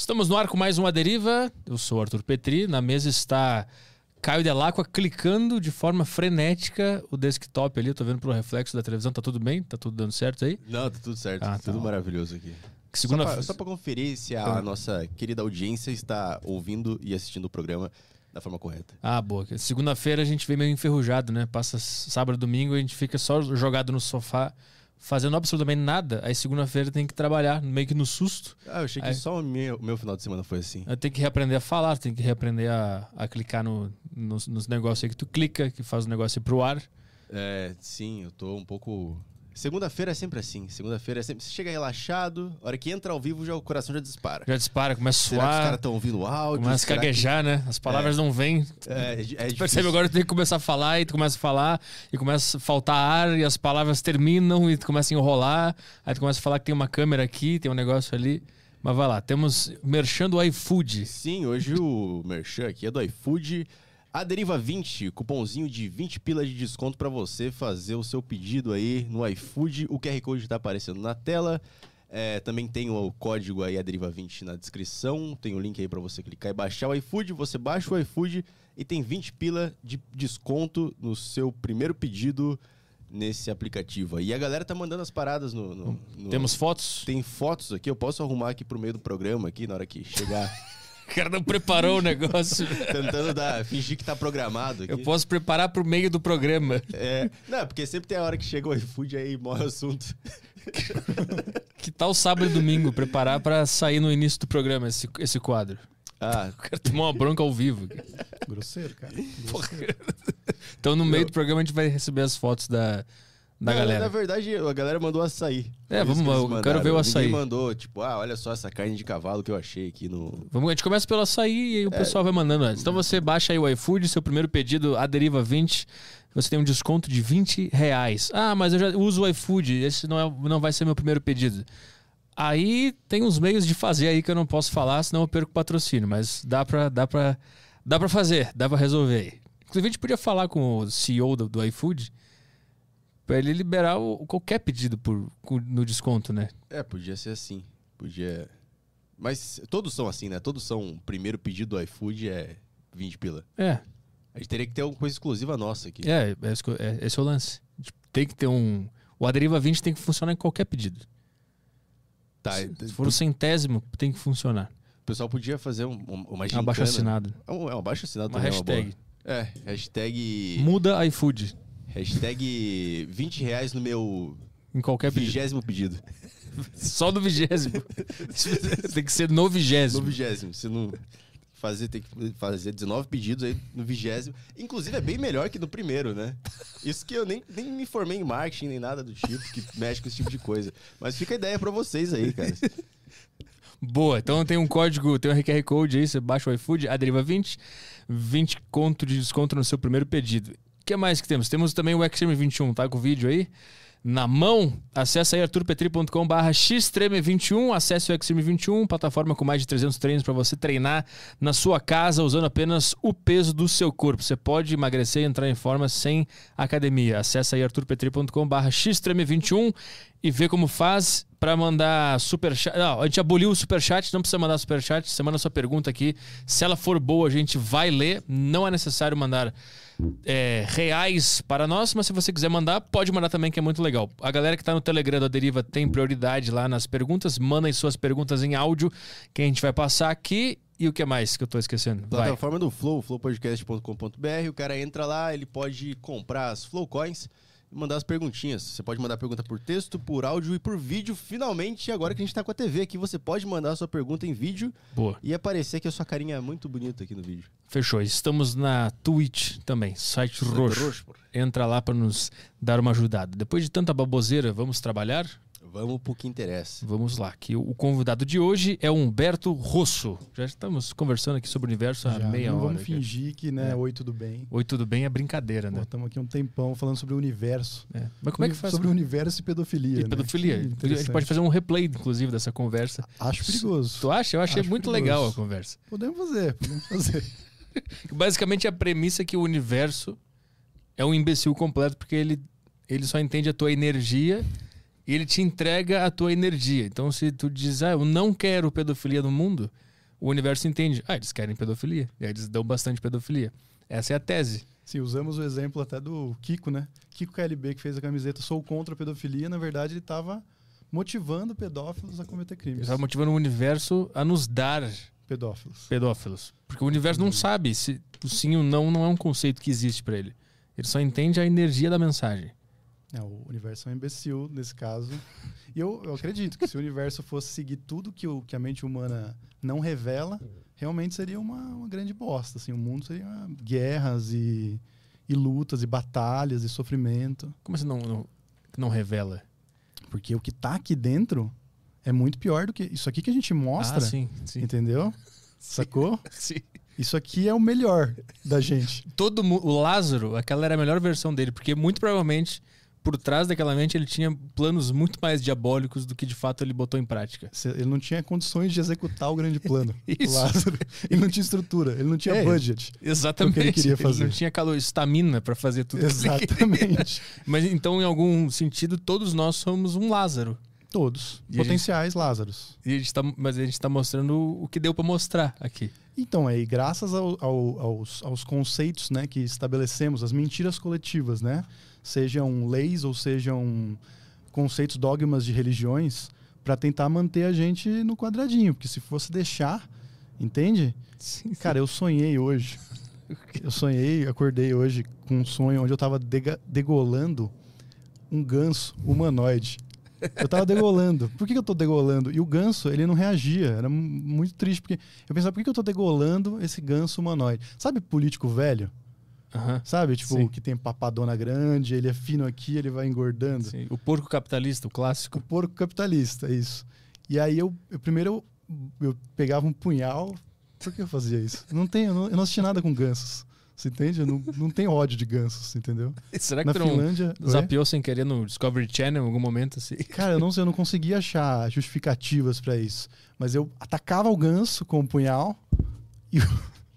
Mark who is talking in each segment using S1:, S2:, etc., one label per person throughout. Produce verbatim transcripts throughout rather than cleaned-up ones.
S1: Estamos no ar com mais uma Deriva. Eu sou o Arthur Petri. Na mesa está Caio Delacqua clicando de forma frenética o desktop ali. Eu tô vendo pelo reflexo da televisão. Tá tudo bem? Tá tudo dando certo aí?
S2: Não, tá tudo certo.
S1: Ah,
S2: tudo
S1: tá.
S2: maravilhoso aqui.
S1: Que segunda...
S2: Só pra, só pra conferir se a
S1: Ah.
S2: nossa querida audiência está ouvindo e assistindo o programa da forma correta.
S1: Ah, boa. Segunda-feira a gente vem meio enferrujado, né? Passa sábado, domingo, a gente fica só jogado no sofá, fazendo absolutamente nada. Aí segunda-feira tem que trabalhar, meio que no susto.
S2: Ah, eu achei que
S1: Aí...
S2: só o meu, o meu final de semana foi assim.
S1: Tem que reaprender a falar, tem que reaprender a, a clicar no, nos, nos negócios aí que tu clica, que faz o negócio ir pro ar.
S2: É, sim, eu tô um pouco... Segunda-feira é sempre assim. Segunda-feira é sempre... Você chega relaxado, a hora que entra ao vivo, já o coração já dispara.
S1: Já dispara, começa a
S2: Será que os
S1: suar,
S2: caras estão ouvindo o áudio?
S1: começa a
S2: Será
S1: caguejar,
S2: que...
S1: né? As palavras
S2: É.
S1: não vêm.
S2: É, é, é
S1: Tu
S2: difícil.
S1: percebe agora que tu tem que começar a falar e tu começa a falar e começa a faltar ar e as palavras terminam e tu começa a enrolar. Aí tu começa a falar que tem uma câmera aqui, tem um negócio ali. Mas vai lá, temos merchan do iFood.
S2: Sim, hoje o merchan aqui é do iFood. A Deriva vinte, cupomzinho de vinte pila de desconto para você fazer o seu pedido aí no iFood. O Q R Code está aparecendo na tela. É, também tem o código aí, a Deriva vinte, na descrição. Tem o link aí para você clicar e baixar o iFood. Você baixa o iFood e tem vinte pila de desconto no seu primeiro pedido nesse aplicativo. E a galera tá mandando as paradas no... no, no...
S1: Temos fotos?
S2: Tem fotos aqui, eu posso arrumar aqui pro meio do programa, aqui, na hora que chegar...
S1: O cara não preparou o negócio.
S2: Tentando dar, fingir que tá programado aqui.
S1: Eu posso preparar pro meio do programa.
S2: É, não, porque sempre tem a hora que chega o iFood aí morre o assunto.
S1: Que tal sábado e domingo preparar pra sair no início do programa esse, esse quadro?
S2: Ah,
S1: O cara tomou uma bronca ao vivo.
S3: Grosseiro, cara.
S1: Porra.
S3: Grosseiro.
S1: Então no meio
S2: Eu-
S1: do programa a gente vai receber as fotos da, da
S2: não,
S1: galera.
S2: Na verdade, a galera mandou açaí.
S1: É,
S2: Foi isso
S1: vamos
S2: que
S1: lá,
S2: eles
S1: eu
S2: mandaram.
S1: quero ver o açaí.
S2: Ninguém mandou, tipo, ah, olha só essa carne de cavalo que eu achei aqui no...
S1: Vamos, a gente começa pelo açaí e aí o pessoal vai mandando antes. Então você baixa aí o iFood, seu primeiro pedido, a Deriva vinte, você tem um desconto de vinte reais. Ah, mas eu já uso o iFood, esse não, é, não vai ser meu primeiro pedido. Aí tem uns meios de fazer aí que eu não posso falar, senão eu perco o patrocínio, mas dá pra, dá pra, dá pra fazer, dá pra resolver. Inclusive a gente podia falar com o C E O do, do iFood pra ele liberar o, qualquer pedido por, com- no desconto, né?
S2: É, podia ser assim. Podia... Mas todos são assim, né? Todos são... Primeiro pedido do iFood é vinte pila.
S1: É,
S2: A gente teria que ter alguma coisa exclusiva nossa aqui.
S1: é, é, esse que eu- é esse é o lance. Tipo, tem que ter um... O Aderiva vinte tem que funcionar em qualquer pedido.
S2: Tá,
S1: Se se for o centésimo, tem que funcionar.
S2: o pessoal podia fazer um, um- uma
S1: Um
S2: gincana.
S1: abaixo assinado.
S2: É um, é um abaixo assinado
S1: Uma
S2: também, é uma boa.
S1: hashtag.
S2: É, hashtag...
S1: Muda iFood
S2: Hashtag vinte reais no meu
S1: em qualquer pedido.
S2: vigésimo pedido.
S1: Só no vigésimo. Tem que ser no
S2: No
S1: vigésimo.
S2: vigésimo. Se não fazer, tem que fazer dezenove pedidos aí no vigésimo. Inclusive é bem melhor que no primeiro, né? Isso que eu nem, nem me formei em marketing nem nada do tipo, que mexe com esse tipo de coisa. Mas fica a ideia pra vocês aí, cara.
S1: Boa, então tem um código, tem um Q R Code aí, você baixa o iFood, a Deriva vinte, vinte conto de desconto no seu primeiro pedido. O que mais que temos? Temos também o Xtreme vinte e um, tá com o vídeo aí na mão. Acesse aí artur petri ponto com barra xtreme vinte e um, acesse o Xtreme vinte e um, plataforma com mais de trezentos treinos para você treinar na sua casa usando apenas o peso do seu corpo. Você pode emagrecer e entrar em forma sem academia. Acesse aí artur petri ponto com barra xtreme vinte e um e vê como faz para mandar superchat. Não, a gente aboliu o superchat, não precisa mandar superchat, você manda sua pergunta aqui. Se ela for boa, a gente vai ler. Não é necessário mandar é, reais para nós, mas se você quiser mandar, pode mandar também, que é muito legal. A galera que tá no Telegram da Deriva tem prioridade lá nas perguntas. Mandem suas perguntas em áudio, que a gente vai passar aqui. E o que mais que eu tô esquecendo? Vai.
S2: Plataforma do Flow, flow podcast ponto com ponto b r. O cara entra lá, ele pode comprar as Flow Coins e mandar as perguntinhas. Você pode mandar pergunta por texto, por áudio e por vídeo. Finalmente, agora que a gente tá com a T V aqui, você pode mandar a sua pergunta em vídeo
S1: Boa.
S2: e aparecer que a sua carinha é muito bonita aqui no vídeo.
S1: Fechou. Estamos na Twitch também, site roxo.
S2: Roxo, pô.
S1: Entra lá para nos dar uma ajudada. Depois de tanta baboseira, vamos trabalhar?
S2: Vamos pro que interessa.
S1: Vamos lá, que o convidado de hoje é o Humberto Rosso. Já estamos conversando aqui sobre o universo há
S3: Já,
S1: meia
S3: não
S1: hora.
S3: vamos
S1: cara.
S3: fingir que, né,
S1: É.
S3: oi, tudo bem.
S1: Oi, tudo bem? É brincadeira, né?
S3: Estamos aqui um tempão falando sobre o universo.
S1: É. Mas como é que faz?
S3: Sobre o universo e pedofilia.
S1: E
S3: né?
S1: pedofilia.
S3: Que
S1: A gente
S3: interessante.
S1: pode fazer um replay, inclusive, dessa conversa.
S3: Acho perigoso.
S1: Tu acha? Eu achei
S3: Acho
S1: muito
S3: perigoso.
S1: legal a conversa.
S3: Podemos fazer, podemos fazer.
S1: Basicamente, a premissa é que o universo é um imbecil completo, porque ele, ele só entende a tua energia e ele te entrega a tua energia. Então, se tu diz, ah, eu não quero pedofilia no mundo, o universo entende. Ah, eles querem pedofilia. E aí eles dão bastante pedofilia. Essa é a tese.
S3: Sim, usamos o exemplo até do Kiko, né? Kiko K L B, que fez a camiseta Sou contra a pedofilia. Na verdade, ele estava motivando pedófilos a cometer
S1: Ele
S3: crimes.
S1: estava motivando o universo a nos dar
S3: Pedófilos.
S1: pedófilos. Porque o universo não sabe se o sim ou não não é um conceito que existe pra ele. Ele só entende a energia da mensagem.
S3: É, o universo é um imbecil nesse caso. E eu, eu acredito que se o universo fosse seguir tudo que, o, que a mente humana não revela, realmente seria uma, uma grande bosta. Assim, o mundo seria guerras e, e lutas e batalhas e sofrimento.
S1: Como você não, não, não revela?
S3: Porque o que tá aqui dentro é muito pior do que isso aqui que a gente mostra.
S1: Ah, sim, sim.
S3: Entendeu? Sacou?
S1: Sim.
S3: Isso aqui é o melhor da gente.
S1: Todo mu- o Lázaro, aquela era a melhor versão dele, porque muito provavelmente por trás daquela mente ele tinha planos muito mais diabólicos do que de fato ele botou em prática.
S3: Cê- Ele não tinha condições de executar o grande plano.
S1: Isso.
S3: O Lázaro. Ele não tinha estrutura, ele não tinha
S1: É,
S3: budget.
S1: Exatamente.
S3: O que ele queria fazer.
S1: não tinha calo- estamina pra fazer tudo. que ele queria.
S3: Exatamente.
S1: Mas então, em algum sentido, todos nós somos um Lázaro.
S3: Todos.
S1: E a
S3: Potenciais Lázaros.
S1: E a gente tá, mas a gente tá mostrando o que deu pra mostrar aqui.
S3: Então, aí, graças ao- ao- aos, aos conceitos, né, que estabelecemos, as mentiras coletivas, né? Sejam leis ou sejam conceitos, dogmas de religiões, para tentar manter a gente no quadradinho. Porque se fosse deixar, entende?
S1: Sim,
S3: Cara, eu sonhei hoje. Eu sonhei, acordei hoje com um sonho onde eu tava dega- degolando um ganso humanoide. Eu tava degolando. Por que, que eu tô degolando? E o ganso, ele não reagia. Era mu- muito triste, porque eu pensava, por que, que eu tô degolando esse ganso humanoide? Sabe político velho?
S1: Aham.
S3: Sabe? Tipo,
S1: Sim.
S3: que tem papadona grande, ele é fino aqui, ele vai engordando.
S1: Sim. O porco capitalista, o
S3: O
S1: clássico.
S3: porco capitalista, isso. E aí eu, eu primeiro eu, eu pegava um punhal. Por que eu fazia isso? Não tem, eu, não, eu não assisti nada com gansos. Você entende? Eu não, não tenho ódio de gansos, entendeu?
S1: Será que
S3: Na
S1: tu não
S3: Finlândia. Oi?
S1: zapeou sem querer no Discovery Channel em algum momento assim?
S3: Cara, eu não sei, eu não conseguia achar justificativas pra isso. Mas eu atacava o ganso com o punhal e o,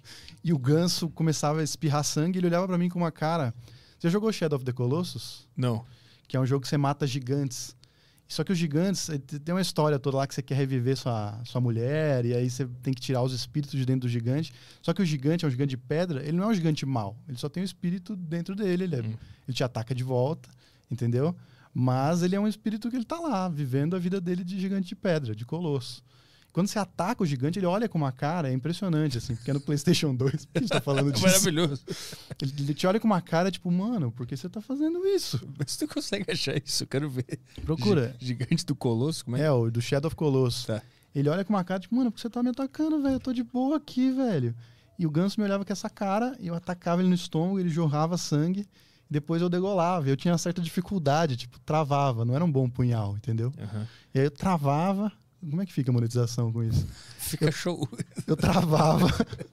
S3: e o ganso começava a espirrar sangue e ele olhava pra mim com uma cara. Você já jogou Shadow of the Colossus?
S1: Não.
S3: Que é um jogo que você mata gigantes. Só que os gigantes, eh, tem uma história toda lá que você quer reviver sua, sua mulher, e aí você tem que tirar os espíritos de dentro do gigante. Só que o gigante é um gigante de pedra, ele não é um gigante mau. Ele só tem o espírito dentro dele. Ele, é-
S1: Hum.
S3: ele te ataca de volta, entendeu? Mas ele é um espírito que ele tá lá, vivendo a vida dele de gigante de pedra, de colosso. Quando você ataca o gigante, ele olha com uma cara, é impressionante, assim, porque é no PlayStation dois, a gente tá falando disso.
S1: Maravilhoso.
S3: Ele, ele te olha com uma cara, tipo, mano, por que você tá fazendo isso?
S1: Mas tu consegue achar isso? Eu quero ver.
S3: Procura.
S1: Gi- Gigante do Colosso? Como é?
S3: É, o do Shadow of Colossus.
S1: Tá.
S3: Ele olha com uma cara, tipo, mano, por que você tá me atacando, velho? Eu tô de boa aqui, velho. E o ganso me olhava com essa cara, e eu atacava ele no estômago, ele jorrava sangue, e depois eu degolava. Eu tinha uma certa dificuldade, tipo, travava, não era um bom punhal, entendeu?
S1: Aham.
S3: E aí eu travava. Como é que fica a monetização com isso?
S1: Fica show.
S3: Eu travava,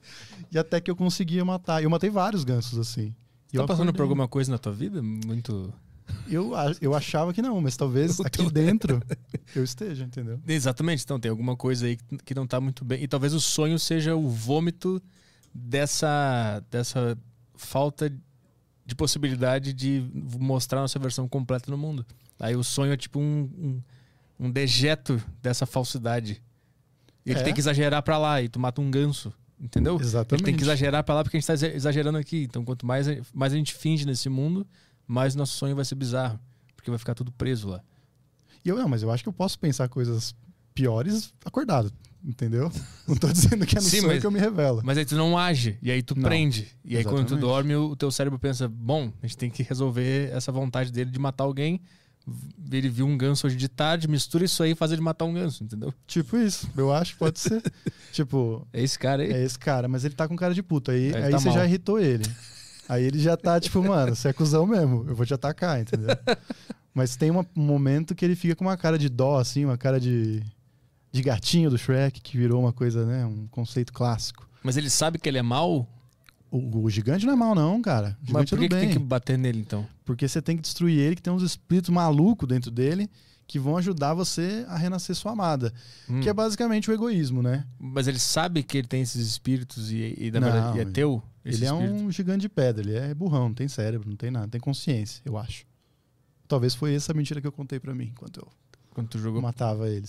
S3: e até que eu conseguia matar. E eu matei vários gansos, assim. E
S1: Tá
S3: eu
S1: passando por
S3: acordei.
S1: alguma coisa na tua vida? Muito.
S3: Eu, a- eu achava que não, mas talvez
S1: O
S3: aqui
S1: teu-
S3: dentro eu esteja, entendeu?
S1: Exatamente, então tem alguma coisa aí que- que não tá muito bem. E talvez o sonho seja o vômito dessa, dessa falta de possibilidade de mostrar nossa versão completa no mundo. Aí o sonho é tipo um, um, um dejeto dessa falsidade. E ele
S3: É.
S1: tem que exagerar pra lá e tu mata um ganso, entendeu?
S3: Exatamente.
S1: Ele tem que exagerar pra lá porque a gente tá exa- exagerando aqui. Então quanto mais, a- mais a gente finge nesse mundo, mais nosso sonho vai ser bizarro. Porque vai ficar tudo preso lá.
S3: E eu, não, mas eu acho que eu posso pensar coisas piores acordado, entendeu? Não tô dizendo que é no
S1: Sim,
S3: sonho
S1: mas-
S3: que eu me revelo.
S1: Mas aí tu não age, e aí tu
S3: Não,
S1: prende. E aí quando tu
S3: exatamente.
S1: dorme, o o teu cérebro pensa, bom, a gente tem que resolver essa vontade dele de matar alguém. Ele viu um ganso hoje de tarde, mistura isso aí e faz ele matar um ganso, entendeu?
S3: Tipo isso, eu acho que pode ser. Tipo,
S1: É esse cara aí.
S3: é esse cara, mas ele tá com cara de puta. Aí,
S1: Ele
S3: aí
S1: tá
S3: você
S1: mal.
S3: já irritou ele. Aí ele já tá tipo, mano, você é cuzão mesmo, eu vou te atacar, entendeu? Mas tem uma- um momento que ele fica com uma cara de dó, assim, uma cara de, de gatinho do Shrek, que virou uma coisa, né, um conceito clássico.
S1: Mas ele sabe que ele é mal,
S3: O, o gigante não é mal, não, cara. O
S1: mas
S3: gigante
S1: por
S3: é
S1: que,
S3: do
S1: que tem
S3: bem.
S1: que bater nele então?
S3: Porque você tem que destruir ele, que tem uns espíritos malucos dentro dele que vão ajudar você a renascer sua amada.
S1: Hum.
S3: Que é basicamente o egoísmo, né?
S1: Mas ele sabe que ele tem esses espíritos e, e na
S3: Não,
S1: verdade, e é
S3: ele-
S1: teu? esse
S3: Ele é
S1: espírito?
S3: um gigante de pedra, ele é burrão, não tem cérebro, não tem nada, não tem consciência, eu acho. Talvez foi essa mentira que eu contei pra mim enquanto eu
S1: Quando tu jogou.
S3: matava eles.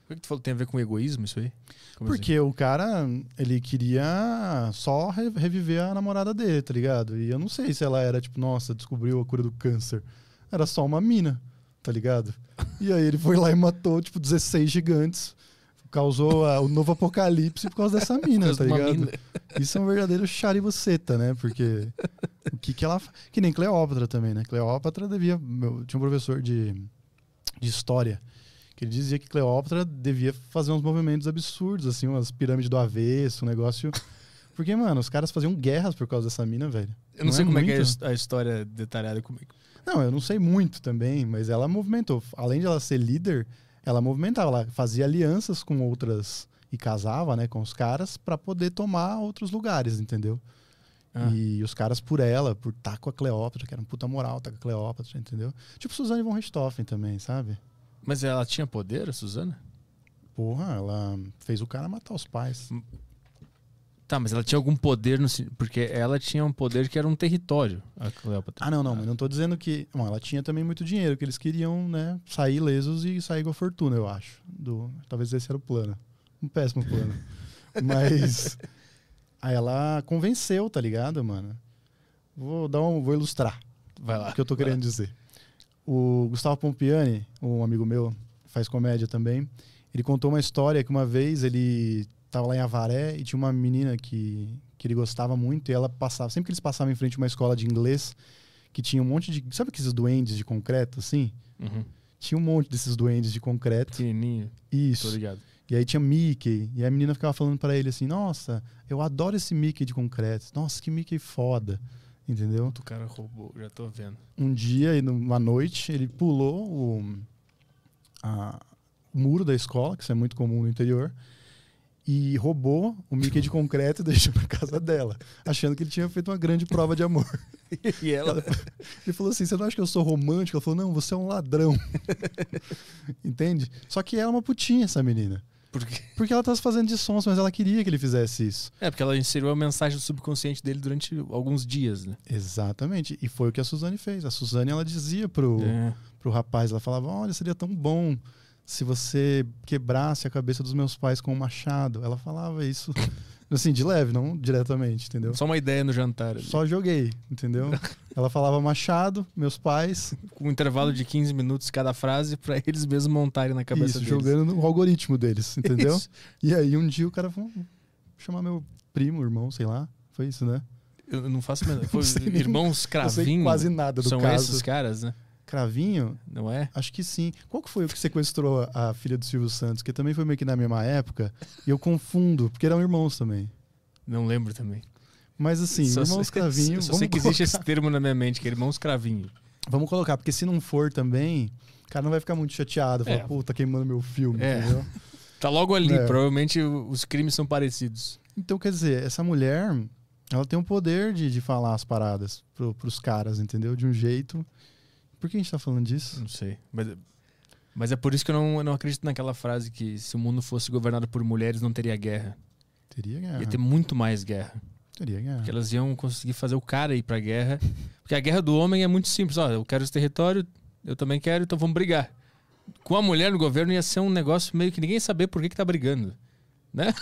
S1: Por que tu falou que tem a ver com egoísmo isso aí? Como
S3: Porque o cara, ele queria só re- reviver a namorada dele, tá ligado? E eu não sei se ela era tipo, nossa, descobriu a cura do câncer. Era só uma mina, tá ligado? E aí ele foi lá e matou, tipo, dezesseis gigantes. Causou a- o novo apocalipse por causa dessa mina,
S1: Por causa
S3: tá
S1: de uma
S3: ligado?
S1: mina.
S3: Isso é um verdadeiro charibuceta, né? Porque o que que ela... fa- Que nem Cleópatra também, né? Cleópatra devia... Meu, tinha um professor de, de história que ele dizia que Cleópatra devia fazer uns movimentos absurdos, assim, umas pirâmides do avesso, um negócio... Porque, mano, os caras faziam guerras por causa dessa mina, velho.
S1: Eu não, sei
S3: é
S1: como é que é a
S3: muito?
S1: his- a história detalhada comigo.
S3: Não, eu não sei muito também, mas ela movimentou. Além de ela ser líder, ela movimentava, ela fazia alianças com outras e casava, né, com os caras pra poder tomar outros lugares, entendeu?
S1: Ah.
S3: E os caras por ela, por estar com a Cleópatra, que era um puta moral, tá com a Cleópatra, entendeu? Tipo Suzane von Richthofen também, sabe?
S1: Mas ela tinha poder, a Suzana?
S3: Porra, ela fez o cara matar os pais.
S1: Tá, mas ela tinha algum poder, no, sen- porque ela tinha um poder que era um território, a Cleópatra.
S3: Ah, não, não, mas não tô dizendo que... Bom, ela tinha também muito dinheiro, que eles queriam, né, sair lesos e sair com a fortuna, eu acho. Do... Talvez esse era o plano. Um péssimo plano. Mas... Aí ela convenceu, tá ligado, mano? Vou dar um... Vou ilustrar
S1: Vai lá.
S3: o que eu tô querendo dizer. O Gustavo Pompiani, um amigo meu, faz comédia também, ele contou uma história que uma vez ele tava lá em Avaré e tinha uma menina que, que ele gostava muito e ela passava, sempre que eles passavam em frente a uma escola de inglês que tinha um monte de, sabe aqueles duendes de concreto, assim?
S1: Uhum.
S3: Tinha um monte desses duendes de concreto.
S1: Pequenininho, tô
S3: Isso.
S1: ligado.
S3: E aí tinha Mickey, e a menina ficava falando pra ele assim, nossa, eu adoro esse Mickey de concreto. Nossa, que Mickey foda. Entendeu?
S1: Outro cara roubou, já tô vendo.
S3: Um dia, e numa noite, ele pulou o, a- o muro da escola, que isso é muito comum no interior, e roubou o Mickey de concreto e deixou na casa dela, achando que ele tinha feito uma grande prova de amor.
S1: E ela...
S3: Ele falou assim, você não acha que eu sou romântico? Ela falou, não, você é um ladrão. Entende? Só que ela é uma putinha, essa menina.
S1: Por quê?
S3: Porque ela tá se fazendo de sons, mas ela queria que ele fizesse isso.
S1: É, porque ela inseriu a mensagem do subconsciente dele durante alguns dias, né?
S3: Exatamente. E foi o que a Suzane fez. A Suzane, ela dizia pro,
S1: É.
S3: pro rapaz, ela falava, olha, seria tão bom se você quebrasse a cabeça dos meus pais com um machado. Ela falava isso, assim, de leve, não diretamente, entendeu?
S1: Só uma ideia no jantar. ali.
S3: Só joguei, entendeu? Ela falava machado, meus pais,
S1: Com um intervalo de quinze minutos cada frase pra eles mesmos montarem na cabeça
S3: isso,
S1: deles.
S3: jogando no algoritmo deles, entendeu?
S1: Isso.
S3: E aí um dia o cara falou, vou chamar meu primo, irmão, sei lá. Foi isso, né?
S1: Eu não faço menor. Foi
S3: sei nem-
S1: irmãos
S3: Não sei
S1: Cravinho.
S3: quase nada do
S1: São
S3: caso.
S1: esses caras, né?
S3: Cravinho?
S1: Não é?
S3: Acho que sim. Qual que foi o que sequestrou a a filha do Silvio Santos? Que também foi meio que na mesma época. E eu confundo, porque eram irmãos também.
S1: Não lembro também.
S3: Mas assim,
S1: Só
S3: irmãos
S1: sei-
S3: Cravinho.
S1: Só
S3: vamos
S1: sei que existe esse
S3: colocar-
S1: termo na minha mente, que é irmãos Cravinho.
S3: Vamos colocar, porque se não for também, o cara não vai ficar muito chateado. Fala,
S1: É.
S3: pô, tá queimando meu filme,
S1: É.
S3: entendeu?
S1: Tá logo ali,
S3: É.
S1: provavelmente o- os crimes são parecidos.
S3: Então, quer dizer, essa mulher, ela tem o poder de, de falar as paradas pro, pros caras, entendeu? De um jeito. Por que a gente tá falando disso?
S1: Não sei. Mas, mas é por isso que eu não, eu não acredito naquela frase que se o mundo fosse governado por mulheres, não teria guerra.
S3: Teria guerra.
S1: Ia ter muito mais guerra.
S3: Teria guerra.
S1: Porque elas iam conseguir fazer o cara ir pra guerra. Porque a guerra do homem é muito simples. Ó, eu quero esse território, eu também quero, então vamos brigar. Com a mulher no governo ia ser um negócio meio que ninguém saber por que, que tá brigando. Né?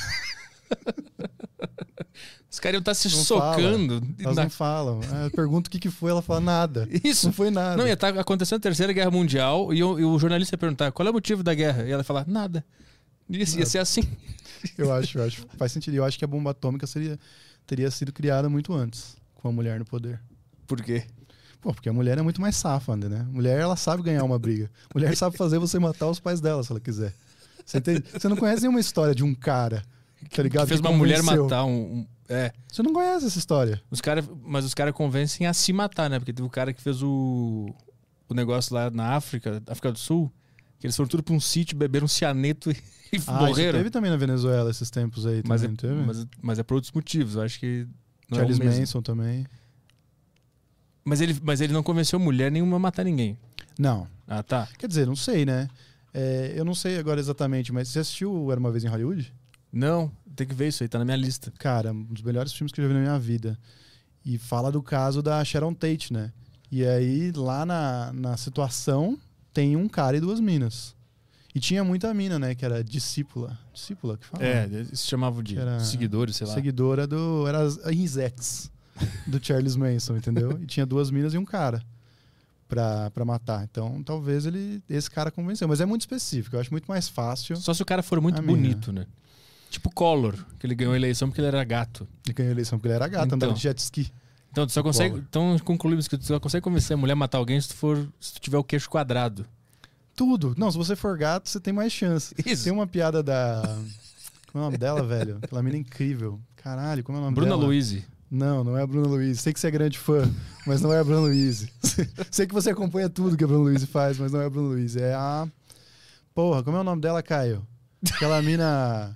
S1: Os caras iam estar se
S3: Não
S1: socando.
S3: Elas
S1: na-
S3: não falam. Ah, eu pergunto o que, que foi, ela fala nada.
S1: Isso.
S3: Não foi nada.
S1: Não, ia estar acontecendo a Terceira Guerra Mundial e o, e o jornalista ia perguntar qual é o motivo da guerra. E ela ia falar, nada. Isso, ia ser assim.
S3: Eu acho, eu acho. Faz sentido. Eu acho que a bomba atômica seria, teria sido criada muito antes, com a mulher no poder.
S1: Por quê?
S3: Pô, porque a mulher é muito mais safada, né? Mulher, ela sabe ganhar uma briga. Mulher sabe fazer você matar os pais dela, se ela quiser. Você, entende? Você não conhece nenhuma história de um cara, tá ligado?
S1: Que fez
S3: que
S1: uma mulher
S3: convenceu.
S1: matar um... um- é.
S3: Você não conhece essa história.
S1: Os cara, mas os caras convencem a se matar, né? Porque teve o cara que fez o, o negócio lá na África, África do Sul, que eles foram tudo pra um sítio, beberam um cianeto e, e
S3: Ah, isso
S1: morreram.
S3: teve também na Venezuela esses tempos aí também,
S1: Mas é,
S3: não teve?
S1: mas, mas é por outros motivos. Eu acho que não
S3: Charles
S1: é o mesmo.
S3: Manson também.
S1: Mas ele, mas ele não convenceu mulher nenhuma a matar ninguém.
S3: Não.
S1: Ah, tá.
S3: Quer dizer, não sei, né? É, eu não sei agora exatamente, mas você assistiu o Era Uma Vez em Hollywood?
S1: Não, tem que ver isso aí, tá na minha lista.
S3: Cara, um dos melhores filmes que eu já vi na minha vida. E fala do caso da Sharon Tate, né? E aí, lá na, na situação, tem um cara e duas minas. E tinha muita mina, né? Que era discípula. Discípula que fala?
S1: É, eles se chamavam de
S3: Era
S1: seguidores, sei lá.
S3: Seguidora do... Era as Risettes do Charles Manson, entendeu? E tinha duas minas e um cara pra, pra matar. Então, talvez ele esse cara convenceu. Mas é muito específico. Eu acho muito mais fácil.
S1: Só se o cara for muito
S3: A
S1: bonito, né? Tipo Collor, que ele ganhou a eleição porque ele era gato.
S3: Ele ganhou a eleição porque ele era gato,
S1: Então.
S3: andava de jet ski.
S1: Então, tu só consegue.
S3: Collor.
S1: Então, concluímos que tu só consegue convencer a mulher a matar alguém se tu, for, se tu tiver o queixo quadrado.
S3: Tudo. Não, se você for gato, você tem mais chance.
S1: Isso.
S3: Tem uma piada da... Como é o nome dela, velho? Aquela mina incrível. Caralho, como é o nome
S1: Bruna
S3: dela?
S1: Luiz.
S3: Não, não é a Bruna Luiz. Sei que você é grande fã, mas não é a Bruna Luiz. Sei que você acompanha tudo que a Bruna Luiz faz, mas não é a Bruna Luiz. É a... Porra, como é o nome dela, Caio? Aquela mina...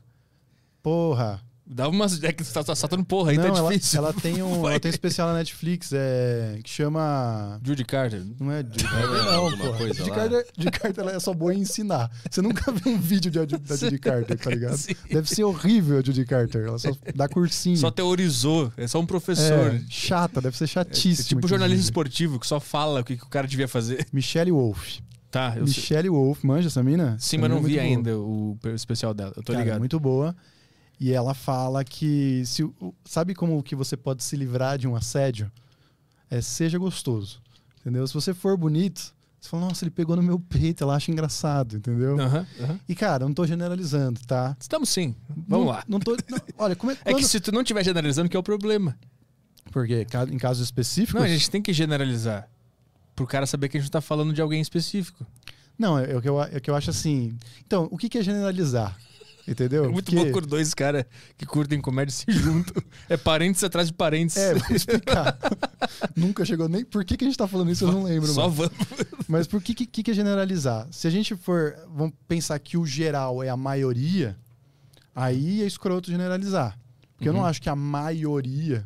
S3: Porra.
S1: Dá umas. É que tu tá saltando porra aí,
S3: não,
S1: tá
S3: ela,
S1: difícil.
S3: ela tem um,
S1: Vai.
S3: ela tem um especial na Netflix, é, que chama...
S1: Judy Carter.
S3: Não é Judy
S2: É,
S3: Carter, não,
S2: alguma
S3: porra.
S2: coisa
S3: Judy
S2: lá.
S3: Carter, Judy Carter ela é só boa em ensinar. Você nunca viu um vídeo de, da Judy Carter, tá ligado?
S1: Sim.
S3: Deve ser horrível a Judy Carter. Ela só dá cursinho.
S1: Só teorizou. É só um professor.
S3: É, chata, deve ser
S1: É,
S3: chatíssima.
S1: tipo jornalismo
S3: inclusive.
S1: esportivo, que só fala o que, que o cara devia fazer.
S3: Michelle Wolf.
S1: Tá, eu sei.
S3: Michelle Wolf, manja essa mina?
S1: Sim,
S3: Essa
S1: mas
S3: mina
S1: não
S3: é
S1: vi
S3: muito boa.
S1: ainda o o especial dela. Eu tô
S3: Cara,
S1: ligado.
S3: muito boa. E ela fala que... Se, o- sabe como que você pode se livrar de um assédio? É seja gostoso. Entendeu? Se você for bonito, você fala, nossa, ele pegou no meu peito, ela acha engraçado, entendeu?
S1: Aham, aham.
S3: E, cara, eu não tô generalizando, tá?
S1: Estamos sim. Vamos
S3: Não-
S1: lá.
S3: Não tô... não, olha, como é...
S1: É que
S3: quando-
S1: se tu não estiver generalizando, que é o problema.
S3: Porque ca- em casos específicos...
S1: Não, a gente tem que generalizar. Pro cara saber que a gente tá falando de alguém específico.
S3: Não, é, é o que eu, é o que eu acho assim... Então, o que, que é generalizar? Entendeu?
S1: É muito
S3: Porque-
S1: bom quando dois caras que curtem comédia se juntam. É parênteses atrás de parênteses.
S3: É, vou explicar. Nunca chegou nem... Por que, que a gente tá falando isso, eu não lembro.
S1: Só
S3: mano.
S1: vamos.
S3: Mas por que, que, que é generalizar? Se a gente for... Vamos pensar que o geral é a maioria, aí é escroto generalizar. Porque eu não
S1: Uhum.
S3: acho que a maioria...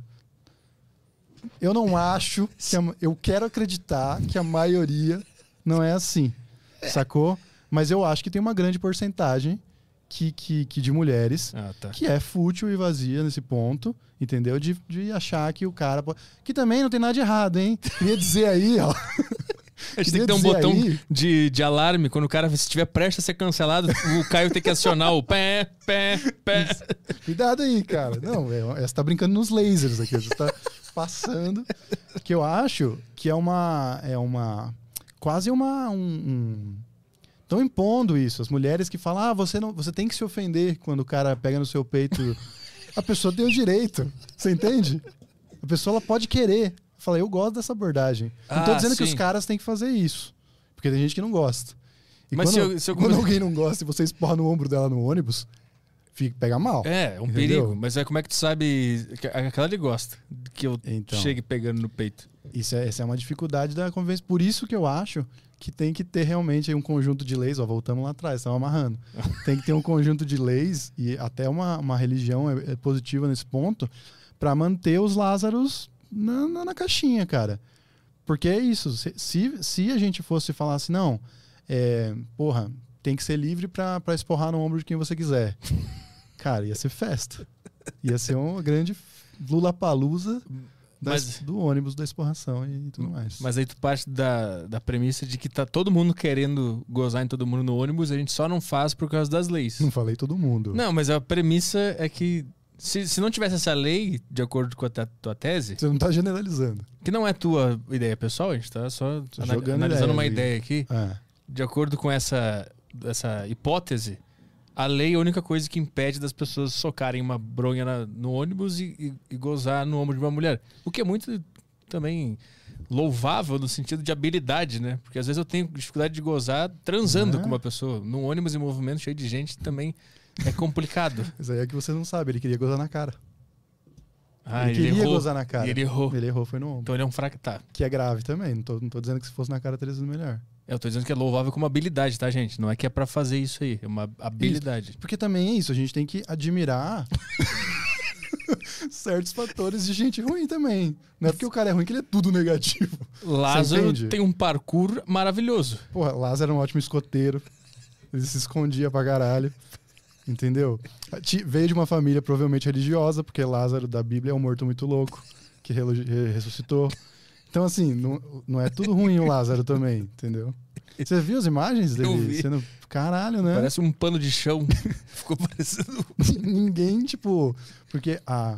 S3: Eu não acho que... A, eu quero acreditar que a maioria não é assim. Sacou? Mas eu acho que tem uma grande porcentagem que, que, que de mulheres
S1: Ah, tá.
S3: que é fútil e vazia nesse ponto, entendeu? De, de achar que o cara... po- Que também não tem nada de errado, hein? Queria dizer aí, ó...
S1: A gente tem que
S3: Queria
S1: ter um
S3: dizer
S1: botão
S3: aí-
S1: de, de alarme. Quando o cara estiver prestes a ser cancelado, o Caio tem que acionar o pé, pé, pé.
S3: Cuidado aí, cara. Não, é, você tá brincando nos lasers aqui. Você tá passando. Que eu acho que é uma... É uma... Quase uma... Um, um... Estão impondo isso. As mulheres que falam, ah, você, não, você tem que se ofender quando o cara pega no seu peito. A pessoa tem o direito. Você entende? A pessoa ela pode querer. Fala, eu gosto dessa abordagem. Não tô
S1: Ah,
S3: dizendo que
S1: sim.
S3: os caras têm que fazer isso. Porque tem gente que não gosta. E
S1: Mas
S3: quando,
S1: se eu- se eu
S3: quando
S1: come-
S3: alguém não gosta e você esporra no ombro dela no ônibus, fica, pega mal.
S1: É, é um
S3: Entendeu?
S1: perigo. Mas é como é que tu sabe que aquela ele gosta que eu
S3: Então.
S1: chegue pegando no peito.
S3: Isso é, essa é uma dificuldade da convivência. Por isso que eu acho que tem que ter realmente um conjunto de leis. Ó, voltamos lá atrás, estamos amarrando. Tem que ter um conjunto de leis, e até uma, uma religião é, é positiva nesse ponto, para manter os Lázaros na, na, na caixinha, cara. Porque é isso. Se, se, se a gente fosse falar assim, não, é, porra, tem que ser livre para esporrar no ombro de quem você quiser. Cara, ia ser festa. Ia ser uma grande Lulapalooza das-
S1: Mas-
S3: do ônibus da esporração e tudo mais.
S1: Mas aí tu parte da, da premissa de que tá todo mundo querendo gozar em todo mundo no ônibus, a gente só não faz por causa das leis.
S3: Não falei todo mundo.
S1: Não, mas a premissa é que se, se não tivesse essa lei, de acordo com a te- tua tese,
S3: Você não tá generalizando.
S1: que não é tua ideia pessoal, a gente tá só
S3: Tô
S1: ana-
S3: jogando
S1: analisando
S3: ideias
S1: uma
S3: aí.
S1: ideia aqui,
S3: É.
S1: de acordo com essa, essa hipótese, a lei é a única coisa que impede das pessoas socarem uma bronha na- no ônibus e, e- e gozar no ombro de uma mulher. O que é muito também louvável no sentido de habilidade, né? Porque às vezes eu tenho dificuldade de gozar transando
S3: É.
S1: com uma pessoa. Num ônibus em movimento cheio de gente também é complicado.
S3: Isso aí é que você não sabe. Ele queria gozar na cara.
S1: Ah,
S3: ele queria gozar na cara.
S1: E ele errou.
S3: Ele errou, foi no ombro.
S1: Então ele é um fraco. Tá.
S3: Que é grave também. Não tô, não tô dizendo que se fosse na cara teria sido melhor.
S1: Eu tô dizendo que é louvável como habilidade, tá, gente? Não é que é pra fazer isso aí. É uma habilidade.
S3: Porque também é isso. A gente tem que admirar certos fatores de gente ruim também. Não é porque o cara é ruim que ele é tudo negativo.
S1: Lázaro
S3: entende?
S1: tem um parkour maravilhoso.
S3: Porra, Lázaro era um ótimo escoteiro. Ele se escondia pra caralho. Entendeu? Ti- Veio de uma família provavelmente religiosa, porque Lázaro da Bíblia é um morto muito louco, que relo- re- ressuscitou. Então, assim, não, não é tudo ruim o Lázaro também, entendeu? Você viu as imagens dele?
S1: Eu vi.
S3: Sendo... Caralho, né?
S1: Parece um pano de chão. Ficou parecendo...
S3: Ninguém, tipo... Porque a...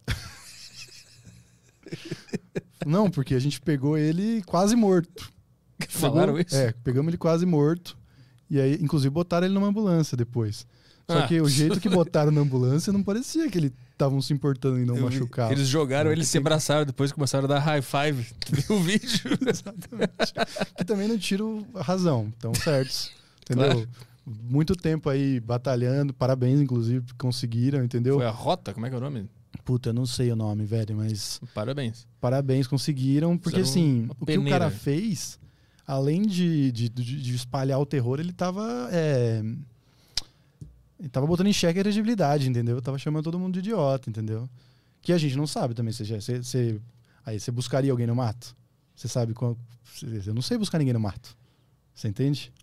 S3: Não, porque a gente pegou ele quase morto.
S1: Falaram
S3: Pegou...
S1: isso?
S3: É, pegamos ele quase morto. E aí, inclusive, botaram ele numa ambulância depois. Só
S1: Ah.
S3: que o jeito que botaram na ambulância não parecia que ele estavam se importando em não
S1: Eu vi.
S3: machucar.
S1: Eles jogaram, eles se
S3: Tem que-
S1: abraçaram, depois começaram a dar high five. Tu viu o vídeo?
S3: Exatamente. Que também não tiro a razão. Estão certos. Entendeu?
S1: Claro.
S3: Muito tempo aí batalhando. Parabéns, inclusive, porque conseguiram, entendeu?
S1: Foi a Rota? Como é que é o nome?
S3: Puta, eu não sei o nome, velho, mas
S1: Parabéns.
S3: parabéns, conseguiram. Porque,
S1: Fizeram
S3: assim,
S1: uma
S3: o que o cara
S1: peneira.
S3: fez, além de, de, de- de espalhar o terror, ele tava... É... Ele tava botando em xeque a credibilidade, entendeu? Tava chamando todo mundo de idiota, entendeu? Que a gente não sabe também. Você, já- você, você- aí você buscaria alguém no mato? Você sabe qual... Eu não sei buscar ninguém no mato. Você entende?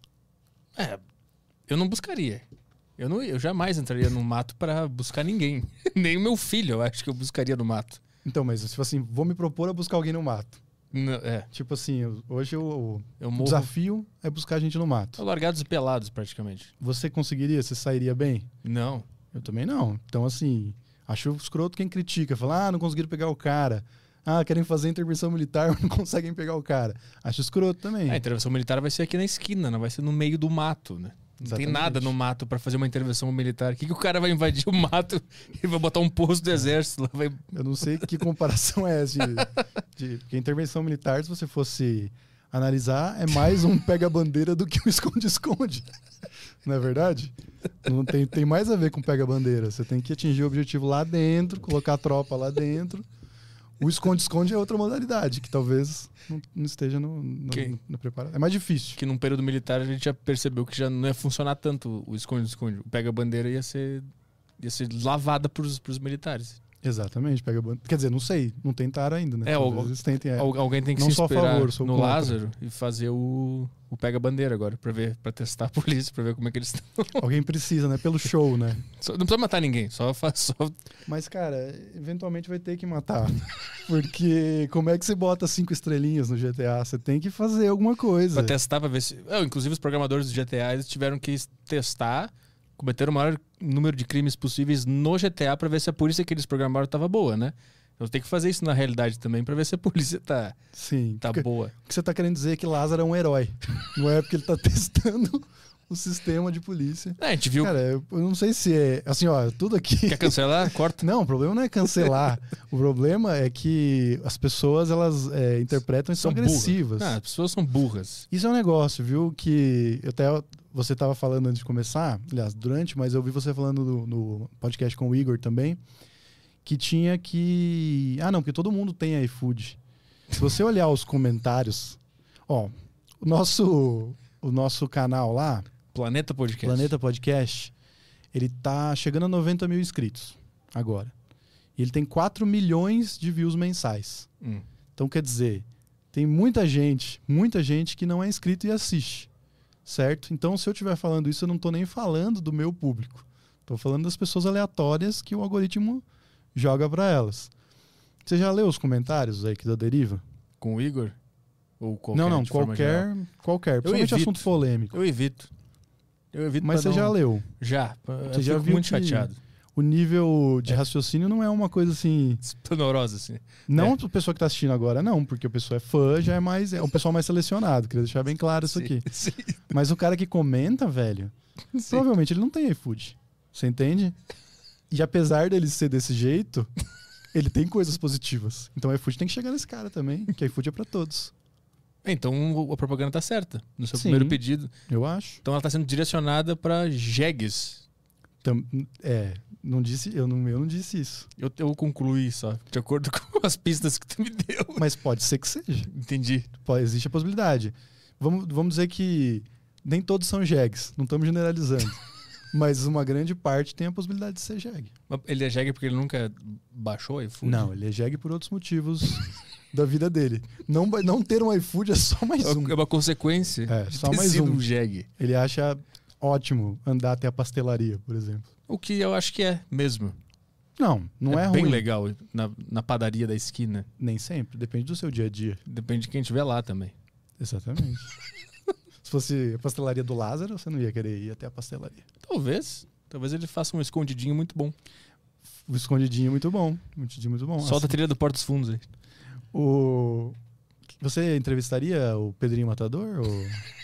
S1: É, eu não buscaria. Eu, não, eu jamais entraria no mato pra buscar ninguém. Nem o meu filho, eu acho que eu buscaria no mato.
S3: Então, mas tipo assim, vou me propor a buscar alguém no mato.
S1: Não, é,
S3: Tipo assim, eu- hoje eu-
S1: eu
S3: o
S1: morro.
S3: desafio é buscar gente no mato.
S1: Tô largados e pelados, praticamente.
S3: Você conseguiria? Você sairia bem?
S1: Não.
S3: Eu também não. Então, assim, acho escroto quem critica. Fala, ah, não conseguiram pegar o cara. Ah, querem fazer intervenção militar, mas não conseguem pegar o cara. Acho escroto também.
S1: A intervenção militar vai ser aqui na esquina, não vai ser no meio do mato, né? Não
S3: Exatamente.
S1: tem nada no mato pra fazer uma intervenção militar. O que, que o cara vai invadir o mato e vai botar um posto do exército lá? Vai...
S3: Eu não sei que comparação é essa. De, de, porque intervenção militar, se você fosse analisar, é mais um pega-bandeira do que um esconde-esconde. Não é verdade? Não tem, tem mais a ver com pega-bandeira. Você tem que atingir o objetivo lá dentro, colocar a tropa lá dentro. O esconde-esconde é outra modalidade, que talvez não, não esteja no, no,
S1: Que-
S3: no, no preparado. É mais difícil.
S1: Que num período militar a gente já percebeu que já não ia funcionar tanto o esconde-esconde. O pega-bandeira ia ser, ia ser lavada pros, pros militares.
S3: Exatamente, pega-bandeira. Quer dizer, não sei, não tentaram ainda, né?
S1: É,
S3: Talvez
S1: o-
S3: eles tentem, é.
S1: Al- Alguém tem que
S3: Não
S1: se
S3: sou a
S1: inspirar
S3: favor, sou
S1: no
S3: contra.
S1: Lázaro e fazer o, o pega-bandeira agora, pra ver, para testar a polícia, pra ver como é que eles estão.
S3: Alguém precisa, né? Pelo show, né?
S1: Só- Não precisa matar ninguém, só faz só.
S3: Mas, cara, eventualmente vai ter que matar. Porque como é que você bota cinco estrelinhas no G T A? Você tem que fazer alguma coisa.
S1: Pra testar, pra ver se. Ah, inclusive, os programadores do G T A eles tiveram que testar, cometer o maior número de crimes possíveis no G T A pra ver se a polícia que eles programaram tava boa, né? Então tem que fazer isso na realidade também pra ver se a polícia tá,
S3: Sim.
S1: tá
S3: Porque-
S1: boa.
S3: O que você tá querendo dizer é que Lázaro é um herói. Não é porque ele tá testando o sistema de polícia.
S1: É, a gente viu.
S3: Cara, eu eu não sei se é... Assim, ó, tudo aqui...
S1: Quer cancelar? Corta.
S3: Não, o problema não é cancelar. O problema é que as pessoas, elas é, interpretam e são,
S1: burras.
S3: agressivas.
S1: Ah, as pessoas são burras.
S3: Isso é um negócio, viu? Que até você estava falando antes de começar, aliás, durante, mas eu vi você falando no, no podcast com o Igor também, que tinha que... Ah, não, porque todo mundo tem iFood. Se você olhar os comentários... Ó, o nosso, o nosso canal lá,
S1: Planeta Podcast.
S3: Planeta Podcast, ele tá chegando a noventa mil inscritos agora. E ele tem quatro milhões de views mensais.
S1: Hum.
S3: Então, quer dizer, tem muita gente, muita gente que não é inscrito e assiste, certo? Então, se eu estiver falando isso, eu não estou nem falando do meu público. Estou falando das pessoas aleatórias que o algoritmo joga para elas. Você já leu os comentários aí que da Deriva?
S1: Com o Igor? Ou qualquer,
S3: não, não,
S1: de forma
S3: qualquer, qualquer. Principalmente
S1: evito.
S3: assunto polêmico.
S1: Eu evito. Eu evito
S3: Mas
S1: pra
S3: você
S1: não-
S3: já leu.
S1: Já.
S3: Você
S1: Eu
S3: já
S1: fico
S3: viu
S1: muito
S3: que-
S1: chateado.
S3: O nível de
S1: É.
S3: raciocínio não é uma coisa assim...
S1: Espanorosa, assim.
S3: Não
S1: É.
S3: a pessoa que está assistindo agora, não. Porque a pessoa é fã, já é mais... É um pessoal mais selecionado. Queria deixar bem claro isso
S1: Sim,
S3: aqui.
S1: sim.
S3: Mas o cara que comenta, velho,
S1: Sim.
S3: provavelmente ele não tem iFood. Você entende? E apesar dele ser desse jeito, ele tem coisas positivas. Então o iFood tem que chegar nesse cara também, que iFood é pra todos.
S1: Então a propaganda tá certa. No seu
S3: Sim.
S1: primeiro pedido.
S3: Eu acho.
S1: Então ela tá sendo direcionada pra jegues.
S3: Tam- é, não disse, eu não, eu não disse isso.
S1: Eu, eu concluí só, de acordo com as pistas que tu me deu.
S3: Mas pode ser que seja.
S1: Entendi.
S3: Pode, existe a possibilidade. Vamos, vamos dizer que nem todos são jegs, não estamos generalizando. Mas uma grande parte tem a possibilidade de ser jeg.
S1: Mas ele é jegue porque ele nunca baixou iFood?
S3: Não, ele é jeg por outros motivos da vida dele. Não, vai- não ter um iFood é só mais
S1: É
S3: um.
S1: uma consequência
S3: É,
S1: de
S3: só
S1: ter
S3: mais
S1: sido
S3: um.
S1: um jegue.
S3: Ele acha ótimo andar até a pastelaria, por exemplo.
S1: O que eu acho que é mesmo.
S3: Não, não é,
S1: bem
S3: ruim.
S1: legal na, na padaria da esquina.
S3: Nem sempre, depende do seu dia a dia.
S1: Depende de quem estiver lá também.
S3: Exatamente. Se fosse a pastelaria do Lázaro, você não ia querer ir até a pastelaria.
S1: Talvez. Talvez ele faça um escondidinho muito bom.
S3: O escondidinho é muito bom. O escondidinho muito bom.
S1: Solta a trilha do Porto dos Fundos aí.
S3: O... Você entrevistaria o Pedrinho Matador? Ou...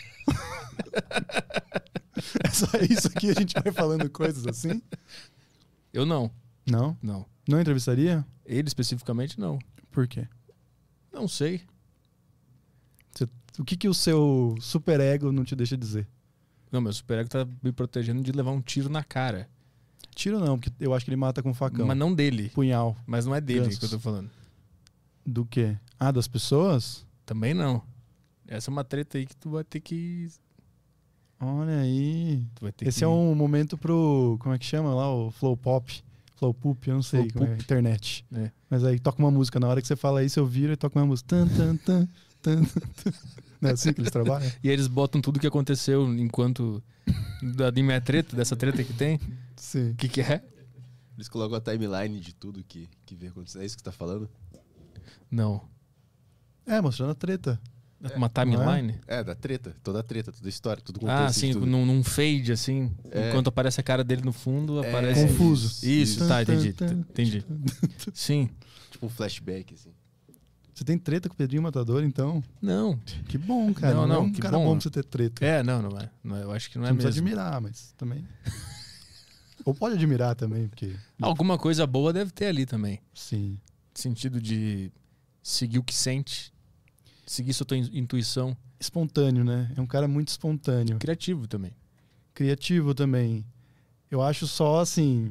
S3: É só isso aqui, a gente vai falando coisas assim?
S1: Eu não.
S3: Não?
S1: Não.
S3: Não entrevistaria?
S1: Ele especificamente, não.
S3: Por quê?
S1: Não sei.
S3: Você... O que, que o seu superego não te deixa dizer?
S1: Não, meu superego tá me protegendo de levar um tiro na cara.
S3: Tiro não, porque eu acho que ele mata com facão.
S1: Mas não dele.
S3: Punhal.
S1: Mas não é dele
S3: Gansos.
S1: que eu tô falando.
S3: Do quê? Ah, das pessoas?
S1: Também não. Essa é uma treta aí que tu vai ter que...
S3: Olha aí.
S1: Tu vai ter
S3: Esse
S1: que...
S3: é um momento pro... Como é que chama lá? O Flow Pop. Flow Poop, eu não sei
S1: Flow
S3: como é.
S1: Poop.
S3: Internet.
S1: É.
S3: Mas aí toca uma música. Na hora que você fala isso, eu viro e toco uma música. Tan, tan, tan, tan, tan. Não é assim que eles trabalham?
S1: E aí eles botam tudo que aconteceu enquanto... Da de minha treta, dessa treta que tem.
S3: Sim.
S1: O que que é?
S2: Eles colocam a timeline de tudo que, que vem acontecendo. É isso que você tá falando?
S1: Não.
S3: É, mostrando a treta.
S1: Uma timeline?
S2: É, da treta. Toda a treta, toda a história, tudo contexto.
S1: Ah,
S2: de
S1: sim,
S2: tudo.
S1: num, num fade, assim.
S2: É.
S1: Enquanto aparece a cara dele no fundo,
S2: É.
S1: aparece...
S3: Confuso.
S1: Isso, tá, entendi.
S3: Tan, tan,
S1: Entendi. Sim.
S2: Tipo um flashback, assim.
S3: Você tem treta com o Pedrinho Matador, então?
S1: Não.
S3: Que bom, cara.
S1: Não,
S3: Não,
S1: não,
S3: é um
S1: que
S3: cara
S1: bom.
S3: bom pra você ter treta.
S1: É, não, não é. Não é, eu acho que não
S3: Você
S1: é
S3: não precisa
S1: mesmo.
S3: admirar, mas também... Ou pode admirar também, porque...
S1: Alguma coisa boa deve ter ali também.
S3: Sim.
S1: Sentido de seguir o que sente, seguir sua tua in- intuição.
S3: Espontâneo, né? É um cara muito espontâneo.
S1: Criativo também.
S3: Criativo também. Eu acho só, assim...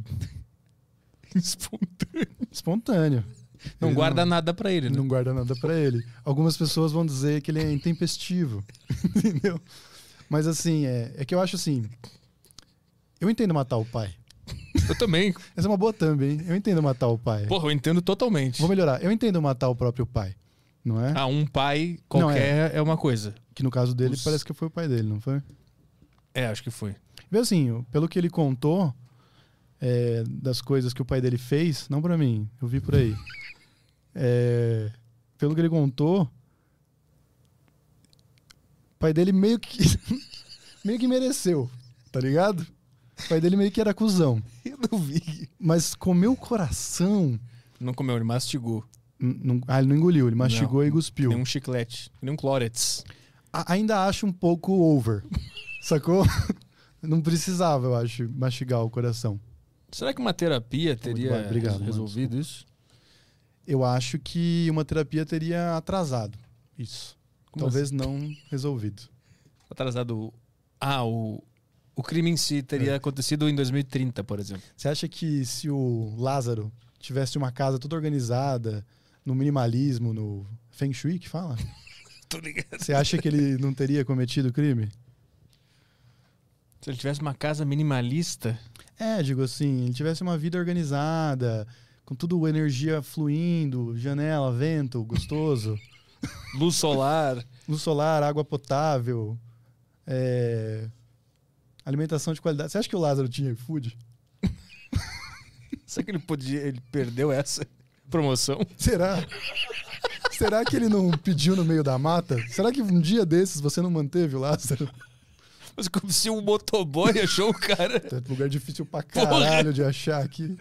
S1: Espontâneo.
S3: Espontâneo.
S1: Não
S3: Ele
S1: guarda nada pra ele, né?
S3: Não guarda nada pra ele. Algumas pessoas vão dizer que ele é intempestivo. Entendeu? Mas assim, é, é que eu acho assim... Eu entendo matar o pai.
S1: Eu também.
S3: Essa é uma boa thumb, hein? Eu entendo matar o pai.
S1: Porra, eu entendo totalmente.
S3: Vou melhorar. Eu entendo matar o próprio pai. Não é?
S1: Ah, um pai qualquer
S3: Não,
S1: é. uma coisa.
S3: Que no caso dele
S1: Os-
S3: parece que foi o pai dele, não foi?
S1: É, acho que foi.
S3: Vê assim, pelo que ele contou, é, das coisas que o pai dele fez, não pra mim, eu vi por aí. É, pelo que ele contou, o pai dele meio que meio que mereceu, tá ligado? O pai dele meio que era cuzão.
S1: Eu não vi.
S3: Mas comeu o coração.
S1: Não comeu, ele mastigou.
S3: N- não- ah, ele não engoliu, ele mastigou
S1: Não,
S3: e cuspiu.
S1: Nem um chiclete. Nem um Clorets.
S3: A- ainda acho um pouco over, sacou? Não precisava, eu acho, mastigar o coração.
S1: Será que uma terapia teria
S3: bem, obrigado,
S1: res-
S3: mano,
S1: resolvido isso?
S3: Eu acho que uma terapia teria atrasado isso.
S1: Como
S3: Talvez não resolvido.
S1: Atrasado. Ah, o, o crime em si teria
S3: É.
S1: acontecido em dois mil e trinta, por exemplo.
S3: Você acha que se o Lázaro tivesse uma casa toda organizada, no minimalismo, no Feng Shui que fala?
S1: Tô ligado.
S3: Você acha que ele não teria cometido crime?
S1: Se ele tivesse uma casa minimalista.
S3: É, digo assim, ele tivesse uma vida organizada, com tudo energia fluindo, janela, vento, gostoso,
S1: Luz solar.
S3: luz solar, água potável, é, alimentação de qualidade. Você acha que o Lázaro tinha iFood?
S1: Será que ele podia. Ele perdeu essa promoção?
S3: Será? Será que ele não pediu no meio da mata? Será que um dia desses você não manteve o Lázaro?
S1: Mas como se um motoboy achou o cara.
S3: É um lugar difícil pra
S1: Porra!
S3: caralho de achar aqui.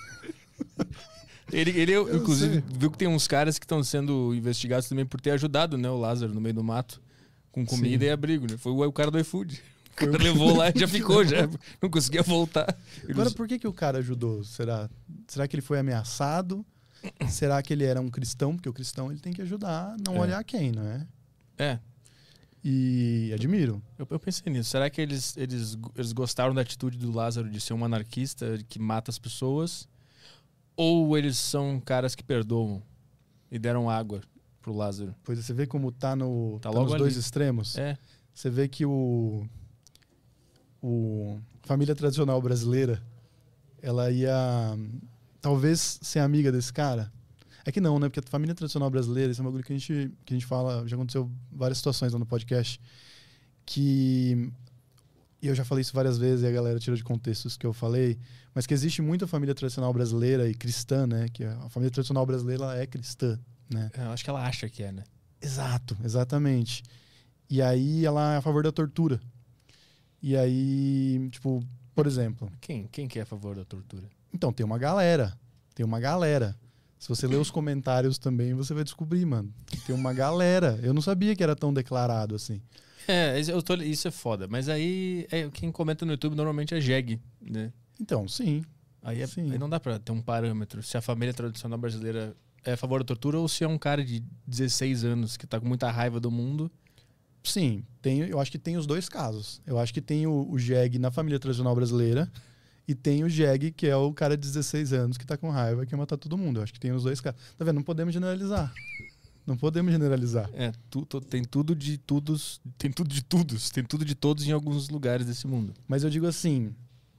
S1: Ele, ele
S3: Eu
S1: inclusive,
S3: sei.
S1: viu que tem uns caras que estão sendo investigados também por ter ajudado, né, o Lázaro no meio do mato com comida
S3: Sim.
S1: e abrigo, né? Foi o, o cara do iFood. O
S3: Foi
S1: cara
S3: o-
S1: levou lá e já ficou, já não conseguia voltar. Ele
S3: Agora,
S1: us-
S3: por que, que o cara ajudou? Será? Será que ele foi ameaçado? Será que ele era um cristão? Porque o cristão ele tem que ajudar, não
S1: É.
S3: olhar quem, não é?
S1: É,
S3: E admiro.
S1: eu, eu pensei nisso. Será que eles, eles, eles gostaram da atitude do Lázaro de ser um anarquista que mata as pessoas? Ou eles são caras que perdoam e deram água pro Lázaro?
S3: Pois você vê como tá, no,
S1: Tá
S3: tá
S1: logo
S3: nos dois
S1: ali.
S3: extremos.
S1: É,
S3: Você vê que o, o família tradicional brasileira, ela ia talvez ser amiga desse cara. É que não, né? Porque a família tradicional brasileira, isso é um bagulho que a gente, que a gente fala, já aconteceu várias situações lá no podcast, que e eu já falei isso várias vezes e a galera tira de contexto isso que eu falei, mas que existe muita família tradicional brasileira e cristã, né? Que a família tradicional brasileira ela é cristã, né?
S1: eu acho que ela acha que é, né?
S3: Exato, exatamente. E aí ela é a favor da tortura. E aí, tipo, por exemplo...
S1: Quem, quem que é a favor da tortura?
S3: Então, tem uma galera. Tem uma galera. Se você ler os comentários também, você vai descobrir, mano. Tem uma galera. Eu não sabia que era tão declarado assim.
S1: É, isso- eu tô- isso é foda. Mas aí, é, quem comenta no YouTube normalmente é jegue, né?
S3: Então, sim.
S1: Aí, é-
S3: Sim.
S1: aí não dá pra ter um parâmetro. Se a família tradicional brasileira é a favor da tortura ou se é um cara de dezesseis anos que tá com muita raiva do mundo.
S3: Sim, tem, eu acho que tem os dois casos. Eu acho que tem o, o jegue na família tradicional brasileira e tem o jegue, que é o cara de dezesseis anos que tá com raiva e quer matar todo mundo. Eu acho que tem os dois casos. Tá vendo? Não podemos generalizar. Não podemos generalizar.
S1: É, tu- tu- tem tudo de todos. Tem tudo de todos. Tem tudo de todos em alguns lugares desse mundo.
S3: Mas eu digo assim,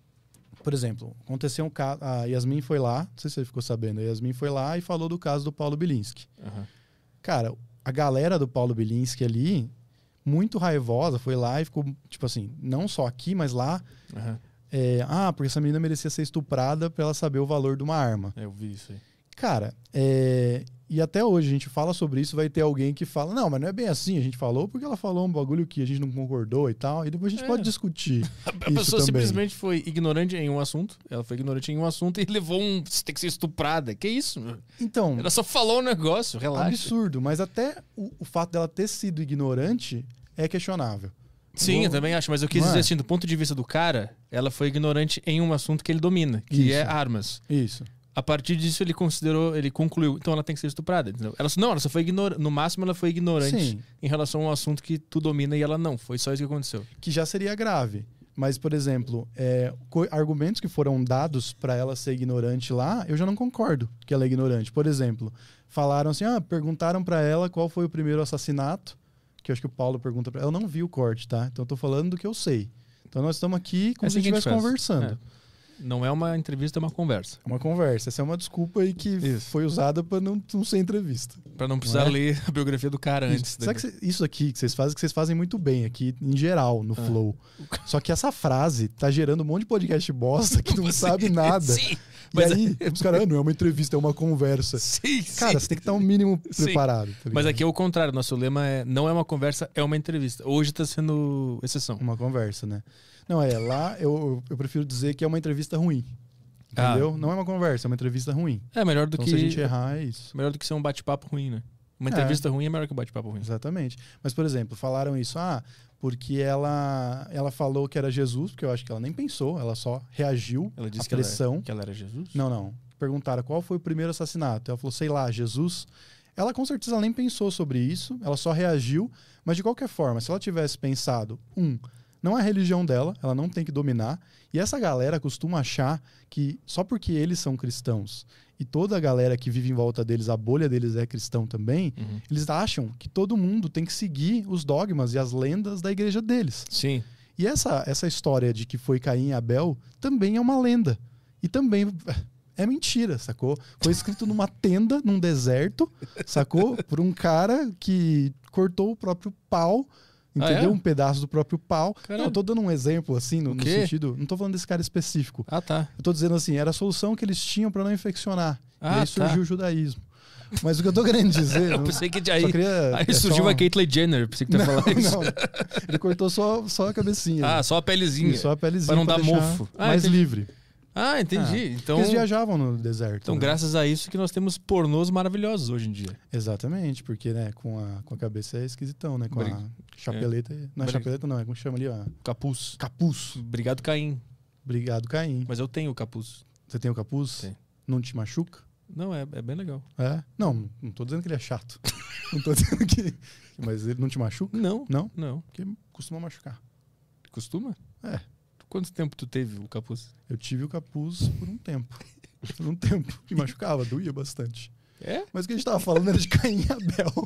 S3: por exemplo, aconteceu um caso, a Yasmin foi lá, não sei se você ficou sabendo, a Yasmin foi lá e falou do caso do Paulo Bilinski.
S1: Aham.
S3: Cara, a galera do Paulo Bilinski ali, muito raivosa, foi lá e ficou, tipo assim, não só aqui, mas lá,
S1: Aham.
S3: é, ah, porque essa menina merecia ser estuprada pra ela saber o valor de uma arma.
S1: É, eu vi isso aí.
S3: Cara, é, e até hoje a gente fala sobre isso, vai ter alguém que fala, não, mas não é bem assim, a gente falou porque ela falou um bagulho que a gente não concordou e tal, e depois a gente
S1: É.
S3: pode discutir.
S1: A
S3: Isso
S1: pessoa
S3: também.
S1: simplesmente foi ignorante em um assunto. Ela foi ignorante em um assunto e levou um. Você tem que ser estuprada. Que isso, meu?
S3: Então,
S1: Ela só falou um negócio, relaxa.
S3: absurdo, mas até o, o fato dela ter sido ignorante é questionável.
S1: Sim,
S3: Vou-
S1: eu também acho, mas eu quis
S3: Não
S1: dizer
S3: é?
S1: assim, do ponto de vista do cara, ela foi ignorante em um assunto que ele domina, que
S3: Isso.
S1: é armas.
S3: Isso.
S1: A partir disso, ele considerou, ele concluiu, então ela tem que ser estuprada. Entendeu? Ela, não, ela só foi ignorante. No máximo, ela foi ignorante
S3: Sim,
S1: em relação a um assunto que tu domina e ela não. Foi só isso que aconteceu.
S3: que já seria grave. Mas, por exemplo, é, co- argumentos que foram dados para ela ser ignorante lá, eu já não concordo que ela é ignorante. Por exemplo, falaram assim, ah, perguntaram para ela qual foi o primeiro assassinato, que eu acho que o Paulo pergunta para ela. Eu não vi o corte, tá? Então eu tô falando do que eu sei. Então nós estamos aqui como
S1: É
S3: se a
S1: assim
S3: gente
S1: que a gente
S3: estivesse
S1: faz.
S3: conversando.
S1: É. Não é uma entrevista, é uma conversa.
S3: É uma conversa. Essa é uma desculpa aí que
S1: Isso.
S3: foi usada para não, não ser entrevista.
S1: Pra não precisar
S3: Não é?
S1: ler a biografia do cara antes.
S3: Isso. Sabe que cê- isso aqui que vocês fazem, que vocês fazem muito bem aqui, em geral, no
S1: Ah.
S3: Flow. Só que essa frase tá gerando um monte de podcast bosta que não
S1: Sim,
S3: sabe nada.
S1: Sim,
S3: E
S1: mas
S3: aí, os caras, ah, não é uma entrevista, é uma conversa.
S1: sim,
S3: Cara,
S1: sim.
S3: você tem que estar um mínimo
S1: Sim.
S3: preparado. tá
S1: Mas
S3: ligado?
S1: aqui é o contrário. Nosso lema é não é uma conversa, é uma entrevista. Hoje tá sendo exceção.
S3: Uma conversa, né? Não, é, lá eu, eu prefiro dizer que é uma entrevista ruim. Entendeu?
S1: Ah.
S3: Não é uma conversa, é uma entrevista ruim.
S1: É melhor do
S3: Então
S1: que
S3: se a gente errar, é isso.
S1: melhor do que ser um bate-papo ruim, né? Uma
S3: É.
S1: entrevista ruim é melhor que um bate-papo ruim.
S3: Exatamente. Mas, por exemplo, falaram isso, ah, porque ela, ela falou que era Jesus, porque eu acho que ela nem pensou, ela só reagiu
S1: Ela
S3: à
S1: disse que ela,
S3: pressão.
S1: que ela era Jesus?
S3: Não, não. Perguntaram qual foi o primeiro assassinato. Ela falou, sei lá, Jesus. Ela com certeza nem pensou sobre isso, ela só reagiu, mas de qualquer forma, se ela tivesse pensado, um, não é a religião dela, ela não tem que dominar, e essa galera costuma achar que só porque eles são cristãos e toda a galera que vive em volta deles, a bolha deles é cristão também,
S1: Uhum.
S3: eles acham que todo mundo tem que seguir os dogmas e as lendas da igreja deles.
S1: Sim.
S3: E essa, essa história de que foi Caim e Abel também é uma lenda. E também é mentira, sacou? Foi escrito numa tenda, num deserto, sacou? Por um cara que cortou o próprio pau, entendeu?
S1: Ah, é?
S3: Um pedaço do próprio pau.
S1: Caralho.
S3: Não, eu tô dando um exemplo, assim, no,
S1: O
S3: no
S1: quê?
S3: sentido... Não tô falando desse cara específico.
S1: Ah, tá.
S3: Eu tô dizendo assim, era a solução que eles tinham pra não infeccionar.
S1: Ah,
S3: e aí
S1: tá.
S3: surgiu o judaísmo. Mas o que eu tô querendo dizer...
S1: Eu
S3: não-
S1: pensei que
S3: só
S1: aí,
S3: queria-
S1: aí
S3: é
S1: surgiu
S3: só-
S1: a Caitlyn Jenner. Pensei que tu ia
S3: Não,
S1: falar isso.
S3: não. Ele cortou só, só a cabecinha.
S1: Ah, só a pelezinha.
S3: Isso, só a pelezinha
S1: Pra não dar
S3: deixar
S1: mofo. Ah,
S3: mais
S1: entendi.
S3: livre.
S1: Ah, entendi.
S3: Ah,
S1: então,
S3: Porque eles viajavam no deserto.
S1: então
S3: né?
S1: graças a isso que nós temos pornôs maravilhosos hoje em dia.
S3: Exatamente, porque né, com, a, com a cabeça é esquisitão, né? Com
S1: Brig-
S3: a chapeleta. Não é
S1: Brig-
S3: chapeleta, não, é como chama ali, ó.
S1: Capuz.
S3: Capuz.
S1: Obrigado, Caim.
S3: Obrigado, Caim.
S1: Mas eu tenho o capuz.
S3: Você tem o capuz?
S1: Tem.
S3: Não te machuca?
S1: Não, é, é bem legal.
S3: É? Não, não tô dizendo que ele é chato. Não tô dizendo que. Mas ele não te machuca?
S1: Não,
S3: Não?
S1: não.
S3: Porque costuma machucar.
S1: Costuma?
S3: É.
S1: Quanto tempo tu teve o capuz?
S3: Eu tive o capuz por um tempo. Por um tempo. Me machucava, doía bastante.
S1: É?
S3: Mas o que a gente tava falando era de Caim e Abel.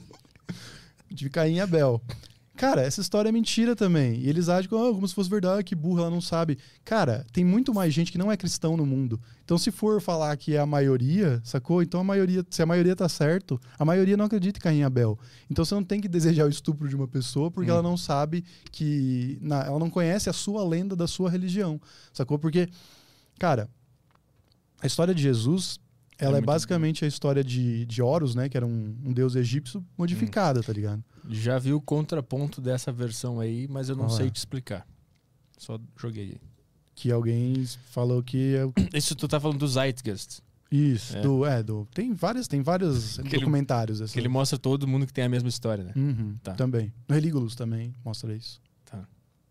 S3: De Caim e Abel. Cara, essa história é mentira também. E eles agem como, ah, como se fosse verdade, que burra, ela não sabe. Cara, tem muito mais gente que não é cristão no mundo. Então, se for falar que é a maioria, sacou? Então, a maioria, se a maioria tá certo, a maioria não acredita em Caim e Abel. Então, você não tem que desejar o estupro de uma pessoa porque
S1: Hum.
S3: ela não sabe que... na- ela não conhece a sua lenda da sua religião, sacou? Porque, cara, a história de Jesus Ela é,
S1: muito
S3: basicamente a história de, de Horus, né? Que era um, um deus egípcio modificada, tá ligado?
S1: Já vi o contraponto dessa versão aí, mas eu não
S3: Olha lá.
S1: sei te explicar. Só joguei aí.
S3: Que alguém falou que é o-
S1: Isso tu tá falando do Zeitgeist.
S3: isso,
S1: É.
S3: do, é, do tem vários, tem vários
S1: Que ele-
S3: documentários essa.
S1: Que ele mostra todo mundo que tem a mesma história, né?
S3: Uhum,
S1: Tá.
S3: Também. No Relígulos também mostra isso.
S1: Tá.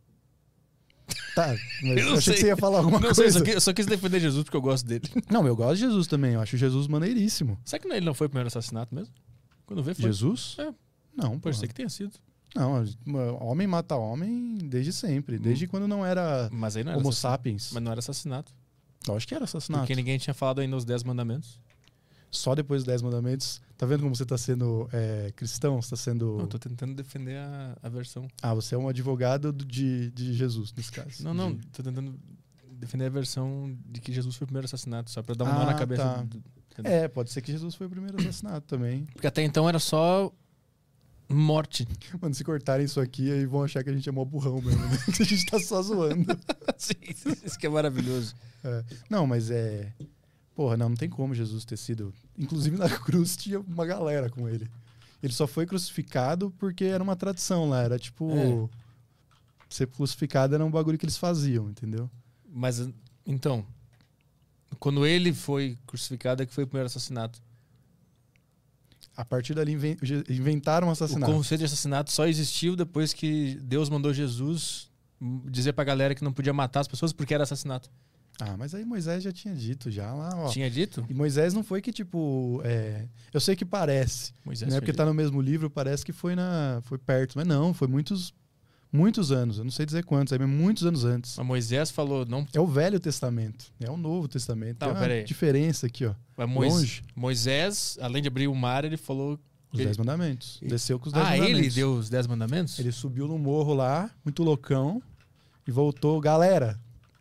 S3: Tá, mas
S1: Eu
S3: eu,
S1: não
S3: achei
S1: sei.
S3: que você ia falar alguma
S1: Não sei, eu
S3: coisa.
S1: só, quis, eu só quis defender Jesus porque eu gosto dele.
S3: Não, eu gosto de Jesus também. Eu acho Jesus maneiríssimo.
S1: Será que ele não foi o primeiro assassinato mesmo? Quando vê, foi.
S3: Jesus?
S1: É.
S3: Não, pô.
S1: Pode ser que tenha sido.
S3: Não, homem mata homem desde sempre. Desde quando não era
S1: Mas aí não era
S3: Homo
S1: assassinato.
S3: sapiens.
S1: Mas não era assassinato.
S3: Eu acho que era assassinato.
S1: Porque ninguém tinha falado ainda os Dez Mandamentos.
S3: Só depois dos Dez Mandamentos. Tá vendo como você tá sendo é, cristão? Você tá sendo...
S1: Não, eu tô tentando defender a, a versão.
S3: Ah, você é um advogado do- de, de Jesus, nesse caso.
S1: Não, não,
S3: De-
S1: tô tentando defender a versão de que Jesus foi o primeiro assassinato, só pra dar um nó
S3: Ah,
S1: na cabeça.
S3: tá.
S1: do-
S3: É, pode ser que Jesus foi o primeiro assassinato também.
S1: Porque até então era só morte.
S3: Mano, se cortarem isso aqui, aí vão achar que a gente é mó burrão mesmo, né? Que a gente tá só zoando.
S1: Sim, isso que é maravilhoso.
S3: É. Não, mas é... Porra, não, não tem como Jesus ter sido... Inclusive na cruz tinha uma galera com ele. Ele só foi crucificado porque era uma tradição lá. Era tipo...
S1: É.
S3: Ser crucificado era um bagulho que eles faziam, entendeu?
S1: Mas, então, quando ele foi crucificado é que foi o primeiro assassinato.
S3: A partir dali inven- inventaram um
S1: O
S3: assassinato.
S1: conceito de assassinato só existiu depois que Deus mandou Jesus dizer pra galera que não podia matar as pessoas porque era assassinato.
S3: Ah, mas aí Moisés já tinha dito, já lá, ó.
S1: Tinha dito?
S3: E Moisés não foi que, tipo... é, eu sei que parece,
S1: Moisés
S3: né?
S1: tinha
S3: Porque
S1: dito.
S3: tá no mesmo livro, parece que foi, na, foi perto. Mas não, foi muitos, muitos anos. Eu não sei dizer quantos, aí, mas muitos anos antes.
S1: Mas Moisés falou, não.
S3: É o Velho Testamento, é o Novo Testamento.
S1: Tá,
S3: Tem uma
S1: peraí.
S3: diferença aqui, ó.
S1: Mas Mois-
S3: Longe.
S1: Moisés, além de abrir o mar, ele falou.
S3: Os
S1: ele-
S3: Dez Mandamentos. Desceu com os Dez
S1: Ah,
S3: Mandamentos.
S1: ele deu os Dez Mandamentos?
S3: Ele subiu no morro lá, muito loucão, e voltou. Galera,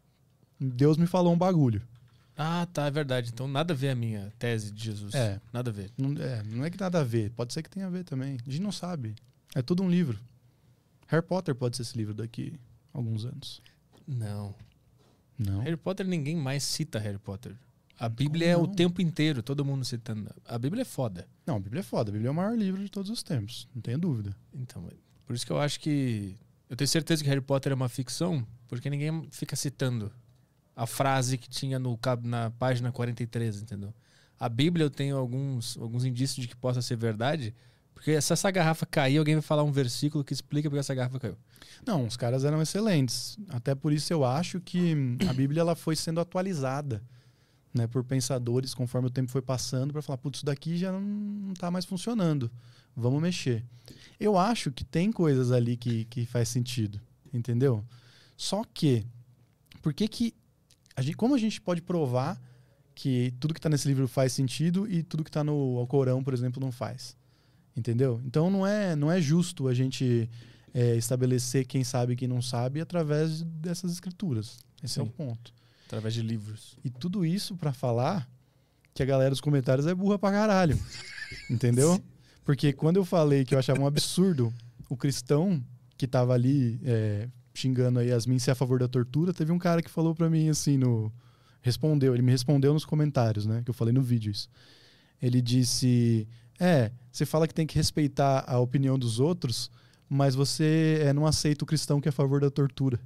S3: Deus me falou um bagulho.
S1: Ah, tá, é verdade. Então nada a ver a minha tese de Jesus.
S3: É.
S1: Nada a ver.
S3: Não é, não é que nada a ver. Pode ser que tenha a ver também. A gente não sabe. É tudo um livro. Harry Potter pode ser esse livro daqui a alguns anos.
S1: Não.
S3: Não.
S1: Harry Potter, ninguém mais cita Harry Potter. A Bíblia
S3: Como
S1: é o
S3: não?
S1: tempo inteiro, todo mundo citando. A Bíblia é foda.
S3: Não, a Bíblia é foda. A Bíblia é o maior livro de todos os tempos. Não tenha dúvida.
S1: Então, por isso que eu acho que. Eu tenho certeza que Harry Potter é uma ficção, porque ninguém fica citando a frase que tinha no, cab- na página quarenta e três, entendeu? A Bíblia eu tenho alguns, alguns indícios de que possa ser verdade, porque se essa garrafa cair, alguém vai falar um versículo que explica porque essa garrafa caiu.
S3: Não, os caras eram excelentes. Até por isso eu acho que hum, a Bíblia ela foi sendo atualizada, né, por pensadores conforme o tempo foi passando para falar, putz, isso daqui já não, não tá mais funcionando. Vamos mexer. Eu acho que tem coisas ali que, que faz sentido, entendeu? Só que, por que que a gente, como a gente pode provar que tudo que está nesse livro faz sentido e tudo que está no Alcorão, por exemplo, não faz? Entendeu? Então não é, não é justo a gente é, estabelecer quem sabe e quem não sabe através dessas escrituras. Esse é o
S1: Sim.
S3: ponto.
S1: Através de livros.
S3: E tudo isso para falar que a galera dos comentários é burra pra caralho. Entendeu? Porque quando eu falei que eu achava um absurdo o cristão que tava ali é, xingando a Yasmin ser a favor da tortura, teve um cara que falou pra mim assim no... Respondeu, ele me respondeu nos comentários, né? Que eu falei no vídeo isso. Ele disse... É, você fala que tem que respeitar a opinião dos outros, mas você é, não aceita o cristão que é a favor da tortura.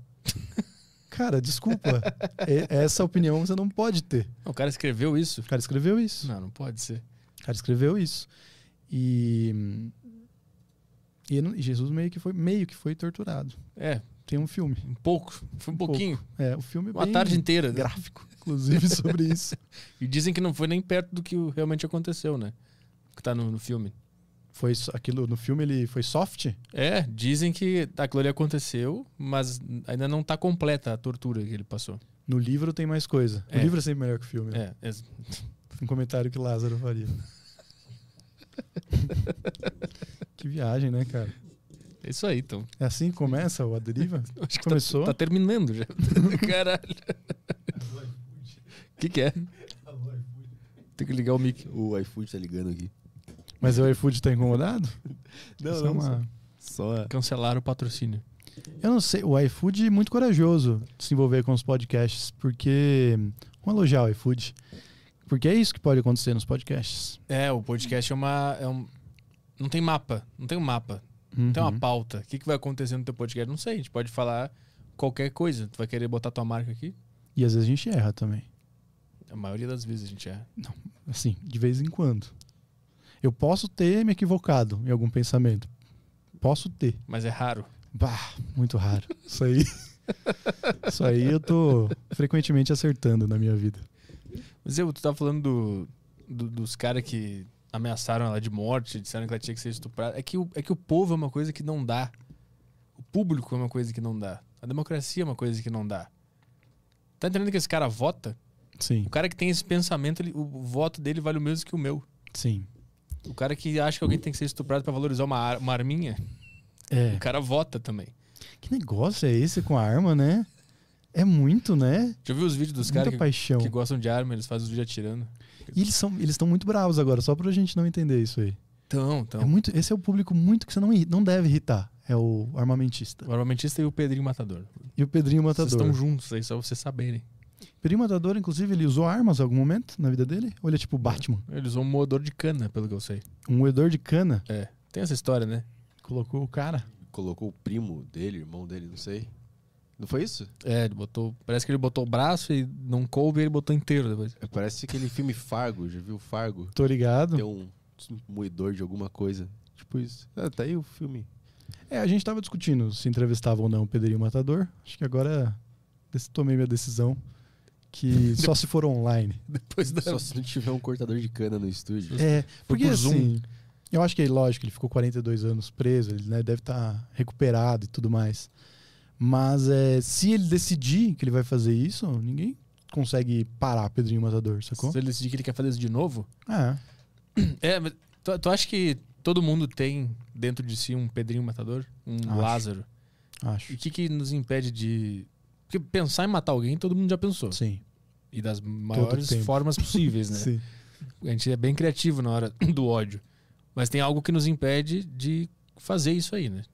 S3: Cara, desculpa. E- essa opinião você não pode ter.
S1: O cara escreveu isso?
S3: O cara escreveu isso.
S1: Não, não pode ser.
S3: O cara escreveu isso. E, e ele não- e Jesus meio que foi meio que foi torturado.
S1: É,
S3: Tem um filme.
S1: um pouco. Foi um,
S3: Um
S1: pouquinho.
S3: É, o filme é
S1: Uma
S3: bem
S1: tarde inteira. né?
S3: gráfico, inclusive, sobre isso.
S1: E dizem que não foi nem perto do que o- realmente aconteceu, né? Que tá no, no filme.
S3: Foi só- aquilo no filme ele foi soft?
S1: É, dizem que aquilo ali aconteceu, mas ainda não tá completa a tortura que ele passou.
S3: No livro tem mais coisa.
S1: É.
S3: O livro é sempre melhor que o filme. né?
S1: É, é
S3: Um comentário que Lázaro faria. Que viagem, né, cara?
S1: é isso aí, então.
S3: É assim que começa o A Deriva?
S1: Acho que
S3: Começou?
S1: Tá, tá terminando já. Caralho. O que, que é? Tem que ligar o mic.
S2: O iFood tá ligando aqui.
S3: Mas o iFood tá incomodado?
S2: Não,
S3: Isso é
S2: não,
S3: uma-
S2: Só...
S1: Cancelaram o patrocínio.
S3: Eu não sei, o iFood é muito corajoso de se envolver com os podcasts, porque... Vamos elogiar o iFood. Porque é isso que pode acontecer nos podcasts.
S1: É, o podcast é uma... É um, não tem mapa. Não tem um mapa. Não tem uma
S3: Uhum.
S1: pauta. O que, que vai acontecer no teu podcast? Não sei. A gente pode falar qualquer coisa. Tu vai querer botar tua marca aqui?
S3: E às vezes a gente erra também.
S1: A maioria das vezes a gente é.
S3: Assim, de vez em quando. Eu posso ter me equivocado em algum pensamento. Posso ter.
S1: Mas é raro.
S3: Bah, muito raro. Isso aí. Isso aí eu tô frequentemente acertando na minha vida.
S1: Mas eu, tu tava falando do, do- dos caras que ameaçaram ela de morte, disseram que ela tinha que ser estuprada. É que, o, é que o povo é uma coisa que não dá. O público é uma coisa que não dá. A democracia é uma coisa que não dá. Tá entendendo que esse cara vota?
S3: Sim,
S1: O cara que tem esse pensamento, ele- o, o voto dele vale o mesmo que o meu.
S3: sim.
S1: O cara que acha que alguém tem que ser estuprado pra valorizar uma, ar- uma arminha,
S3: É.
S1: o cara vota também.
S3: Que negócio é esse com a arma, né? É muito, né?
S1: Já viu os vídeos dos
S3: Muita
S1: caras que,
S3: paixão.
S1: que gostam de arma, eles fazem os vídeos atirando?
S3: E eles são, eles estão muito bravos agora, só pra gente não entender isso aí.
S1: Então, então.
S3: É muito, esse é o público muito que você não, irri- não deve irritar. É o armamentista.
S1: O armamentista e o Pedrinho Matador.
S3: E o Pedrinho
S1: Vocês
S3: Matador.
S1: estão juntos aí, só vocês saberem.
S3: Pedrinho Matador, inclusive, ele usou armas em algum momento na vida dele? Ou ele é tipo Batman?
S1: Eles usam um moedor de cana, pelo que eu sei.
S3: Um moedor de cana.
S1: É. Tem essa história, né?
S3: Colocou o cara.
S2: Colocou o primo dele, irmão dele, não sei. Não foi isso?
S1: É, ele botou. Parece que ele botou o braço e não coube e ele botou inteiro depois.
S2: É, parece aquele filme Fargo, já viu Fargo?
S3: Tô ligado.
S2: Tem um moedor de alguma coisa. Tipo isso. Ah, tá aí o filme.
S3: É, a gente tava discutindo se entrevistava ou não o Pedrinho Matador. Acho que agora dec- tomei minha decisão. Que só se for online.
S1: Depois da.
S2: Só se não tiver um cortador de cana no estúdio.
S3: É, porque
S1: por Zoom.
S3: assim, eu acho que, lógico, ele ficou quarenta e dois anos preso, ele né, deve estar recuperado e tudo mais. Mas é, se ele decidir que ele vai fazer isso, ninguém consegue parar Pedrinho Matador, sacou?
S1: Se ele decidir que ele quer fazer isso de novo.
S3: É,
S1: É, mas tu, tu acha que todo mundo tem dentro de si um Pedrinho Matador? Um
S3: Acho.
S1: Lázaro? E
S3: acho.
S1: o que, que nos impede de. Porque pensar em matar alguém todo mundo já pensou.
S3: Sim.
S1: E das maiores
S3: tempo.
S1: formas possíveis, né?
S3: Sim.
S1: A gente é bem criativo na hora do ódio. Mas tem algo que nos impede de fazer isso aí, né?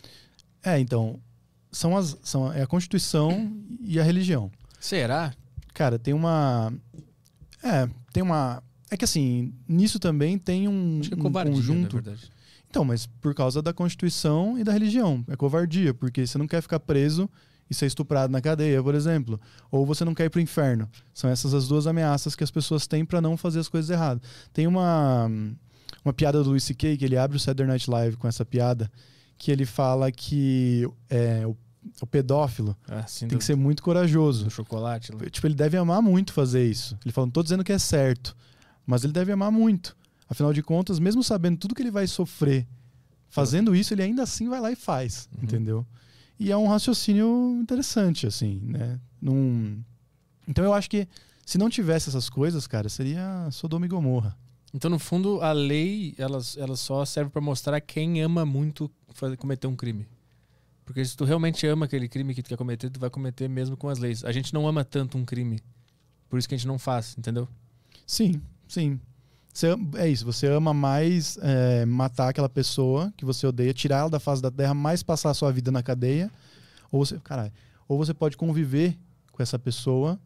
S3: É, então, são as, são, é a Constituição e a religião.
S1: Será?
S3: Cara, tem uma. É, tem uma. É que assim, nisso também tem um,
S1: Acho que é
S3: um
S1: covardia,
S3: conjunto.
S1: na verdade.
S3: Então, mas por causa da Constituição e da religião. É covardia, porque você não quer ficar preso e ser estuprado na cadeia, por exemplo. Ou você não quer ir pro inferno. São essas as duas ameaças que as pessoas têm pra não fazer as coisas erradas. Tem uma, uma piada do Louis C K, que ele abre o Saturday Night Live com essa piada, que ele fala que é, o, o pedófilo
S1: Ah, sim,
S3: tem
S1: do,
S3: que ser muito corajoso.
S1: do chocolate. lá.
S3: Tipo, ele deve amar muito fazer isso. Ele fala, não tô dizendo que é certo, mas ele deve amar muito. Afinal de contas, mesmo sabendo tudo que ele vai sofrer fazendo isso, ele ainda assim vai lá e faz,
S1: Uhum.
S3: entendeu? E é um raciocínio interessante, assim, né? Num... Então eu acho que se não tivesse essas coisas, cara, seria Sodoma e Gomorra.
S1: Então, no fundo, a lei ela, ela só serve pra mostrar quem ama muito fazer, cometer um crime. Porque se tu realmente ama aquele crime que tu quer cometer, tu vai cometer mesmo com as leis. A gente não ama tanto um crime. Por isso que a gente não faz, entendeu?
S3: Sim, sim. Você ama- é isso, você ama mais é, matar aquela pessoa que você odeia, tirar ela da face da terra, mais passar a sua vida na cadeia. Ou você, caralho, ou você pode conviver com essa pessoa,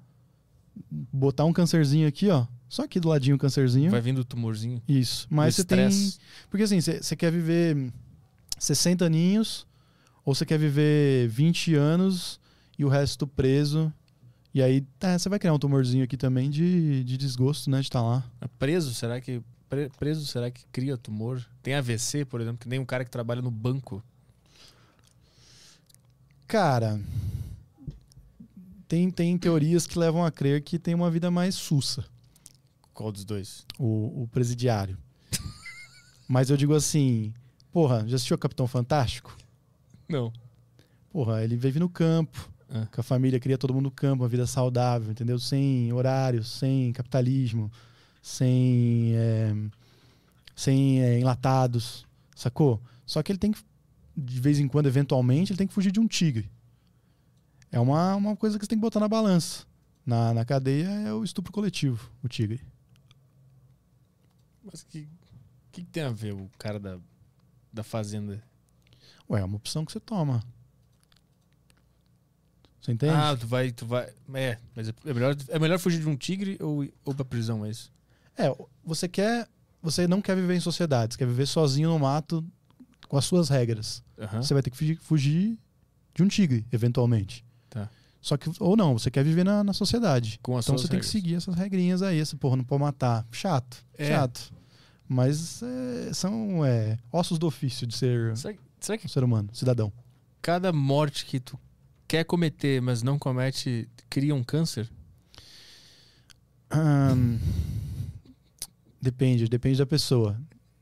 S3: botar um cancerzinho aqui, ó. Só aqui do ladinho o cancerzinho.
S1: Vai vindo o tumorzinho.
S3: Isso. Mas
S1: o
S3: você tem.
S1: estresse.
S3: Porque assim, você você quer viver sessenta aninhos, ou você quer viver vinte anos e o resto preso. E aí, é, você vai criar um tumorzinho aqui também de, de desgosto, né? De estar lá.
S1: Preso, será que. pre- Preso, será que cria tumor? Tem A V C, por exemplo, que nem um cara que trabalha no banco.
S3: Cara, tem, tem teorias que levam a crer que tem uma vida mais sussa,
S1: Qual dos dois?
S3: o, o presidiário. Mas eu digo assim, porra, já assistiu Capitão Fantástico?
S1: Não.
S3: Porra, ele vive no campo,
S1: Ah.
S3: com a família, cria todo mundo no campo, uma vida saudável, entendeu? Sem horários, sem capitalismo, sem, é, sem é, enlatados, sacou? Só que ele tem que, de vez em quando, eventualmente, ele tem que fugir de um tigre. É uma, uma coisa que você tem que botar na balança. Na, na cadeia é o estupro coletivo, o tigre.
S1: Mas que, que, que tem a ver o cara da, da fazenda?
S3: Ué, é uma opção que você toma. Você entende?
S1: Ah, tu vai, tu vai. É, mas é melhor, é melhor fugir de um tigre ou, ou pra prisão, é isso?
S3: É, você quer. Você não quer viver em sociedade, você quer viver sozinho no mato com as suas regras.
S1: Aham.
S3: Você vai ter que fugir, fugir de um tigre, eventualmente.
S1: Tá.
S3: Só que, ou não, você quer viver na, na sociedade.
S1: Com as
S3: Então
S1: suas
S3: você tem que
S1: regras.
S3: seguir essas regrinhas aí. Esse porra não pode matar. Chato,
S1: É.
S3: chato. Mas é, são é, ossos do ofício de ser
S1: Será, que- será que
S3: um ser humano, cidadão.
S1: cada morte que tu quer cometer, mas não comete, cria um câncer?
S3: Ahn, depende, depende da pessoa.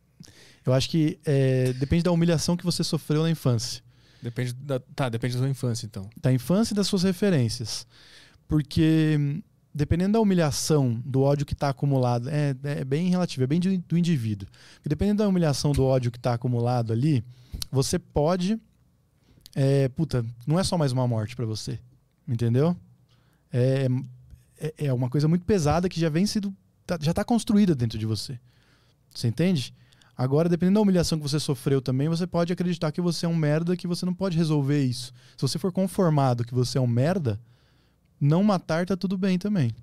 S3: Eu acho que é, depende da humilhação que você sofreu na infância.
S1: Depende da, tá, depende da tua infância, então.
S3: Da infância e das suas referências. Porque hum, dependendo da humilhação, do ódio que está acumulado, é, é bem relativo, é bem de- do indivíduo. Porque dependendo da humilhação, do ódio que está acumulado ali, você pode... É, puta, não é só mais uma morte para você. Entendeu? É, é, é uma coisa muito pesada que já vem sido... tá- já está construída dentro de você. Você entende? Agora, dependendo da humilhação que você sofreu também, você pode acreditar que você é um merda, que você não pode resolver isso. Se você for conformado que você é um merda, não matar tá tudo bem também.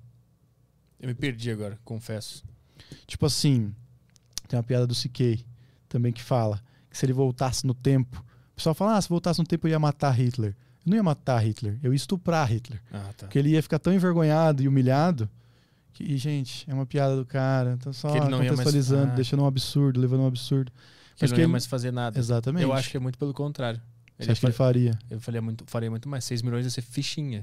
S1: Eu me perdi agora, confesso.
S3: Tipo assim, tem uma piada do C K também que fala que se ele voltasse no tempo, o pessoal fala, ah, se voltasse no tempo eu ia matar Hitler. Eu não ia matar Hitler, eu ia estuprar Hitler.
S1: Ah, tá.
S3: Porque ele ia ficar tão envergonhado e humilhado que, e, gente, é uma piada do cara. Então só
S1: Que ele não ia mais-
S3: contextualizando,
S1: Ah.
S3: deixando um absurdo, levando um absurdo.
S1: Que ele
S3: Mas
S1: não
S3: que
S1: ia
S3: ele-
S1: mais fazer nada.
S3: Exatamente.
S1: Eu acho que é muito pelo contrário.
S3: Você acha que ele faria?
S1: Eu faria muito, faria muito mais. seis milhões ia ser fichinha.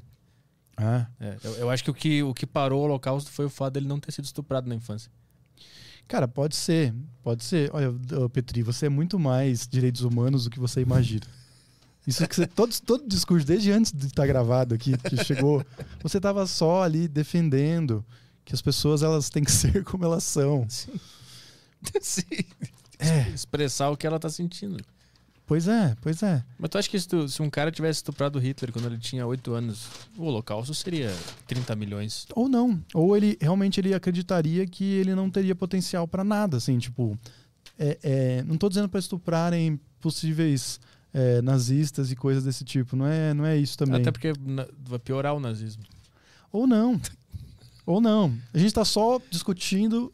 S3: Ah.
S1: É, eu, eu acho que o, que o que parou o Holocausto foi o fato dele não ter sido estuprado na infância.
S3: Cara, pode ser, pode ser. Olha, ô, Petri, você é muito mais direitos humanos do que você imagina. Isso que você, todo, todo discurso, desde antes de estar gravado aqui, que chegou, você tava só ali defendendo que as pessoas elas têm que ser como elas são.
S1: Sim. Sim.
S3: É.
S1: Expressar o que ela tá sentindo.
S3: Pois é, pois é.
S1: Mas tu acha que se, tu- se um cara tivesse estuprado Hitler quando ele tinha oito anos, o Holocausto seria trinta milhões?
S3: Ou não. Ou ele realmente ele acreditaria que ele não teria potencial pra nada, assim, tipo. É, é, não tô dizendo pra estuprarem possíveis é, nazistas e coisas desse tipo. Não é, não é isso também.
S1: Até porque na- vai piorar o nazismo.
S3: Ou não. Ou não. A gente está só discutindo.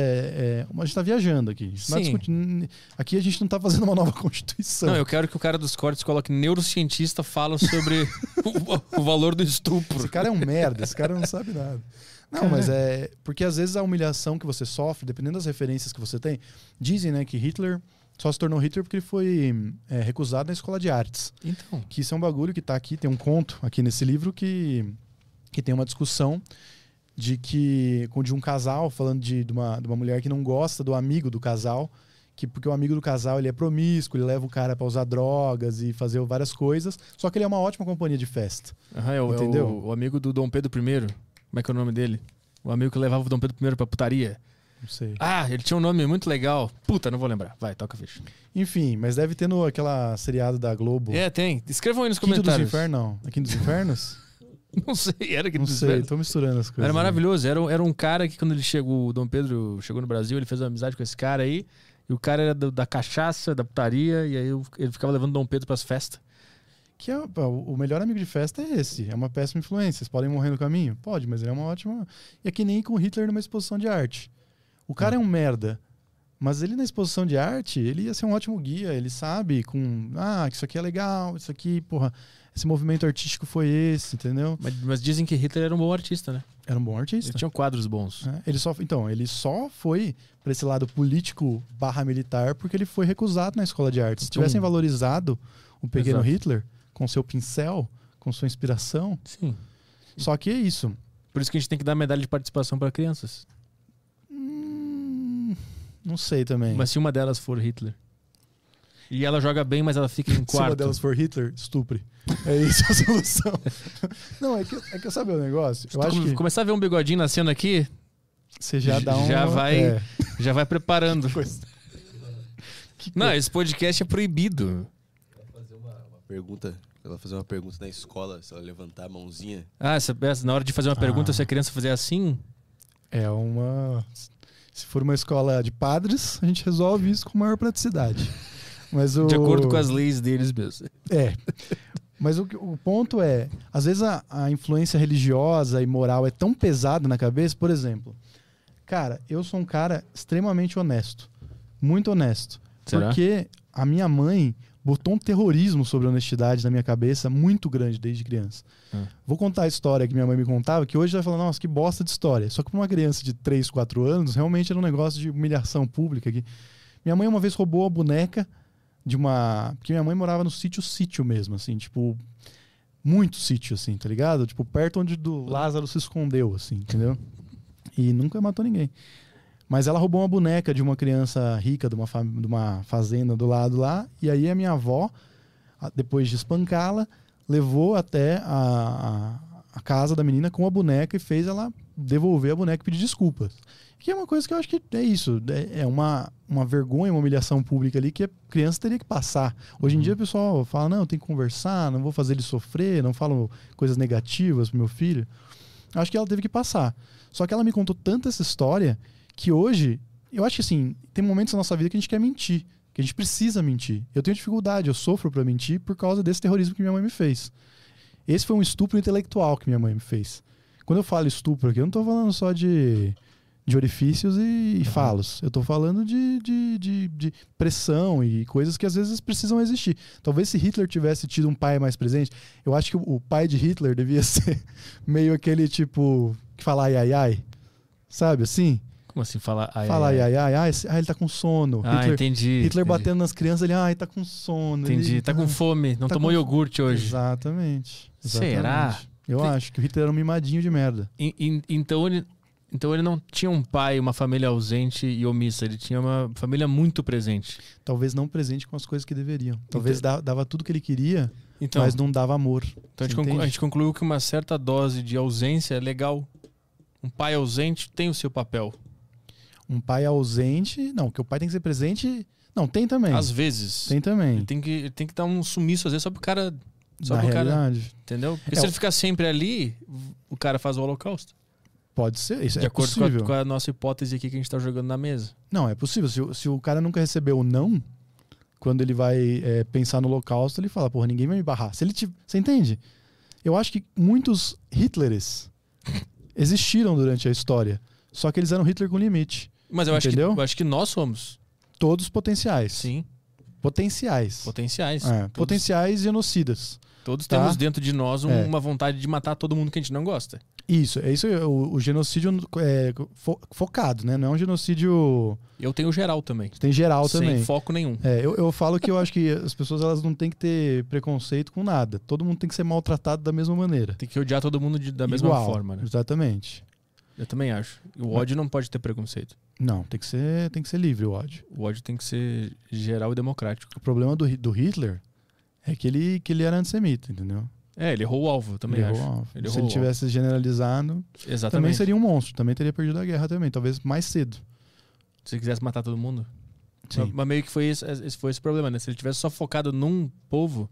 S3: É, é, a gente está viajando aqui. A gente não tá
S1: Sim.
S3: discutindo- aqui a gente não está fazendo uma nova Constituição.
S1: Não, eu quero que o cara dos cortes coloque neurocientista fala sobre o, o valor do estupro.
S3: Esse cara é um merda, esse cara não sabe nada. Não, mas é. Porque às vezes a humilhação que você sofre, dependendo das referências que você tem, dizem, né, que Hitler só se tornou Hitler porque ele foi é, recusado na escola de artes.
S1: Então,
S3: Que isso é um bagulho que tá aqui, tem um conto aqui nesse livro que, que tem uma discussão de que de um casal falando de, de, uma, de uma mulher que não gosta do amigo do casal, que porque o amigo do casal ele é promíscuo, ele leva o cara para usar drogas e fazer várias coisas, só que ele é uma ótima companhia de festa.
S1: aham, é, o, é
S3: Entendeu?
S1: o, o amigo do Dom Pedro I. Como é que é o nome dele? O amigo que levava o Dom Pedro I pra putaria.
S3: Não sei.
S1: Ah, ele tinha um nome muito legal. Puta, não vou lembrar. Vai, toca a ficha.
S3: Enfim, mas deve ter no aquela seriado da Globo.
S1: É, tem. Escrevam aí nos
S3: Quinto dos
S1: comentários.
S3: Infernos, não. É Quinto dos Infernos?
S1: Não sei, era que
S3: Não sei, tô misturando as coisas.
S1: Era maravilhoso. Era, um- era um cara que, quando ele chegou, o Dom Pedro chegou no Brasil, ele fez uma amizade com esse cara aí. E o cara era do- da cachaça, da putaria. E aí eu- ele ficava levando o Dom Pedro pras festas.
S3: Que é, pô, o melhor amigo de festa é esse. É uma péssima influência. Vocês podem morrer no caminho? Pode, mas ele é uma ótima. E é que nem com Hitler numa exposição de arte. O cara é um merda. Mas ele na exposição de arte, ele ia ser um ótimo guia. Ele sabe com. Ah, isso aqui é legal, isso aqui, porra. Esse movimento artístico foi esse, entendeu?
S1: Mas, mas dizem que Hitler era um bom artista, né?
S3: Era um bom
S1: Ele
S3: artista.
S1: tinha quadros bons.
S3: É, ele só, então, ele só foi para esse lado político barra militar porque ele foi recusado na escola de artes. Se
S1: Então-
S3: tivessem valorizado o pequeno
S1: Exato.
S3: Hitler com seu pincel, com sua inspiração,
S1: Sim.
S3: só que é isso.
S1: Por isso que a gente tem que dar medalha de participação para crianças.
S3: Hum, não sei também.
S1: Mas se uma delas for Hitler. E ela joga bem, mas ela fica em
S3: Se uma
S1: quarto.
S3: delas for Hitler, estupre. É isso a solução. Não, é que, é que eu sabe o negócio?
S1: Se
S3: Eu
S1: tu
S3: acho
S1: come-
S3: que
S1: começar a ver um bigodinho nascendo aqui,
S3: você já dá um.
S1: já vai-
S3: É.
S1: já vai preparando.
S3: Coisa- Que
S1: Não,
S3: coisa.
S1: esse podcast é proibido.
S2: Fazer uma, uma pergunta. Ela fazer uma pergunta na escola, se ela levantar a mãozinha.
S1: Ah, essa, essa- na hora de fazer uma pergunta,
S3: Ah.
S1: se a criança fazer assim,
S3: É uma. Se for uma escola de padres, a gente resolve isso com maior praticidade. Mas o...
S1: de acordo com as leis deles mesmo.
S3: É. Mas o, que- o ponto é, às vezes a, a influência religiosa e moral é tão pesada na cabeça, por exemplo, cara, eu sou um cara extremamente honesto. Muito honesto.
S1: Será?
S3: Porque a minha mãe botou um terrorismo sobre a honestidade na minha cabeça muito grande desde criança.
S1: Hum.
S3: Vou contar a história que minha mãe me contava, que hoje vai falar, nossa, que bosta de história. Só que para uma criança de três, quatro anos, realmente era um negócio de humilhação pública. Aqui. Minha mãe uma vez roubou a boneca de uma... Porque minha mãe morava no sítio, sítio mesmo, assim, tipo... Muito sítio, assim, tá ligado? Tipo, perto onde do Lázaro se escondeu, assim, entendeu? E nunca matou ninguém. Mas ela roubou uma boneca de uma criança rica, de uma, fa- de uma fazenda do lado lá. E aí a minha avó, a- depois de espancá-la, levou até a, a, a casa da menina com a boneca e fez ela devolver a boneca e pedir desculpas. Que é uma coisa que eu acho que é isso. É é uma, uma vergonha, uma humilhação pública ali que a criança teria que passar. Hoje em dia o pessoal fala, não, tem que conversar, não vou fazer ele sofrer, não falo coisas negativas pro meu filho. Eu acho que ela teve que passar. Só que ela me contou tanto essa história que hoje, eu acho que assim, tem momentos na nossa vida que a gente quer mentir, que a gente precisa mentir. Eu tenho dificuldade, eu sofro pra mentir por causa desse terrorismo que minha mãe me fez. Esse foi um estupro intelectual que minha mãe me fez. Quando eu falo estupro aqui, eu não tô falando só de, de orifícios e, e falos. Eu tô falando de, de, de, de pressão e coisas que às vezes precisam existir. Talvez se Hitler tivesse tido um pai mais presente, eu acho que o, o pai de Hitler devia ser meio aquele tipo que fala ai, ai, ai. Sabe assim?
S1: Como assim falar? Ai,
S3: Fala ai,
S1: ai, ai.
S3: ai, ai, ai, esse- ah, ele tá com sono.
S1: Ah,
S3: Hitler,
S1: entendi.
S3: Hitler
S1: entendi.
S3: batendo nas crianças, ele, ai, tá com sono.
S1: Entendi.
S3: Ele,
S1: Tá com
S3: ah,
S1: fome, não
S3: tá
S1: tomou
S3: com-
S1: iogurte hoje.
S3: Exatamente. exatamente.
S1: Será?
S3: Eu
S1: Tem-
S3: acho que o Hitler era um mimadinho de merda.
S1: E- e- então, ele, então ele não tinha um pai, uma família ausente e omissa. Ele tinha uma família muito presente.
S3: Talvez não presente com as coisas que deveriam. Talvez da- dava tudo que ele queria,
S1: Então,
S3: mas não dava amor.
S1: então a, gente
S3: Você
S1: conclu- a
S3: entende?
S1: gente concluiu que uma certa dose de ausência é legal. Um pai ausente tem o seu papel.
S3: Um pai ausente... Não, que o pai tem que ser presente... Não, tem também.
S1: Às vezes.
S3: Tem também.
S1: Ele tem que, ele tem que dar um sumiço, às vezes, só pro cara. Só
S3: Na
S1: pro cara.
S3: realidade.
S1: Entendeu? Porque
S3: É,
S1: se
S3: o-
S1: ele ficar sempre ali, o cara faz o holocausto.
S3: Pode ser, isso
S1: de
S3: é
S1: acordo com a,
S3: possível.
S1: com a nossa hipótese aqui que a gente tá jogando na mesa.
S3: Não, é possível. Se, o- se o cara nunca recebeu o não, quando ele vai é, pensar no holocausto, ele fala, porra, ninguém vai me barrar. Se ele te... Você entende? Eu acho que muitos Hitleres existiram durante a história, só que eles eram Hitler com limite.
S1: Mas eu acho, que,
S3: Entendeu?
S1: eu acho que nós somos.
S3: Todos potenciais.
S1: Sim.
S3: Potenciais.
S1: Potenciais.
S3: É,
S1: Todos,
S3: potenciais genocidas.
S1: todos
S3: tá?
S1: temos dentro de nós um-
S3: É.
S1: uma vontade de matar todo mundo que a gente não gosta.
S3: Isso, é isso. O, o genocídio é fo- focado, né? Não é um genocídio...
S1: Eu tenho geral também.
S3: Tem geral
S1: sem
S3: também.
S1: foco nenhum.
S3: É, eu, eu falo que eu acho que as pessoas elas não têm que ter preconceito com nada. Todo mundo tem que ser maltratado da mesma maneira.
S1: Tem que odiar todo mundo de- da mesma
S3: Igual,
S1: forma, né?
S3: Exatamente.
S1: Eu também acho. O ódio não pode ter preconceito.
S3: Não, tem que ser, tem que ser livre o ódio.
S1: O ódio tem que ser geral e democrático.
S3: O problema do, Hi- do Hitler é que ele, que ele era antissemita, entendeu?
S1: É, ele errou o alvo, eu também
S3: ele
S1: acho.
S3: errou o alvo.
S1: Ele
S3: Se
S1: errou
S3: ele
S1: o alvo.
S3: tivesse generalizado,
S1: Exatamente.
S3: também seria um monstro. Também teria perdido a guerra também. Talvez mais cedo.
S1: Se ele quisesse matar todo mundo.
S3: Sim.
S1: Mas, mas meio que foi esse, esse foi esse problema, né? Se ele tivesse só focado num povo.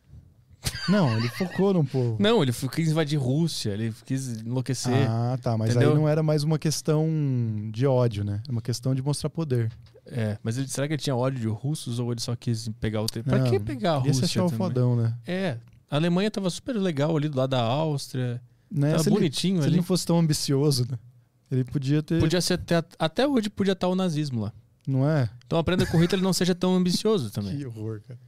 S3: Não, ele focou no povo.
S1: Não, ele f- quis invadir Rússia, ele quis enlouquecer.
S3: Ah, tá. Mas
S1: Entendeu?
S3: aí não era mais uma questão de ódio, né? É uma questão de mostrar poder.
S1: É, mas ele, será que ele tinha ódio de russos ou ele só quis pegar o tempo? Pra
S3: Não,
S1: que pegar a
S3: Queria se
S1: Rússia?
S3: achar o
S1: também?
S3: fodão, né?
S1: É, a Alemanha tava super legal ali do lado da Áustria.
S3: né?
S1: Tava
S3: Se, ele,
S1: bonitinho
S3: se ele
S1: ali.
S3: não fosse tão ambicioso, né? Ele podia ter.
S1: Podia ser até, até hoje podia estar o nazismo lá.
S3: Não é?
S1: Então aprenda com o Hitler não seja tão ambicioso também.
S3: Que horror, cara.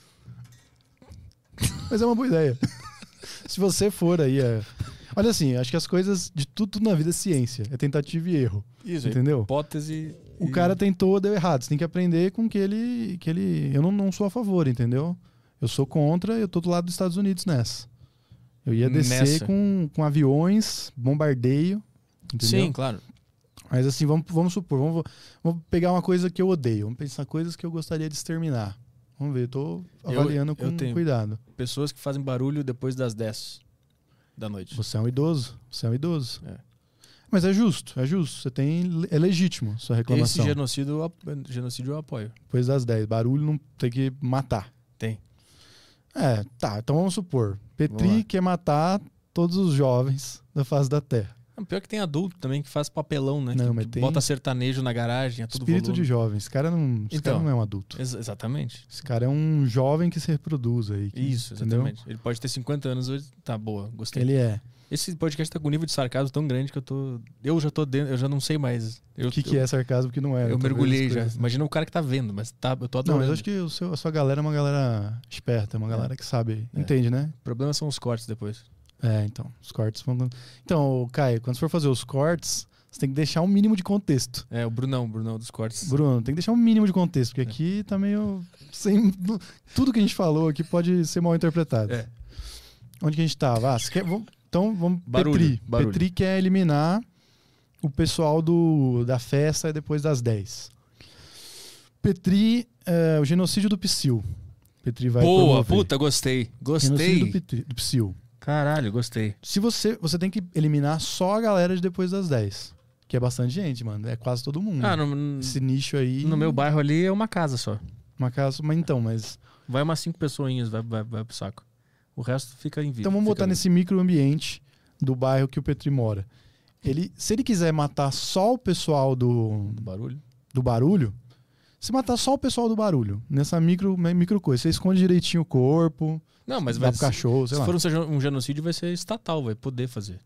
S3: Mas é uma boa ideia. Se você for aí. É... Olha assim, acho que as coisas de tudo, tudo na vida é ciência. É tentativa e erro.
S1: Isso,
S3: Entendeu?
S1: hipótese.
S3: O
S1: e-
S3: cara tentou, deu errado. Você tem que aprender com que ele. Que ele... Eu não, não sou a favor, entendeu? Eu sou contra, eu tô do lado dos Estados Unidos nessa. Eu ia descer
S1: Nessa.
S3: com, com aviões, bombardeio. Entendeu?
S1: Sim, claro.
S3: Mas assim, vamos, vamos supor, vamos, vamos pegar uma coisa que eu odeio. Vamos pensar coisas que eu gostaria de exterminar. Vamos ver, eu tô
S1: Eu-
S3: avaliando
S1: eu
S3: com
S1: tenho.
S3: cuidado.
S1: Pessoas que fazem barulho depois das dez da noite.
S3: Você é um idoso, você é um idoso.
S1: É.
S3: Mas é justo, é justo. Você tem, é legítimo sua
S1: Esse
S3: reclamação.
S1: genocídio, eu ap- genocídio eu apoio.
S3: Depois das dez, barulho não tem que matar.
S1: Tem.
S3: É, tá, então vamos supor.
S1: Vamos
S3: Petri
S1: lá.
S3: quer matar todos os jovens da face da Terra.
S1: Não, pior que tem adulto também que faz papelão, né?
S3: Não,
S1: que,
S3: mas
S1: que
S3: tem-
S1: bota sertanejo na garagem, é tudo
S3: Espírito
S1: volume.
S3: de jovem. Esse cara não, esse
S1: Então.
S3: cara não é um adulto.
S1: Ex- exatamente.
S3: Esse cara é um jovem que se reproduz aí. que-
S1: Isso,
S3: entendeu?
S1: exatamente. Ele pode ter cinquenta anos hoje. Tá, boa, gostei.
S3: Ele é.
S1: Esse podcast tá com um nível de sarcasmo tão grande que eu tô. Eu já tô dentro, eu já não sei mais. Eu,
S3: O que, que
S1: eu,
S3: é sarcasmo que não é?
S1: Eu
S3: tô vendo
S1: mergulhei
S3: as
S1: já.
S3: coisas.
S1: Imagina o cara que tá vendo, mas tá, eu tô
S3: Não,
S1: adorando.
S3: mas eu acho que o seu, a sua galera é uma galera esperta, uma galera que sabe,
S1: É.
S3: entende, né?
S1: O problema são os cortes depois.
S3: É, então, os cortes vão... Então, Caio, quando você for fazer os cortes, você tem que deixar um mínimo de contexto.
S1: É, o Brunão, o Brunão dos cortes.
S3: Bruno, tem que deixar um mínimo de contexto, porque
S1: É.
S3: aqui tá meio... Sem... Tudo que a gente falou aqui pode ser mal interpretado.
S1: É.
S3: Onde que a gente tava? Ah, você quer... vamos- Então, vamos...
S1: Barulho,
S3: Petri.
S1: barulho.
S3: Petri quer eliminar o pessoal do, da festa depois das dez. Petri, é, o genocídio do Psyll. Petri vai
S1: Boa,
S3: promover.
S1: puta, gostei.
S3: Genocídio
S1: Gostei.
S3: do, Petri, do Psyll.
S1: Caralho, gostei.
S3: Se você, você tem que eliminar só a galera de depois das dez. Que é bastante gente, mano. É quase todo mundo.
S1: Ah, no,
S3: Esse nicho aí...
S1: no meu bairro ali é uma casa só.
S3: Uma casa... Mas então, mas...
S1: Vai umas cinco pessoinhas, vai, vai, vai pro saco. O resto fica em vida.
S3: Então vamos
S1: fica
S3: botar
S1: vivo.
S3: nesse microambiente do bairro que o Petri mora. Ele, se ele quiser matar só o pessoal do,
S1: Barulho.
S3: do barulho, se matar só o pessoal do barulho, nessa micro, micro coisa, você esconde direitinho o corpo,
S1: Não, mas
S3: dá
S1: vai
S3: pro cachorro, sei
S1: Se
S3: lá.
S1: for um, seja- um genocídio, vai ser estatal, vai poder fazer.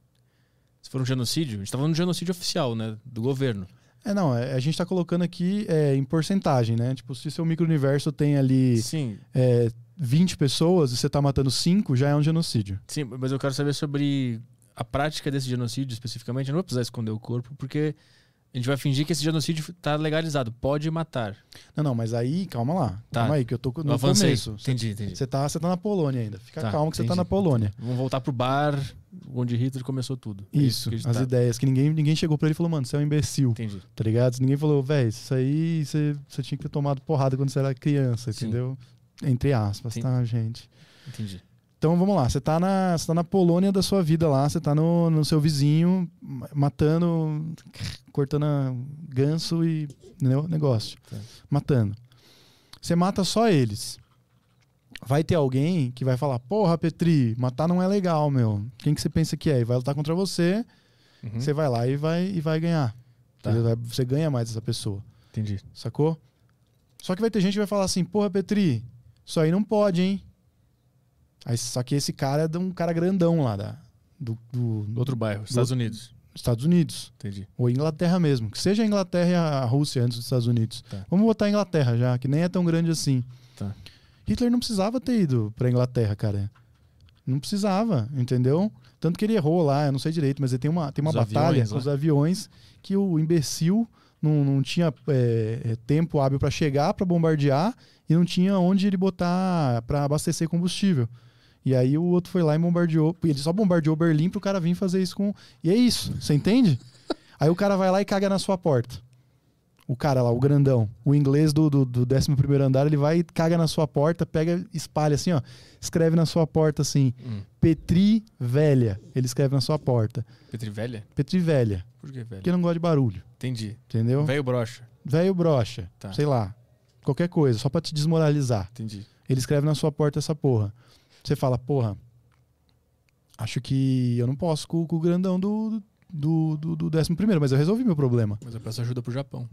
S1: Se for um genocídio, a gente tá falando de genocídio oficial, né? Do governo.
S3: É, não, é, a gente tá colocando aqui é, em porcentagem, né? Tipo, se seu micro-universo tem ali
S1: Sim,
S3: é, vinte pessoas e você tá matando cinco, já é um genocídio.
S1: sim, mas eu quero saber sobre a prática desse genocídio especificamente. Eu não vou precisar esconder o corpo, porque a gente vai fingir que esse genocídio tá legalizado. Pode matar.
S3: Não, não, mas aí, calma lá.
S1: Tá.
S3: Calma aí, que eu tô no
S1: Eu avancei.
S3: começo.
S1: Entendi, entendi.
S3: Você tá, você tá na Polônia ainda. Fica
S1: Tá,
S3: calmo que você tá
S1: entendi.
S3: na Polônia.
S1: Vamos voltar pro bar onde Hitler começou tudo. É
S3: Isso,
S1: que a gente
S3: as
S1: tá.
S3: ideias. Que ninguém, ninguém chegou pra ele e falou, mano, você é um imbecil,
S1: Entendi.
S3: tá ligado? Ninguém falou, velho, isso aí você, você tinha que ter tomado porrada quando você era criança,
S1: Sim.
S3: entendeu? Entre aspas,
S1: Sim.
S3: tá, gente?
S1: Entendi.
S3: Então vamos lá, você tá na, você tá na Polônia da sua vida lá, você tá no, no seu vizinho, ma- matando, cortando a- ganso e entendeu? Negócio.
S1: Tá.
S3: Matando. Você mata só eles. Vai ter alguém que vai falar, porra, Petri, matar não é legal, meu. Quem que você pensa que é? E vai lutar contra você,
S1: Uhum.
S3: você vai lá e vai, e vai ganhar.
S1: Tá.
S3: Entendeu? Vai- Você ganha mais essa pessoa.
S1: Entendi.
S3: Sacou? Só que vai ter gente que vai falar assim, porra, Petri, isso aí não pode, hein? Aí, só que esse cara é de um cara grandão lá da, do, do, do
S1: Outro bairro, Estados Unidos.
S3: Estados Unidos.
S1: Entendi.
S3: Ou Inglaterra mesmo. Que seja a Inglaterra e a Rússia antes dos Estados Unidos.
S1: Tá.
S3: Vamos botar a Inglaterra já, que nem é tão grande assim.
S1: Tá.
S3: Hitler não precisava ter ido pra Inglaterra, cara. Não precisava, entendeu? Tanto que ele errou lá, eu não sei direito, mas ele tem uma, tem uma
S1: Os
S3: batalha
S1: aviões
S3: com
S1: lá.
S3: os aviões que o imbecil não, não tinha é, é, tempo hábil pra chegar, pra bombardear, e não tinha onde ele botar pra abastecer combustível. E aí o outro foi lá e bombardeou. Ele só bombardeou Berlim pro cara vir fazer isso com... E é isso, você entende? Aí o cara vai lá e caga na sua porta. O cara lá, o grandão. O inglês do, do, do décimo primeiro andar, ele vai e caga na sua porta, pega, espalha assim, ó. Escreve na sua porta assim,
S1: Hum.
S3: Petri Velha. Ele escreve na sua porta.
S1: Petri velha?
S3: Petri Velha.
S1: Por que velha?
S3: Porque não gosta de barulho,
S1: Entendi.
S3: entendeu?
S1: Velho brocha.
S3: Velho brocha.
S1: Tá.
S3: Sei lá. Qualquer coisa, só pra te desmoralizar.
S1: Entendi.
S3: Ele escreve na sua porta essa porra. Você fala, porra, acho que eu não posso com, com o grandão do, do, do, do décimo primeiro, mas eu resolvi meu problema.
S1: Mas eu peço ajuda pro Japão.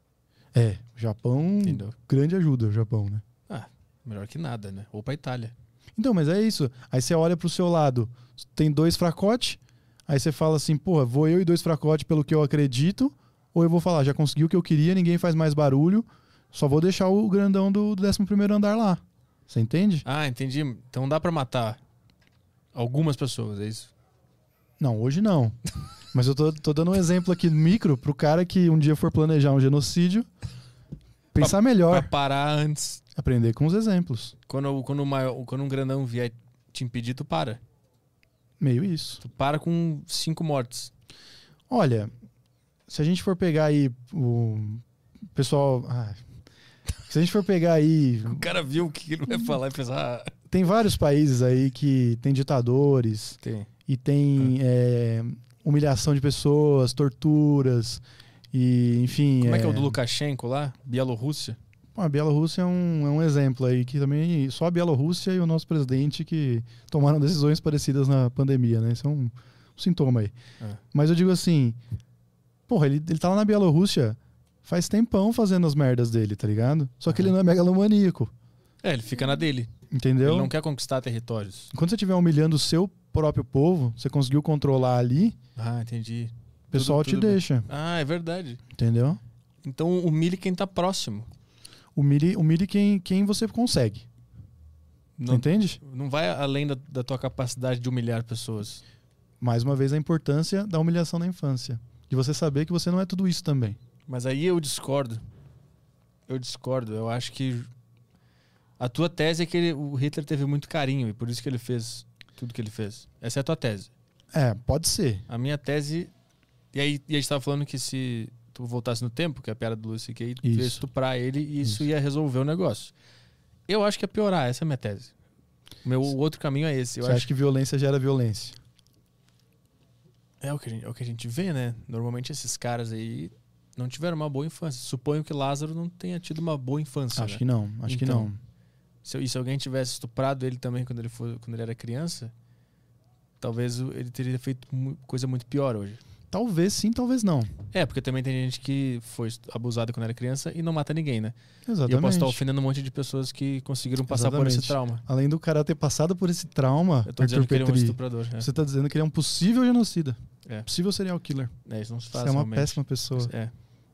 S3: É, o Japão,
S1: Entendeu?
S3: grande ajuda o Japão, né?
S1: Melhor que nada, né? Ou pra Itália.
S3: Então, mas é isso. Aí você olha pro seu lado, tem dois fracotes, aí você fala assim, porra, vou eu e dois fracotes pelo que eu acredito, ou eu vou falar, já consegui o que eu queria, ninguém faz mais barulho, só vou deixar o grandão do décimo primeiro andar lá. Você entende?
S1: Ah, entendi. Então dá pra matar algumas pessoas, é isso?
S3: Não, hoje não. Mas eu tô, tô dando um exemplo aqui micro pro cara que um dia for planejar um genocídio, pensar
S1: Pra
S3: melhor,
S1: parar antes.
S3: aprender com os exemplos.
S1: Quando, quando, uma, quando um grandão vier te impedir, tu para.
S3: Meio isso.
S1: Tu para com cinco mortes.
S3: Olha, se a gente for pegar aí o pessoal... ah, se a gente for pegar aí...
S1: O cara viu o que ele vai falar e pensar. Ah,
S3: Tem vários países aí que tem ditadores
S1: tem.
S3: e tem é, humilhação de pessoas, torturas e enfim...
S1: Como é que é o do Lukashenko lá? Bielorrússia?
S3: Pô, a Bielorrússia é um, é um exemplo aí que também só a Bielorrússia e o nosso presidente que tomaram decisões parecidas na pandemia, né? Isso é um sintoma aí.
S1: É.
S3: Mas eu digo assim, porra, ele, ele tá lá na Bielorrússia faz tempão fazendo as merdas dele, tá ligado? Só que
S1: Uhum.
S3: ele não é megalomaníaco,
S1: É, ele fica na dele.
S3: entendeu?
S1: Ele não quer conquistar territórios.
S3: Quando você estiver humilhando o seu próprio povo, você conseguiu controlar ali,
S1: Ah, entendi.
S3: o pessoal
S1: Tudo-
S3: te
S1: tudo bem.
S3: deixa,
S1: Ah, é verdade.
S3: entendeu?
S1: Então humilhe quem tá próximo.
S3: Humilhe, humilhe quem, quem você consegue,
S1: Não,
S3: entende?
S1: não vai além da, da tua capacidade de humilhar pessoas.
S3: Mais uma vez a importância da humilhação na infância. De você saber que você não é tudo isso também.
S1: Mas aí eu discordo. Eu discordo. Eu acho que a tua tese é que ele- o Hitler teve muito carinho e por isso que ele fez tudo que ele fez. Essa é a tua tese.
S3: É, pode ser.
S1: A minha tese... E aí e a gente tava falando que se tu voltasse no tempo, que é a piada do Lucy Kay, tu ia
S3: Isso.
S1: estuprar ele e isso,
S3: Isso.
S1: ia resolver o negócio. Eu acho que é piorar. Essa é a minha tese. O meu o outro caminho é esse. Eu
S3: Você
S1: acho
S3: acha que violência gera violência?
S1: É o que, a gente, é o que a gente vê, né? Normalmente esses caras aí não tiveram uma boa infância. Suponho que Lázaro não tenha tido uma boa infância.
S3: Acho
S1: né?
S3: que não, acho que
S1: Então,
S3: não.
S1: Se, e se alguém tivesse estuprado ele também quando ele, foi, quando ele era criança, talvez o- ele teria feito mu- coisa muito pior hoje.
S3: Talvez sim, talvez não.
S1: É, porque também tem gente que foi estu- abusada quando era criança e não mata ninguém, né?
S3: Exatamente.
S1: E eu posso estar ofendendo um monte de pessoas que conseguiram passar por esse
S3: Exatamente.
S1: trauma.
S3: Além do cara ter passado por esse trauma,
S1: Eu tô dizendo
S3: Arthur
S1: que ele é um
S3: Petri,
S1: estuprador. É,
S3: você tá dizendo que ele é um possível genocida.
S1: É.
S3: Possível serial killer.
S1: É, isso não se
S3: Você
S1: faz
S3: é uma
S1: realmente.
S3: péssima pessoa.
S1: É,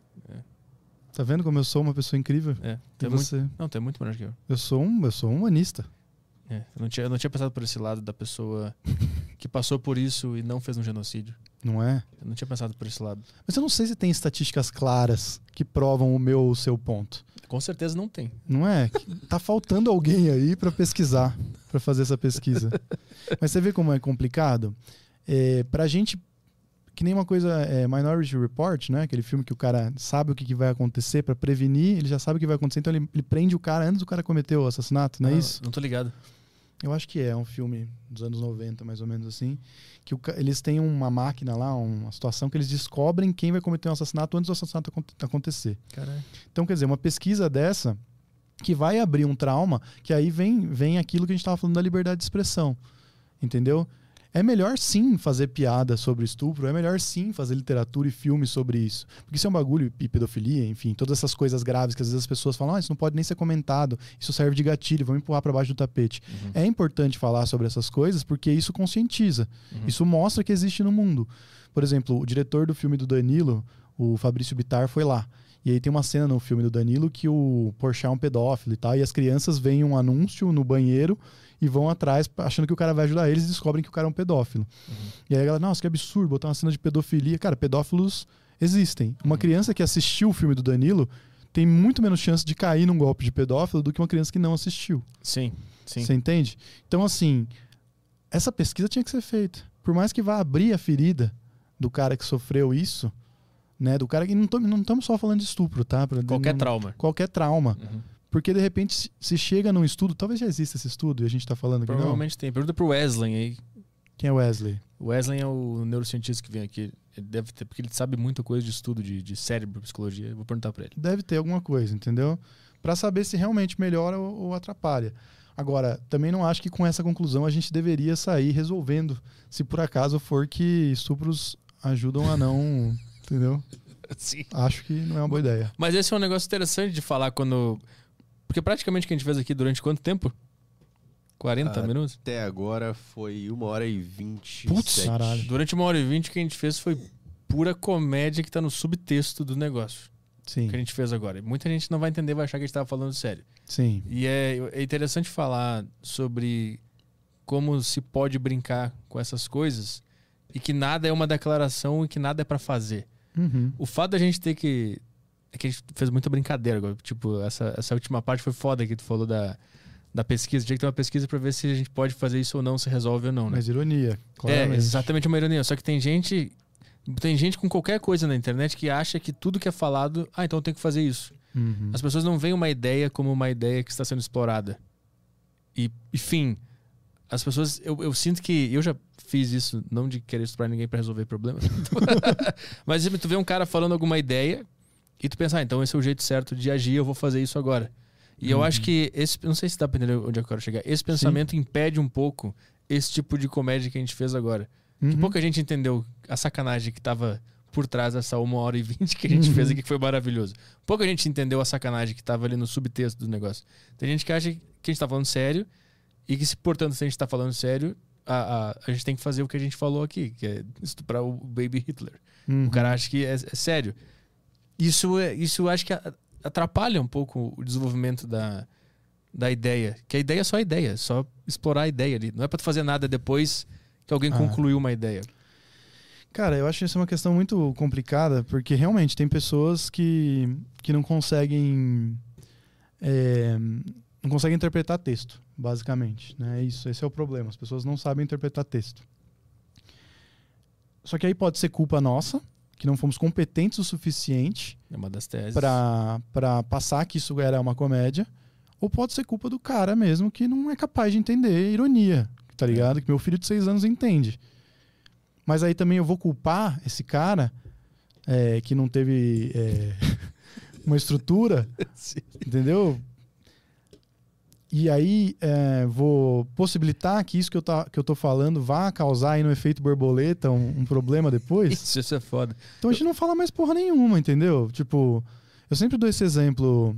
S3: Tá vendo como eu sou uma pessoa incrível?
S1: é.
S3: E
S1: Tu é muito,
S3: você?
S1: não, tu é muito melhor que eu.
S3: Eu sou um, eu sou um humanista.
S1: É, eu, não tinha, eu não tinha pensado por esse lado da pessoa que passou por isso e não fez um genocídio.
S3: Não é?
S1: Eu não tinha pensado por esse lado.
S3: Mas eu não sei se tem estatísticas claras que provam o meu ou o seu ponto.
S1: Com certeza não tem.
S3: Não é? Tá faltando alguém aí pra pesquisar, pra fazer essa pesquisa. Mas você vê como é complicado? É, pra gente, que nem uma coisa, é, Minority Report, né? Aquele filme que o cara sabe o que, que vai acontecer pra prevenir, ele já sabe o que vai acontecer, então ele, ele prende o cara antes do cara cometer o assassinato, não é
S1: Ah,
S3: isso?
S1: Não tô ligado.
S3: Eu acho que é, é um filme dos anos noventa, mais ou menos assim, que o ca- eles têm uma máquina lá, uma situação que eles descobrem quem vai cometer um assassinato antes do assassinato acon- acontecer.
S1: Caralho.
S3: Então, quer dizer, uma pesquisa dessa que vai abrir um trauma, que aí vem, vem aquilo que a gente estava falando da liberdade de expressão, entendeu? É melhor sim fazer piada sobre estupro, é melhor sim fazer literatura e filme sobre isso. Porque isso é um bagulho, e pedofilia, enfim, todas essas coisas graves que às vezes as pessoas falam, ah, isso não pode nem ser comentado, isso serve de gatilho, vamos empurrar para baixo do tapete.
S1: Uhum.
S3: É importante falar sobre essas coisas porque isso conscientiza,
S1: Uhum.
S3: isso mostra que existe no mundo. Por exemplo, o diretor do filme do Danilo, o Fabrício Bittar, foi lá. E aí tem uma cena no filme do Danilo que o Porchat é um pedófilo e tal, e as crianças veem um anúncio no banheiro e vão atrás achando que o cara vai ajudar eles e descobrem que o cara é um pedófilo.
S1: Uhum.
S3: E aí a galera, nossa, que absurdo, botar uma cena de pedofilia. Cara, pedófilos existem. Uma
S1: Uhum.
S3: criança que assistiu o filme do Danilo tem muito menos chance de cair num golpe de pedófilo do que uma criança que não assistiu.
S1: Sim, sim.
S3: Você entende? Então, assim, essa pesquisa tinha que ser feita. Por mais que vá abrir a ferida do cara que sofreu isso, né? Do cara que não tô- não estamos só falando de estupro, tá? Pra-
S1: Qualquer
S3: não-
S1: trauma.
S3: Qualquer trauma.
S1: Uhum.
S3: Porque, de repente, se- se chega num estudo, talvez já exista esse estudo e a gente tá falando que não.
S1: Provavelmente tem. Pergunta pro Wesley aí.
S3: Quem é Wesley?
S1: O Wesley é o neurocientista que vem aqui. Ele deve ter, porque ele sabe muita coisa de estudo de, de cérebro, psicologia. Eu vou perguntar pra ele.
S3: Deve ter alguma coisa, entendeu? Pra saber se realmente melhora ou, ou atrapalha. Agora, também não acho que com essa conclusão a gente deveria sair resolvendo se por acaso for que estupros ajudam a não, entendeu?
S1: Sim.
S3: Acho que não é uma boa ideia.
S1: Mas esse é um negócio interessante de falar quando... Porque praticamente o que a gente fez aqui durante quanto tempo? quarenta
S2: Ah,
S1: minutos?
S2: Até agora foi uma hora e vinte.
S3: Putz, caralho.
S1: Durante uma hora e vinte o que a gente fez foi pura comédia que tá no subtexto do negócio.
S3: Sim,
S1: Que a gente fez agora. Muita gente não vai entender, vai achar que a gente tava falando sério.
S3: sim.
S1: E é, é interessante falar sobre como se pode brincar com essas coisas e que nada é uma declaração e que nada é pra fazer.
S3: Uhum.
S1: O fato da gente ter que... É que a gente fez muita brincadeira agora. Tipo, essa, essa última parte foi foda que tu falou da, da pesquisa. Tinha que ter uma pesquisa pra ver se a gente pode fazer isso ou não, se resolve ou não, né?
S3: Mas ironia,
S1: É,
S3: claramente.
S1: exatamente uma ironia. Só que tem gente... Tem gente com qualquer coisa na internet que acha que tudo que é falado... Ah, então eu tenho que fazer isso.
S3: Uhum.
S1: As pessoas não veem uma ideia como uma ideia que está sendo explorada. E, enfim, as pessoas... Eu, eu sinto que... Eu já fiz isso, não de querer estuprar ninguém para resolver problemas. Mas sempre tu vê um cara falando alguma ideia e tu pensa, ah, então esse é o jeito certo de agir, eu vou fazer isso agora. E eu
S3: Uhum.
S1: acho que esse... Não sei se dá pra entender onde eu quero chegar. Esse pensamento impede um pouco esse tipo de comédia que a gente fez agora. Que
S3: Uhum.
S1: pouca gente entendeu a sacanagem que tava por trás dessa uma hora e vinte que a gente
S3: Uhum.
S1: fez aqui, que foi maravilhoso. Pouca gente entendeu a sacanagem que tava ali no subtexto do negócio. Tem gente que acha que a gente tá falando sério e que, se, portanto, se a gente tá falando sério, a, a, a gente tem que fazer o que a gente falou aqui, que é estuprar o Baby Hitler.
S3: Uhum.
S1: O cara acha que é, é sério. Isso, é, isso eu acho que a- atrapalha um pouco o desenvolvimento da, da ideia. Que a ideia é só a ideia, é só explorar a ideia ali. Não é pra tu fazer nada depois que alguém
S3: Ah.
S1: concluiu uma ideia.
S3: Cara, eu acho isso uma questão muito complicada, porque realmente tem pessoas que, que não conseguem é, não conseguem interpretar texto, basicamente, né? Isso, esse é o problema. As pessoas não sabem interpretar texto. Só que aí pode ser culpa nossa, que não fomos competentes o suficiente
S1: É uma das teses.
S3: para para passar que isso era uma comédia, ou pode ser culpa do cara mesmo que não é capaz de entender ironia, tá ligado? Que meu filho de seis anos entende. Mas aí também eu vou culpar esse cara é, que não teve é, uma estrutura, entendeu? E aí é, vou possibilitar que isso que eu, tá, que eu tô falando vá causar aí no efeito borboleta um, um problema depois.
S1: Isso, isso é foda.
S3: Então a gente não fala mais porra nenhuma, entendeu? Tipo, eu sempre dou esse exemplo.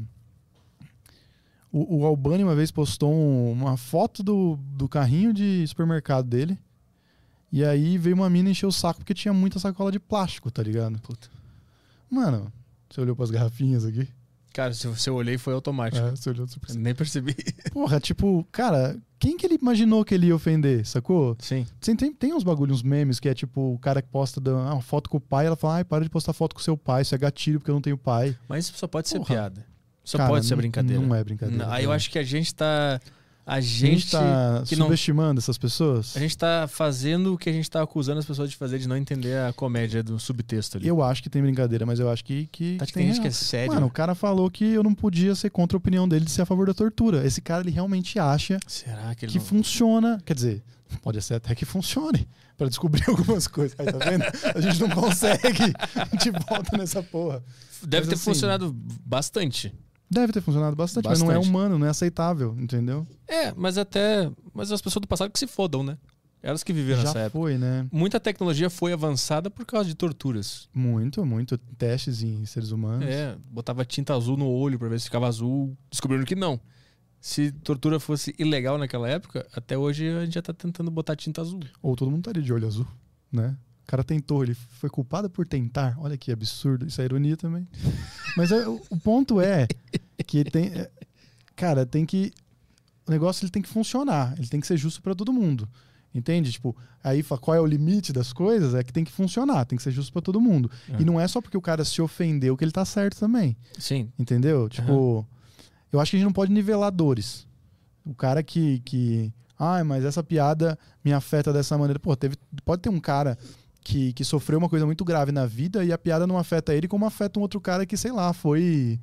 S3: O, o Albani uma vez postou um- uma foto do, do carrinho de supermercado dele. E aí veio uma mina encher o saco porque tinha muita sacola de plástico, tá ligado?
S1: Puta.
S3: Mano, você olhou pras garrafinhas aqui?
S1: Cara, se eu, se eu olhei, foi automático.
S3: É, você olhou você
S1: Eu
S3: percebeu.
S1: nem percebi.
S3: Porra, tipo, cara, quem que ele imaginou que ele ia ofender, sacou?
S1: Sim.
S3: Tem, tem, tem uns bagulhos, uns memes, que é tipo o cara que posta da- ah, uma foto com o pai, ela fala, ai, para de postar foto com seu pai, isso é gatilho porque eu não tenho pai.
S1: Mas isso só pode ser
S3: Porra.
S1: piada. Só
S3: Cara,
S1: pode ser
S3: não-
S1: brincadeira.
S3: Não é brincadeira.
S1: Não, aí eu
S3: cara.
S1: acho que a gente tá. A
S3: A
S1: gente.
S3: gente tá
S1: que não-
S3: subestimando essas pessoas.
S1: A gente tá fazendo o que a gente tá acusando as pessoas de fazer, de não entender a comédia do subtexto ali.
S3: Eu acho que tem brincadeira, mas eu acho que, que,
S1: Tá,
S3: que
S1: tem gente que é
S3: real.
S1: sério.
S3: Mano, o cara falou que eu não podia ser contra a opinião dele de ser a favor da tortura. Esse cara, ele realmente acha
S1: Será que ele
S3: que
S1: não...
S3: funciona. Quer dizer, pode ser até que funcione pra descobrir algumas coisas. Aí, tá vendo? A gente não consegue. A gente volta nessa porra.
S1: Deve
S3: mas
S1: ter
S3: assim-
S1: funcionado bastante.
S3: Deve ter funcionado bastante, mas não é
S1: Bastante.
S3: humano, não é aceitável, entendeu?
S1: É, mas até. Mas as pessoas do passado que se fodam, né? Elas que viveram
S3: Já
S1: nessa época.
S3: foi, né?
S1: Muita tecnologia foi avançada por causa de torturas.
S3: Muito, muito. Testes em seres humanos.
S1: É, botava tinta azul no olho pra ver se ficava azul. Descobriram que não. Se tortura fosse ilegal naquela época, até hoje a gente já tá tentando botar tinta azul.
S3: Ou todo mundo estaria de olho azul, né? O cara tentou, ele foi culpado por tentar. Olha que absurdo, isso é ironia também. Mas é, o, o ponto é que tem, é, cara, tem que o negócio ele tem que funcionar, ele tem que ser justo para todo mundo. Entende? Tipo, aí fala, qual é o limite das coisas? É que tem que funcionar, tem que ser justo para todo mundo.
S1: É.
S3: E não é só porque o cara se ofendeu que ele tá certo também.
S1: Sim.
S3: Entendeu? Tipo, eu acho que a gente não pode nivelar dores. O cara que, que ai, mas essa piada me afeta dessa maneira. Pô, teve, pode ter um cara que, que sofreu uma coisa muito grave na vida e a piada não afeta ele como afeta um outro cara que, sei lá, foi...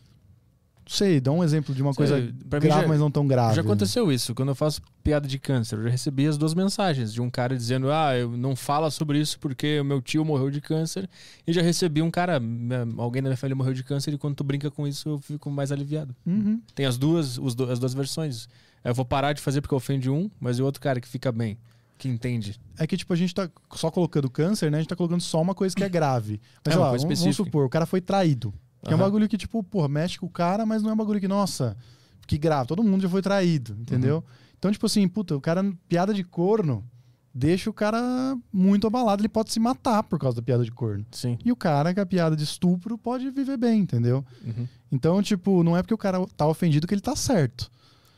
S3: Não sei, dá um exemplo de uma
S1: Sei,
S3: coisa
S1: pra mim
S3: grave,
S1: já-
S3: mas não tão grave.
S1: Já aconteceu isso. Quando eu faço piada de câncer, eu já recebi as duas mensagens de um cara dizendo: ah, eu não fala sobre isso porque o meu tio morreu de câncer. E já recebi um cara, minha- alguém da minha família morreu de câncer, e quando tu brinca com isso, eu fico mais aliviado.
S3: Uhum.
S1: Tem as duas, os do- as duas versões. Eu vou parar de fazer porque ofende um, mas e o outro cara que fica bem, que entende.
S3: É que, tipo, a gente tá só colocando câncer, né? A gente tá colocando só uma coisa que é grave. Mas,
S1: É,
S3: sei
S1: uma
S3: lá,
S1: coisa
S3: vamos, vamos
S1: específica.
S3: supor, o cara foi traído. Que é um
S1: Aham.
S3: bagulho que, tipo, porra, mexe com o cara, mas não é um bagulho que, nossa, que grave. Todo mundo já foi traído, entendeu?
S1: Uhum.
S3: Então, tipo assim, puta, o cara, piada de corno, deixa o cara muito abalado. Ele pode se matar por causa da piada de corno.
S1: Sim.
S3: E o cara com a piada de estupro pode viver bem, entendeu?
S1: Uhum.
S3: Então, tipo, não é porque o cara tá ofendido que ele tá certo.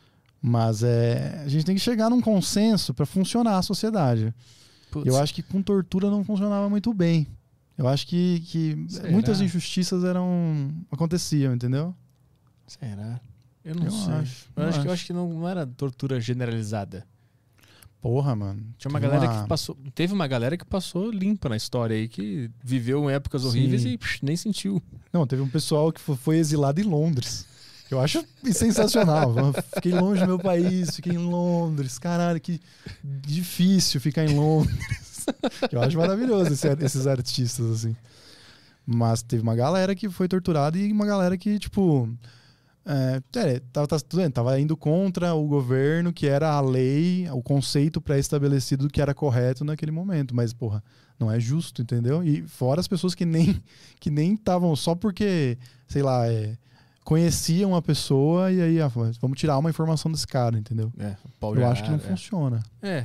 S3: Mas é, a gente tem que chegar num consenso pra funcionar a sociedade.
S1: Putz.
S3: Eu acho que com tortura não funcionava muito bem. Eu acho que, que
S1: Será?
S3: muitas injustiças eram aconteciam, entendeu?
S1: Será? Eu não
S3: Eu
S1: sei.
S3: acho,
S1: eu
S3: eu
S1: acho que eu
S3: acho.
S1: acho que não, não era tortura generalizada.
S3: Porra, mano.
S1: Tinha uma
S3: Teve
S1: galera
S3: uma-
S1: que passou. Teve uma galera que passou limpa na história aí, que viveu em épocas horríveis
S3: Sim.
S1: e psh, nem sentiu.
S3: Não, teve um pessoal que fo- foi exilado em Londres. Eu acho sensacional. Fiquei longe do meu país, fiquei em Londres. Caralho, que difícil ficar em Londres. Eu acho maravilhoso esse- esses artistas, assim. Mas teve uma galera que foi torturada e uma galera que, tipo... É, é, tava, tava, tudo bem, tava indo contra o governo, que era a lei, o conceito pré-estabelecido do que era correto naquele momento. Mas, porra, não é justo, entendeu? E fora as pessoas que nem que nem estavam só porque, sei lá, é, conheciam a pessoa e aí, ah, vamos tirar uma informação desse cara, entendeu?
S1: É,
S3: Eu acho que não
S1: é.
S3: funciona.
S1: É.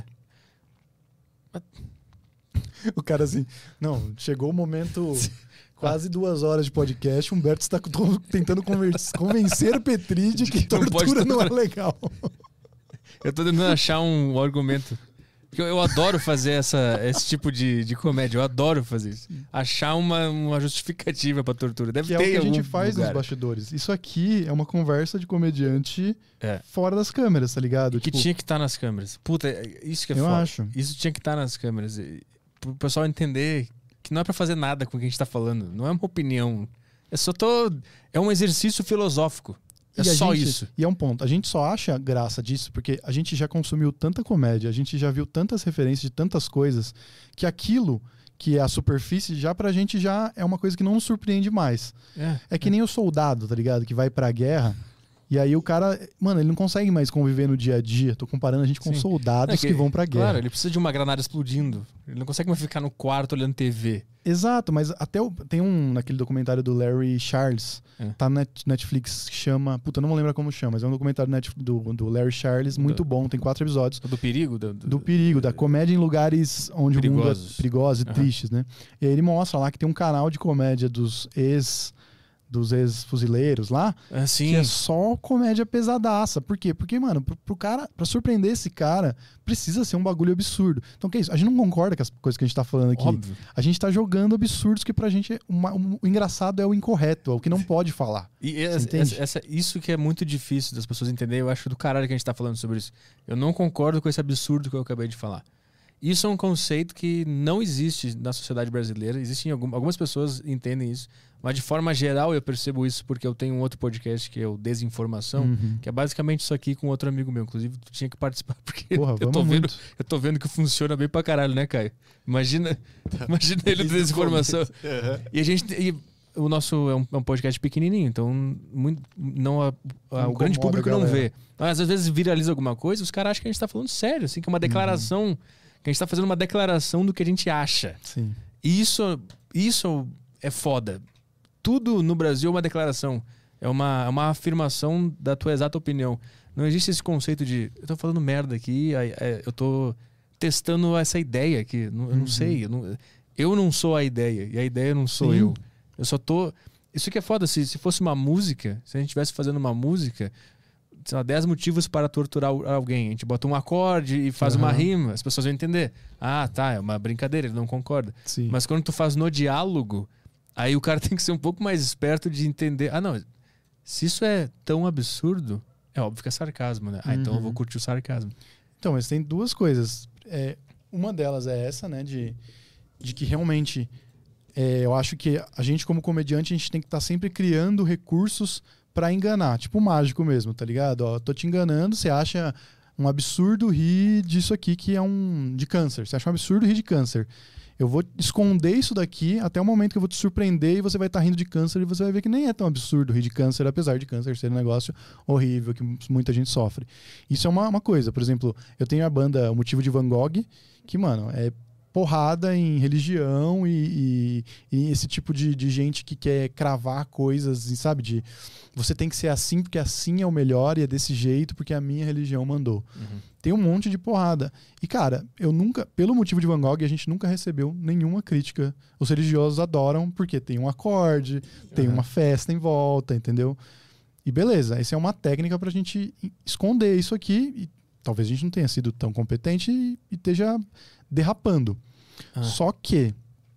S3: O cara assim, não, chegou o momento... Quase duas horas de podcast, o Humberto está tentando conversa, convencer o Petri de que
S1: Não pode
S3: tortura não é
S1: torturar.
S3: legal.
S1: Eu tô tentando achar um argumento. Porque eu, eu adoro fazer essa, esse tipo de, de comédia. Eu adoro fazer isso. Achar uma, uma justificativa pra tortura. Deve
S3: Que é
S1: ter
S3: o que a
S1: em
S3: gente
S1: algum
S3: faz
S1: lugar.
S3: nos bastidores. Isso aqui é uma conversa de comediante
S1: É.
S3: fora das câmeras, tá ligado?
S1: Que
S3: Tipo,
S1: tinha que estar nas câmeras. Puta, isso que é
S3: eu
S1: foda.
S3: acho.
S1: Isso tinha que estar nas câmeras. E, pro pessoal entender que não é pra fazer nada com o que a gente tá falando. Não é uma opinião. É só tô... É um exercício filosófico. É
S3: E a
S1: só
S3: gente-
S1: isso.
S3: E é um ponto. A gente só acha graça disso porque a gente já consumiu tanta comédia, a gente já viu tantas referências de tantas coisas, que aquilo que é a superfície já pra gente já é uma coisa que não nos surpreende mais.
S1: É.
S3: É que nem o soldado, tá ligado? Que vai pra guerra e aí o cara, mano, ele não consegue mais conviver no dia a dia. Tô comparando a gente com
S1: Sim.
S3: soldados
S1: É
S3: que, vão pra guerra.
S1: Claro, ele precisa de uma granada explodindo. Ele não consegue mais ficar no quarto olhando T V.
S3: Exato, mas até o- tem um naquele documentário do Larry Charles,
S1: É.
S3: tá na Net- Netflix, que chama. Puta, eu não vou lembrar como chama, mas é um documentário net- do, do Larry Charles, muito bom, tem quatro episódios.
S1: Do perigo? Do, do-
S3: Do perigo, da comédia em lugares onde o mundo
S1: Perigosos.
S3: é perigoso e
S1: Aham.
S3: tristes, né? E aí ele mostra lá que tem um canal de comédia dos ex dos ex-fuzileiros lá,
S1: Ah, sim.
S3: que é só comédia pesadaça. Por quê? Porque, mano, pro, pro cara, pra surpreender esse cara, precisa ser um bagulho absurdo. Então, que é isso? A gente não concorda com as coisas que a gente tá falando aqui.
S1: Óbvio.
S3: A gente tá jogando absurdos que pra gente, é uma- um- o engraçado é o incorreto, é o que não pode falar.
S1: E essa,
S3: entende?
S1: essa- essa- isso que é muito difícil das pessoas entenderem, eu acho do caralho que a gente tá falando sobre isso. Eu não concordo com esse absurdo que eu acabei de falar. Isso é um conceito que não existe na sociedade brasileira. Existem algum, algumas pessoas entendem isso, mas de forma geral eu percebo isso porque eu tenho um outro podcast que é o Desinformação,
S3: Uhum.
S1: que é basicamente isso aqui com outro amigo meu. Inclusive, tu tinha que participar porque
S3: Porra,
S1: eu, tô
S3: vamos
S1: vendo,
S3: muito.
S1: eu tô vendo que funciona bem pra caralho, né, Caio? Imagina, imagina ele do
S2: Desde o
S1: Desinformação.
S2: começo. Aham.
S1: E a gente. E o nosso é um, é um podcast pequenininho, então muito, não a- a- o grande
S3: incomoda
S1: público
S3: a
S1: não
S3: galera.
S1: vê. Mas às vezes viraliza alguma coisa, os caras acham que a gente tá falando sério, assim, que é uma declaração. Que a gente tá fazendo uma declaração do que a gente acha.
S3: Sim.
S1: E isso, isso é foda. Tudo no Brasil é uma declaração. É uma, é uma afirmação da tua exata opinião. Não existe esse conceito de eu tô falando merda aqui, aí, é, eu tô testando essa ideia aqui. Não- Eu não
S3: Uhum.
S1: sei. Eu não, eu não sou a ideia. E a ideia não sou
S3: Sim.
S1: eu. Eu só tô. Isso que é foda. Se, se fosse uma música, se a gente estivesse fazendo uma música, sei lá, dez motivos para torturar al- alguém. A gente bota um acorde e faz uma
S3: Aham.
S1: rima, as pessoas vão entender. Ah, tá, é uma brincadeira, ele não concorda.
S3: Sim.
S1: Mas quando tu faz no diálogo, aí o cara tem que ser um pouco mais esperto de entender. Ah, não, se isso é tão absurdo, é óbvio que é sarcasmo, né? Ah, então eu vou
S3: Uhum.
S1: curtir o sarcasmo.
S3: Então, mas tem duas coisas. É, uma delas é essa, né? De, de que realmente é, eu acho que a gente, como comediante, a gente tem que estar sempre criando recursos pra enganar. Tipo mágico mesmo, tá ligado? Ó, tô te enganando, você acha um absurdo rir disso aqui que é um de câncer. Você acha um absurdo rir de câncer. Eu vou esconder isso daqui até o momento que eu vou te surpreender e você vai estar rindo de câncer e você vai ver que nem é tão absurdo rir de câncer, apesar de câncer ser um negócio horrível que muita gente sofre. Isso é uma, uma coisa. Por exemplo, eu tenho a banda O Motivo de Van Gogh, que, mano, é porrada em religião e, e- e esse tipo de, de gente que quer cravar coisas, e sabe? De você tem que ser assim porque assim é o melhor e é desse jeito porque a minha religião mandou. Tem um monte de porrada. E, cara, eu nunca, pelo Motivo de Van Gogh, a gente nunca recebeu nenhuma crítica. Os religiosos adoram porque tem um acorde, tem
S1: Uhum.
S3: uma festa em volta, entendeu? E beleza, essa é uma técnica pra gente esconder isso aqui e talvez a gente não tenha sido tão competente e, e esteja derrapando.
S1: Ah.
S3: Só que,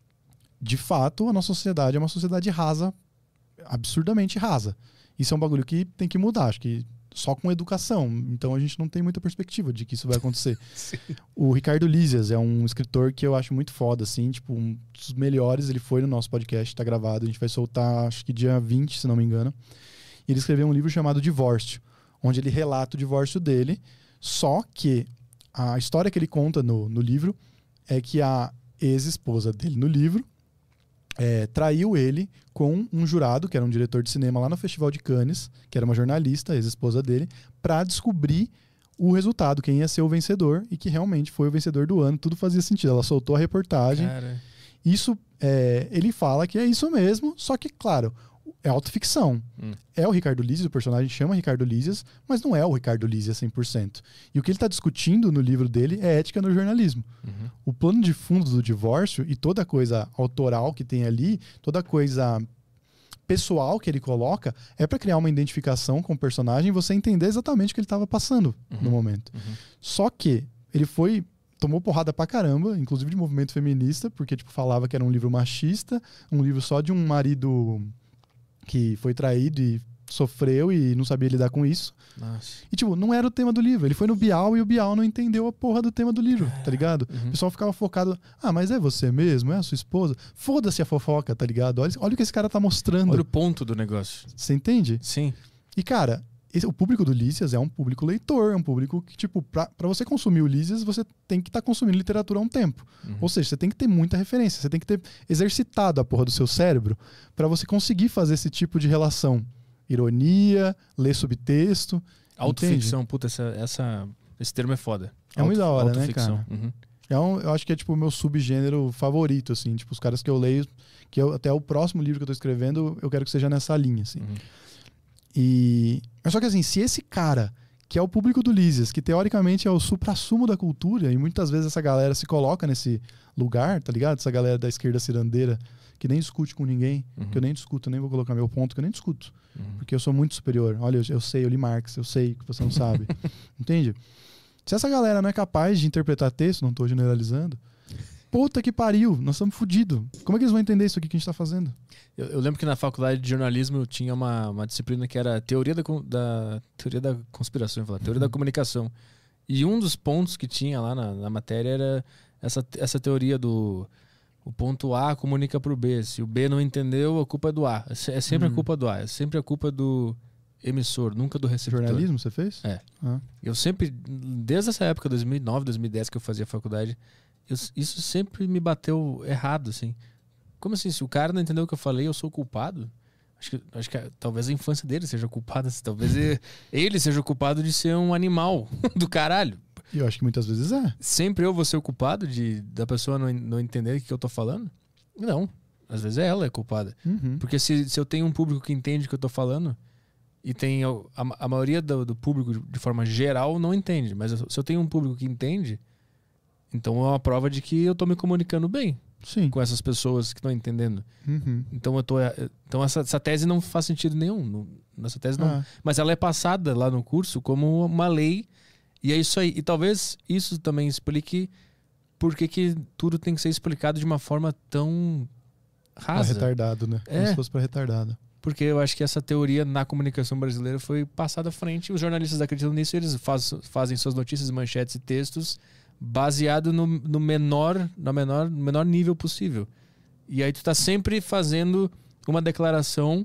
S3: de fato, a nossa sociedade é uma sociedade rasa, absurdamente rasa. Isso é um bagulho que tem que mudar, acho que só com educação. Então a gente não tem muita perspectiva de que isso vai acontecer.
S1: Sim.
S3: O Ricardo Lízias é um escritor que eu acho muito foda, assim, tipo, um dos melhores. Ele foi no nosso podcast, tá gravado. A gente vai soltar, acho que dia vinte, se não me engano. E ele escreveu um livro chamado Divórcio, onde ele relata o divórcio dele. Só que a história que ele conta no, no livro é que a ex-esposa dele no livro é, traiu ele com um jurado, que era um diretor de cinema lá no Festival de Cannes, que era uma jornalista, ex-esposa dele, para descobrir o resultado, quem ia ser o vencedor, e que realmente foi o vencedor do ano. Tudo fazia sentido. Ela soltou a reportagem.
S1: Cara.
S3: Isso, é, ele fala que é isso mesmo, só que, claro, é autoficção.
S1: Hum.
S3: É o Ricardo Lísias, o personagem chama Ricardo Lísias, mas não é o Ricardo Lísias cem por cento. E o que ele está discutindo no livro dele é ética no jornalismo.
S1: Uhum.
S3: O plano de fundo do divórcio e toda a coisa autoral que tem ali, toda a coisa pessoal que ele coloca, é para criar uma identificação com o personagem e você entender exatamente o que ele estava passando
S1: Uhum.
S3: no momento.
S1: Uhum.
S3: Só que ele foi... tomou porrada pra caramba, inclusive de movimento feminista, porque tipo, falava que era um livro machista, um livro só de um marido que foi traído e sofreu e não sabia lidar com isso.
S1: Nossa.
S3: E tipo, não era o tema do livro. Ele foi no Bial e o Bial não entendeu a porra do tema do livro, tá ligado?
S1: Uhum.
S3: O pessoal ficava focado, ah, mas é você mesmo? É a sua esposa? Foda-se a fofoca, tá ligado? Olha, olha o que esse cara tá mostrando.
S1: Olha o ponto do negócio.
S3: Você entende?
S1: Sim.
S3: E cara... Esse, o público do Lísias é um público leitor, é um público que, tipo, pra, pra você consumir o Lísias, você tem que estar tá consumindo literatura há um tempo.
S1: Uhum.
S3: Ou seja, você tem que ter muita referência, você tem que ter exercitado a porra do seu cérebro pra você conseguir fazer esse tipo de relação. Ironia, ler subtexto.
S1: Autoficção, puta, essa, essa, esse termo é foda.
S3: É muito da hora, né,
S1: Autoficção.
S3: cara?
S1: Uhum.
S3: É um, eu acho que é, tipo, o meu subgênero favorito, assim. Tipo, os caras que eu leio, que eu, até o próximo livro que eu tô escrevendo, eu quero que seja nessa linha, assim.
S1: Uhum.
S3: E... Mas só que assim, se esse cara, que é o público do Lísias, que teoricamente é o suprassumo da cultura, e muitas vezes essa galera se coloca nesse lugar, tá ligado? Essa galera da esquerda cirandeira, que nem discute com ninguém,
S1: Uhum.
S3: que eu nem discuto, eu nem vou colocar meu ponto, que eu nem discuto.
S1: Uhum.
S3: Porque eu sou muito superior. Olha, eu, eu sei, eu li Marx, eu sei que você não sabe. Entende? Se essa galera não é capaz de interpretar texto, não tô generalizando, puta que pariu, nós estamos fodidos. Como é que eles vão entender isso aqui que a gente tá fazendo?
S1: Eu, eu lembro que na faculdade de jornalismo eu tinha uma, uma disciplina que era teoria da, con- da teoria da conspiração, eu ia falar, teoria da comunicação. E um dos pontos que tinha lá na, na matéria era essa, essa teoria do o ponto A comunica pro B. Se o B não entendeu, a culpa é do A. É se- é sempre
S3: Uhum.
S1: a culpa do A. É sempre a culpa do emissor, nunca do receptor.
S3: Jornalismo você fez?
S1: É.
S3: Ah.
S1: Eu sempre, desde essa época, dois mil e nove, dois mil e dez, que eu fazia faculdade, eu- isso sempre me bateu errado, assim. Como assim? Se o cara não entendeu o que eu falei, eu sou o culpado? Acho que, acho que a- talvez a infância dele seja culpada, assim, talvez e- ele seja o culpado de ser um animal do caralho.
S3: E eu acho que muitas vezes é.
S1: Sempre eu vou ser o culpado de, da pessoa não, en- não entender o que eu tô falando? Não. Às vezes é ela é culpada.
S3: Uhum.
S1: Porque se, se eu tenho um público que entende o que eu tô falando, e tem a, a maioria do, do público, de forma geral, não entende. Mas se eu tenho um público que entende, então é uma prova de que eu tô me comunicando bem
S3: Sim.
S1: com essas pessoas que estão entendendo.
S3: Uhum.
S1: Então eu tô. Então essa, essa tese não faz sentido nenhum. Não, essa tese não.
S3: Ah,
S1: Mas ela é passada lá no curso como uma lei. E é isso aí. E talvez isso também explique por que, que tudo tem que ser explicado de uma forma tão
S3: pra
S1: rasa.
S3: retardado, né? Como
S1: É.
S3: se fosse pra retardado.
S1: Porque eu acho que essa teoria na comunicação brasileira foi passada à frente. Os jornalistas acreditam nisso e eles faz, fazem suas notícias, manchetes e textos baseado no, no menor, no menor, no menor nível possível. E aí tu tá sempre fazendo uma declaração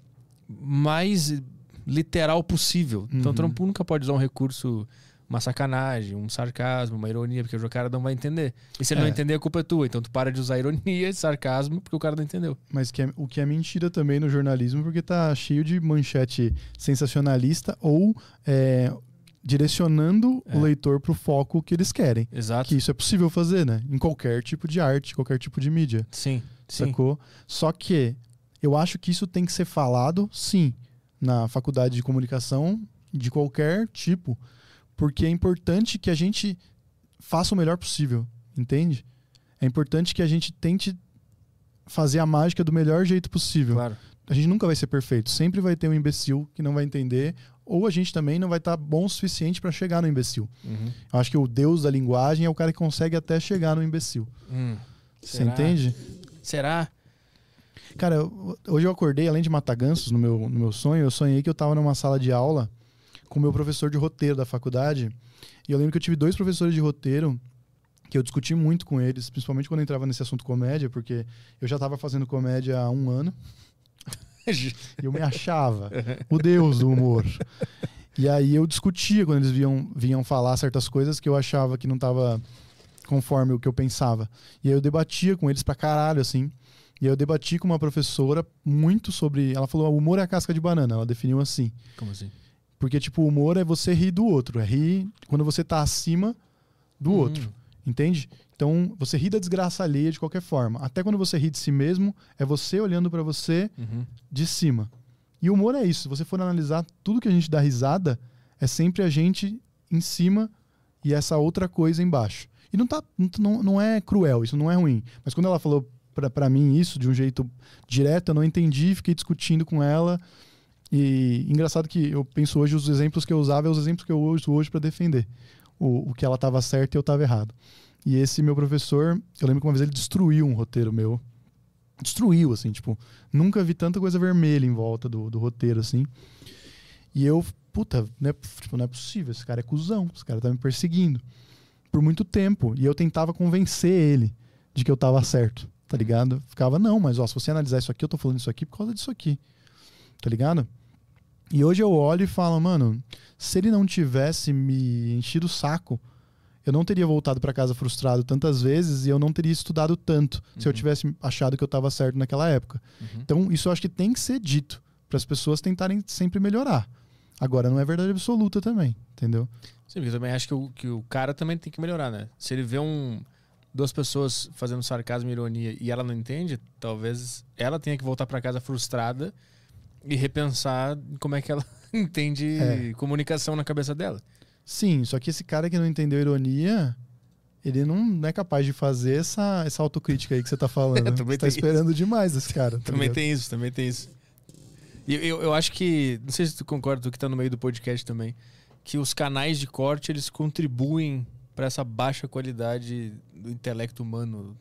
S1: mais literal possível. Então tu
S3: Uhum.
S1: não, nunca pode usar um recurso, uma sacanagem, um sarcasmo, uma ironia, porque o cara não vai entender. E se ele
S3: É.
S1: não entender, a culpa é tua. Então tu para de usar ironia e sarcasmo porque o cara não entendeu.
S3: Mas que é- o que é mentira também no jornalismo, porque tá cheio de manchete sensacionalista ou é, direcionando
S1: É.
S3: o leitor pro foco que eles querem.
S1: Exato.
S3: Que isso é possível fazer, né? Em qualquer tipo de arte, qualquer tipo de mídia.
S1: Sim, sim.
S3: Sacou? Só que eu acho que isso tem que ser falado, sim, na faculdade de comunicação de qualquer tipo, porque é importante que a gente faça o melhor possível, entende? É importante que a gente tente fazer a mágica do melhor jeito possível.
S1: Claro.
S3: A gente nunca vai ser perfeito, sempre vai ter um imbecil que não vai entender, ou a gente também não vai estar bom o suficiente para chegar no imbecil.
S1: Uhum.
S3: Eu acho que o deus da linguagem é o cara que consegue até chegar no imbecil.
S1: Hum.
S3: Você
S1: Será?
S3: entende?
S1: Será?
S3: Cara, eu- hoje eu acordei, além de matar gansos no meu, no meu sonho, eu sonhei que eu tava numa sala de aula com o meu professor de roteiro da faculdade. E eu lembro que eu tive dois professores de roteiro que eu discuti muito com eles, principalmente quando eu entrava nesse assunto comédia, porque eu já tava fazendo comédia há um ano e eu me achava o deus do humor. E aí eu discutia quando eles vinham, vinham falar certas coisas que eu achava que não tava conforme o que eu pensava. E aí eu debatia com eles pra caralho, assim. E aí eu debati com uma professora muito sobre... Ela falou, o humor é a casca de banana. Ela definiu assim.
S1: Como assim?
S3: Porque, tipo, o humor é você rir do outro. É rir quando você tá acima do
S1: Hum.
S3: outro. Entende? Então, você ri da desgraça alheia de qualquer forma. Até quando você ri de si mesmo, é você olhando pra você
S1: Uhum.
S3: de cima. E o humor é isso. Se você for analisar, tudo que a gente dá risada é sempre a gente em cima e essa outra coisa embaixo. E não, tá, não, não é cruel, isso não é ruim. Mas quando ela falou pra, pra mim isso de um jeito direto, eu não entendi, fiquei discutindo com ela. E engraçado que eu penso hoje, os exemplos que eu usava é os exemplos que eu uso hoje pra defender. O, o que ela tava certo e eu tava errado. E esse meu professor, eu lembro que uma vez ele destruiu um roteiro meu. Destruiu, assim, tipo, nunca vi tanta coisa vermelha em volta do, do roteiro, assim. E eu, puta, não é, tipo, não é possível, esse cara é cuzão, esse cara tá me perseguindo. Por muito tempo. E eu tentava convencer ele de que eu tava certo, tá ligado? Ficava, não, mas ó, se você analisar isso aqui, eu tô falando isso aqui por causa disso aqui, tá ligado? E hoje eu olho e falo, mano, se ele não tivesse me enchido o saco, eu não teria voltado pra casa frustrado tantas vezes e eu não teria estudado tanto uhum. se eu tivesse achado que eu tava certo naquela época. Uhum. Então, isso eu acho que tem que ser dito para as pessoas tentarem sempre melhorar. Agora, não é verdade absoluta também, entendeu?
S1: Sim, porque eu também acho que o, que o cara também tem que melhorar, né? Se ele vê um, duas pessoas fazendo sarcasmo e ironia e ela não entende, talvez ela tenha que voltar pra casa frustrada e repensar como é que ela entende é. comunicação na cabeça dela.
S3: Sim, só que esse cara que não entendeu ironia, ele não é capaz de fazer essa, essa autocrítica aí que você tá falando. É, você tá esperando isso. demais desse cara. Tá
S1: também
S3: ligado?
S1: tem isso, também tem isso. E eu, eu acho que, não sei se tu concorda, tu que tá no meio do podcast também, que os canais de corte, eles contribuem para essa baixa qualidade do intelecto humano.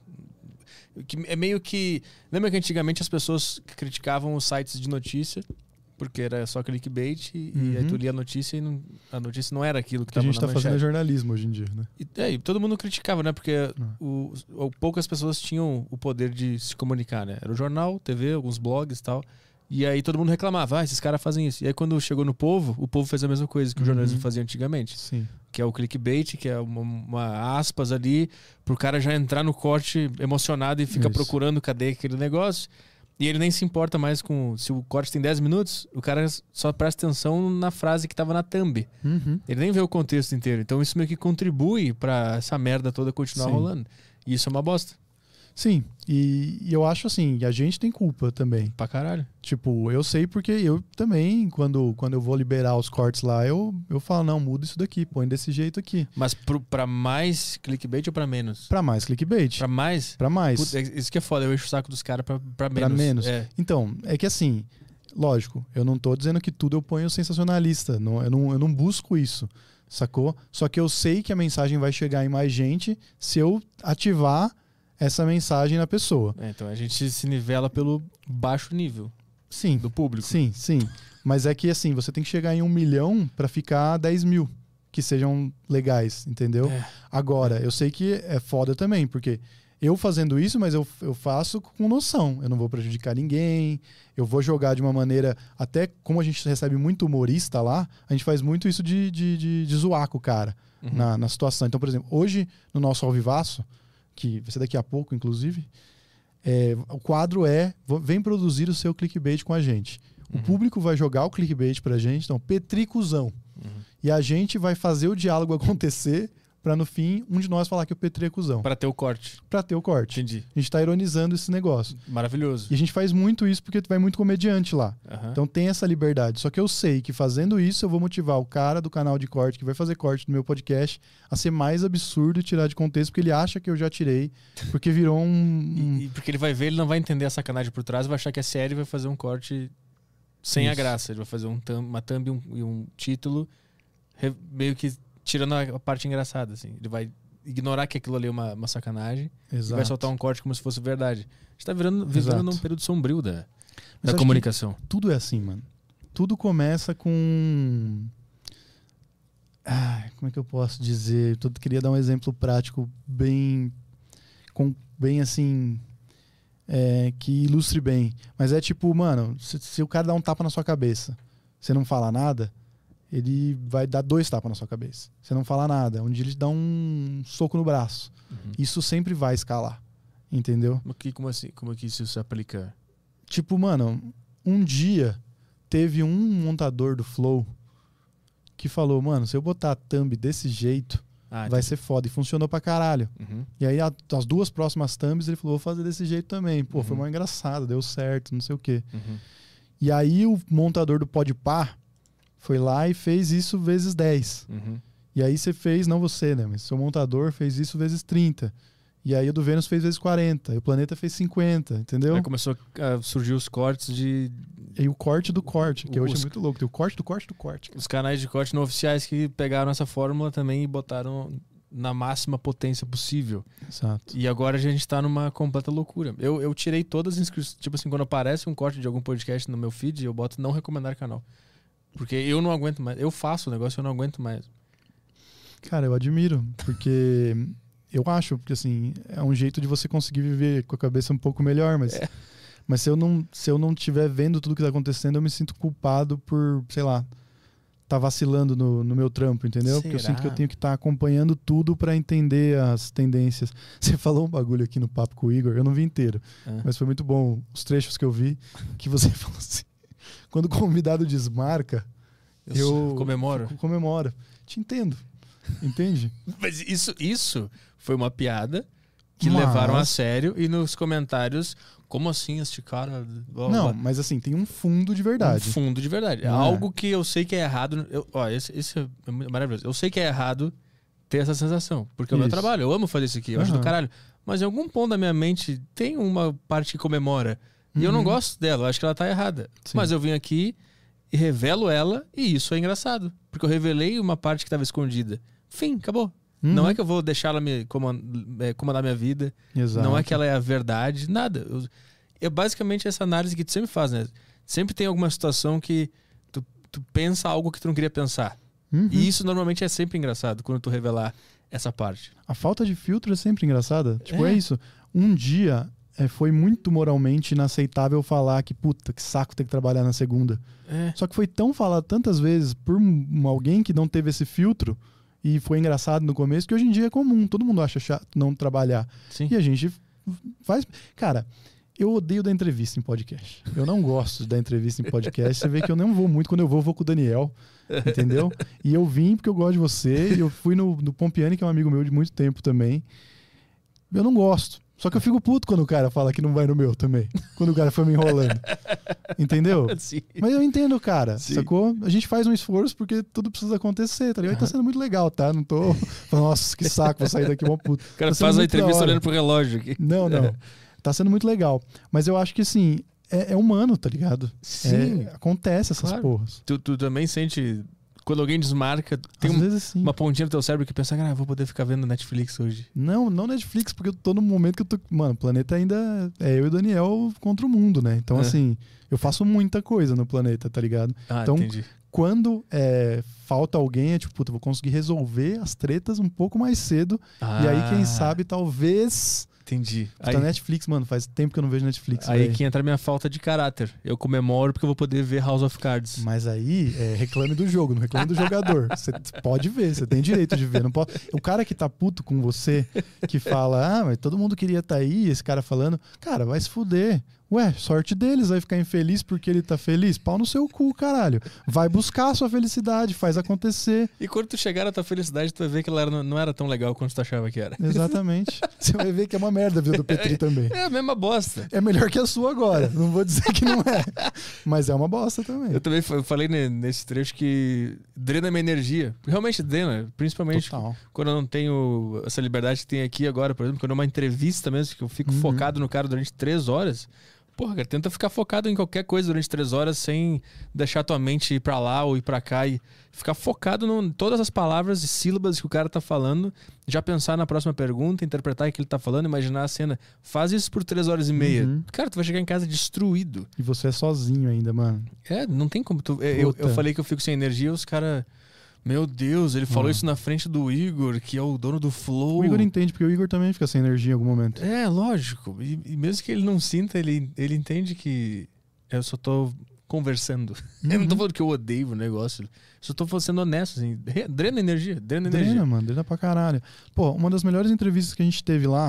S1: Que é meio que... Lembra que antigamente as pessoas criticavam os sites de notícia porque era só clickbait e, uhum. e aí tu lia a notícia e não, a notícia não era aquilo que, que
S3: a gente
S1: tava
S3: tá
S1: na
S3: fazendo jornalismo hoje em dia, né?
S1: E, é, e todo mundo criticava, né? Porque uhum. o, o, poucas pessoas tinham o poder de se comunicar, né? Era o jornal, T V, alguns blogs e tal. E aí todo mundo reclamava, ah, esses caras fazem isso. E aí quando chegou no Povo, o Povo fez a mesma coisa que o jornalismo uhum. fazia antigamente.
S3: Sim.
S1: Que é o clickbait, que é uma, uma aspas ali pro cara já entrar no corte emocionado e fica isso. procurando cadê aquele negócio. E ele nem se importa mais com... Se o corte tem dez minutos, o cara só presta atenção na frase que tava na thumb.
S3: Uhum.
S1: Ele nem vê o contexto inteiro. Então isso meio que contribui pra essa merda toda continuar Sim. rolando. E isso é uma bosta.
S3: Sim, e, e eu acho assim, a gente tem culpa também.
S1: Pra caralho.
S3: Tipo, eu sei porque eu também, quando, quando eu vou liberar os cortes lá, eu, eu falo, não, muda isso daqui, põe desse jeito aqui.
S1: Mas pro, pra mais clickbait ou pra menos?
S3: Pra mais clickbait.
S1: Pra mais?
S3: Pra mais.
S1: Puta, isso que é foda, eu encho o saco dos caras pra, pra menos.
S3: Pra menos.
S1: É.
S3: Então, é que assim, lógico, eu não tô dizendo que tudo eu ponho sensacionalista, não, eu, não, eu não busco isso, sacou? Só que eu sei que a mensagem vai chegar em mais gente se eu ativar essa mensagem na pessoa.
S1: É, então a gente se nivela pelo baixo nível
S3: sim,
S1: do público.
S3: Sim, sim. Mas é que assim, você tem que chegar em um milhão pra ficar dez mil que sejam legais, entendeu?
S1: É.
S3: Agora, eu sei que é foda também, porque eu fazendo isso, mas eu, eu faço com noção. Eu não vou prejudicar ninguém, eu vou jogar de uma maneira... Até como a gente recebe muito humorista lá, a gente faz muito isso de, de, de, de zoar com o cara uhum. na, na situação. Então, por exemplo, hoje, no nosso Ao Vivaço, que vai ser daqui a pouco, inclusive, é, o quadro é, vem produzir o seu clickbait com a gente. O uhum. público vai jogar o clickbait pra gente, então, Petricuzão. Uhum. E a gente vai fazer o diálogo acontecer pra, no fim, um de nós falar que o Petri é cuzão.
S1: Pra ter o corte.
S3: Pra ter o corte.
S1: Entendi.
S3: A gente tá ironizando esse negócio.
S1: Maravilhoso.
S3: E a gente faz muito isso porque vai muito comediante lá.
S1: Uhum.
S3: Então tem essa liberdade. Só que eu sei que fazendo isso eu vou motivar o cara do canal de corte que vai fazer corte no meu podcast a ser mais absurdo e tirar de contexto porque ele acha que eu já tirei, porque virou um... um...
S1: E, e porque ele vai ver, ele não vai entender a sacanagem por trás, vai achar que é sério e vai fazer um corte sem isso. a graça. Ele vai fazer um thumb, uma thumb e um, um título meio que tirando a parte engraçada, assim. Ele vai ignorar que aquilo ali é uma, uma sacanagem
S3: Exato.
S1: E vai soltar um corte como se fosse verdade. A gente tá virando, vivendo num período sombrio da, da comunicação.
S3: Tudo é assim, mano. Tudo começa com... Ah, como é que eu posso dizer? Eu queria dar um exemplo prático bem... Com, bem assim... É, que ilustre bem. Mas é tipo, mano, se, se o cara dá um tapa na sua cabeça, você não fala nada... ele vai dar dois tapas na sua cabeça. Você não fala nada. Um dia ele te dá um soco no braço. Uhum. Isso sempre vai escalar. Entendeu?
S1: Como que, como assim? Como que isso se aplica?
S3: Tipo, mano, um dia teve um montador do Flow que falou, mano, se eu botar a thumb desse jeito,
S1: Ah,
S3: vai
S1: entendi.
S3: ser foda. E funcionou pra caralho.
S1: Uhum.
S3: E aí, a- as duas próximas thumbs, ele falou, vou fazer desse jeito também. Pô, foi
S1: Uhum.
S3: mó engraçado, deu certo, não sei o quê.
S1: Uhum.
S3: E aí, o montador do Podpah foi lá e fez isso vezes dez.
S1: Uhum.
S3: E aí você fez, não você, né? Mas seu montador fez isso vezes trinta. E aí o do Vênus fez vezes quarenta. E o Planeta fez cinquenta, entendeu?
S1: Aí começou a surgir os cortes de...
S3: E o corte do corte, que eu
S1: Os-
S3: achei muito louco. Tem o corte do corte do corte.
S1: Os canais de corte não oficiais que pegaram essa fórmula também e botaram na máxima potência possível.
S3: Exato.
S1: E agora a gente tá numa completa loucura. Eu, eu tirei todas as inscrições. Tipo assim, quando aparece um corte de algum podcast no meu feed, eu boto não recomendar canal. Porque eu não aguento mais. Eu faço o negócio, eu não aguento mais.
S3: Cara, eu admiro, porque eu acho que assim, é um jeito de você conseguir viver com a cabeça um pouco melhor, mas,
S1: É.
S3: mas se eu não se eu não estiver vendo tudo que tá acontecendo, eu me sinto culpado por, sei lá, tá vacilando no, no meu trampo, entendeu? Porque eu
S1: Será?
S3: sinto que eu tenho que estar acompanhando tudo pra entender as tendências. Você falou um bagulho aqui no papo com o Igor, eu não vi inteiro,
S1: É.
S3: mas foi muito bom os trechos que eu vi, que você falou assim, quando o convidado desmarca, eu
S1: comemoro.
S3: fico- comemoro. Te entendo. Entende?
S1: Mas isso, isso foi uma piada que
S3: Mas-
S1: levaram a sério e nos comentários, como assim este cara... blá, blá,
S3: Não,
S1: blá.
S3: mas assim, tem um fundo de verdade.
S1: Um fundo de verdade. É
S3: Não é?
S1: algo que eu sei que é errado. Eu, ó, esse, esse é maravilhoso. Eu sei que é errado ter essa sensação. Porque é o meu
S3: Isso.
S1: trabalho. Eu amo fazer isso aqui. Eu acho do
S3: Aham.
S1: caralho. Mas em algum ponto da minha mente tem uma parte que comemora. E eu não
S3: Uhum.
S1: gosto dela. Eu acho que ela tá errada.
S3: Sim.
S1: Mas eu vim aqui e revelo ela. E isso é engraçado. Porque eu revelei uma parte que estava escondida. Fim, acabou.
S3: Uhum.
S1: Não é que eu vou deixar ela me coman- eh, comandar minha vida.
S3: Exato.
S1: Não é que ela é a verdade, nada. Eu, é basicamente essa análise que tu sempre faz, né? Sempre tem alguma situação que tu, tu pensa algo que tu não queria pensar.
S3: Uhum.
S1: E isso normalmente é sempre engraçado quando tu revelar essa parte.
S3: A falta de filtro é sempre engraçada. Tipo, é,
S1: É.
S3: isso. Um dia é, foi muito moralmente inaceitável falar que, puta, que saco ter que trabalhar na segunda.
S1: É.
S3: Só que foi tão falado tantas vezes por um- alguém que não teve esse filtro e foi engraçado no começo que hoje em dia é comum. Todo mundo acha chato não trabalhar.
S1: Sim.
S3: E a gente faz. Cara, eu odeio dar entrevista em podcast. Eu não gosto da entrevista em podcast. Você vê que eu não vou muito. Quando eu vou, eu vou com o Daniel. Entendeu? E eu vim porque eu gosto de você. E eu fui no, no Pompiani, que é um amigo meu de muito tempo também. Eu não gosto. Só que eu fico puto quando o cara fala que não vai no meu também. Quando o cara foi me enrolando. Entendeu?
S1: Sim.
S3: Mas eu entendo, cara.
S1: Sim.
S3: Sacou? A gente faz um esforço porque tudo precisa acontecer, tá ligado? E tá sendo muito legal, tá? Não tô. falando, Nossa, que saco, vou sair daqui uma puta.
S1: O cara
S3: Tá sendo
S1: faz a
S3: muito da
S1: entrevista
S3: hora.
S1: olhando pro relógio aqui.
S3: Não, não. Tá sendo muito legal. Mas eu acho que, assim, é, é humano, tá ligado?
S1: Sim.
S3: É, acontece essas
S1: Claro.
S3: porras.
S1: Tu, tu também sente... Quando alguém desmarca, tem
S3: Às
S1: um-
S3: vezes sim.
S1: uma pontinha no teu cérebro que pensa, ah, vou poder ficar vendo Netflix hoje.
S3: Não, não Netflix, porque eu tô num momento que eu tô. Mano, o planeta ainda é eu e o Daniel contra o mundo, né? Então,
S1: É.
S3: assim, eu faço muita coisa no planeta, tá ligado?
S1: Ah,
S3: Então,
S1: entendi.
S3: Quando é, falta alguém, é tipo, puta, eu vou conseguir resolver as tretas um pouco mais cedo. E aí, quem
S1: Ah,
S3: sabe, talvez.
S1: Entendi.
S3: Tá
S1: Aí,
S3: Netflix, mano. Faz tempo que eu não vejo Netflix.
S1: aí
S3: velho.
S1: que entra a minha falta de caráter. Eu comemoro porque eu vou poder ver House of Cards.
S3: Mas aí, é, reclame do jogo, não reclame do jogador. Você pode ver, você tem direito de ver. Não pode... O cara que tá puto com você, que fala, ah, mas todo mundo queria estar aí, esse cara falando, cara, vai se fuder. Ué, sorte deles, vai ficar infeliz porque ele tá feliz? Pau no seu cu, caralho. Vai buscar a sua felicidade, faz acontecer.
S1: E quando tu chegar na tua felicidade, tu vai ver que ela era- não era tão legal quanto tu achava que era.
S3: Exatamente. Você vai ver que é uma merda a vida do Petri também.
S1: É a mesma bosta.
S3: É melhor que a sua agora. Não vou dizer que não é. Mas é uma bosta também.
S1: Eu também fa- eu falei ne- nesse trecho que drena minha energia. Realmente drena, principalmente
S3: Total.
S1: quando eu não tenho essa liberdade que tem aqui agora, por exemplo, quando é uma entrevista mesmo, que eu fico
S3: Uhum.
S1: focado no cara durante três horas. Porra, cara, tenta ficar focado em qualquer coisa durante três horas sem deixar tua mente ir pra lá ou ir pra cá e ficar focado em todas as palavras e sílabas que o cara tá falando, já pensar na próxima pergunta, interpretar o que ele tá falando, imaginar a cena. Faz isso por três horas e meia.
S3: Uhum.
S1: Cara, tu vai chegar em casa destruído.
S3: E você é sozinho ainda, mano.
S1: É, não tem como tu... Eu, eu
S3: Puta.
S1: falei que eu fico sem energia, os caras... Meu Deus, ele falou
S3: Uhum.
S1: isso na frente do Igor, que é o dono do Flow.
S3: O Igor entende, porque o Igor também fica sem energia em algum momento.
S1: É, lógico. E, e mesmo que ele não sinta, ele, ele entende que eu só tô conversando. Eu não tô
S3: Uhum.
S1: falando que eu odeio o negócio. Só tô sendo honesto, assim. Re- Drena energia, drena energia.
S3: Drena, mano, drena pra caralho. Pô, uma das melhores entrevistas que a gente teve lá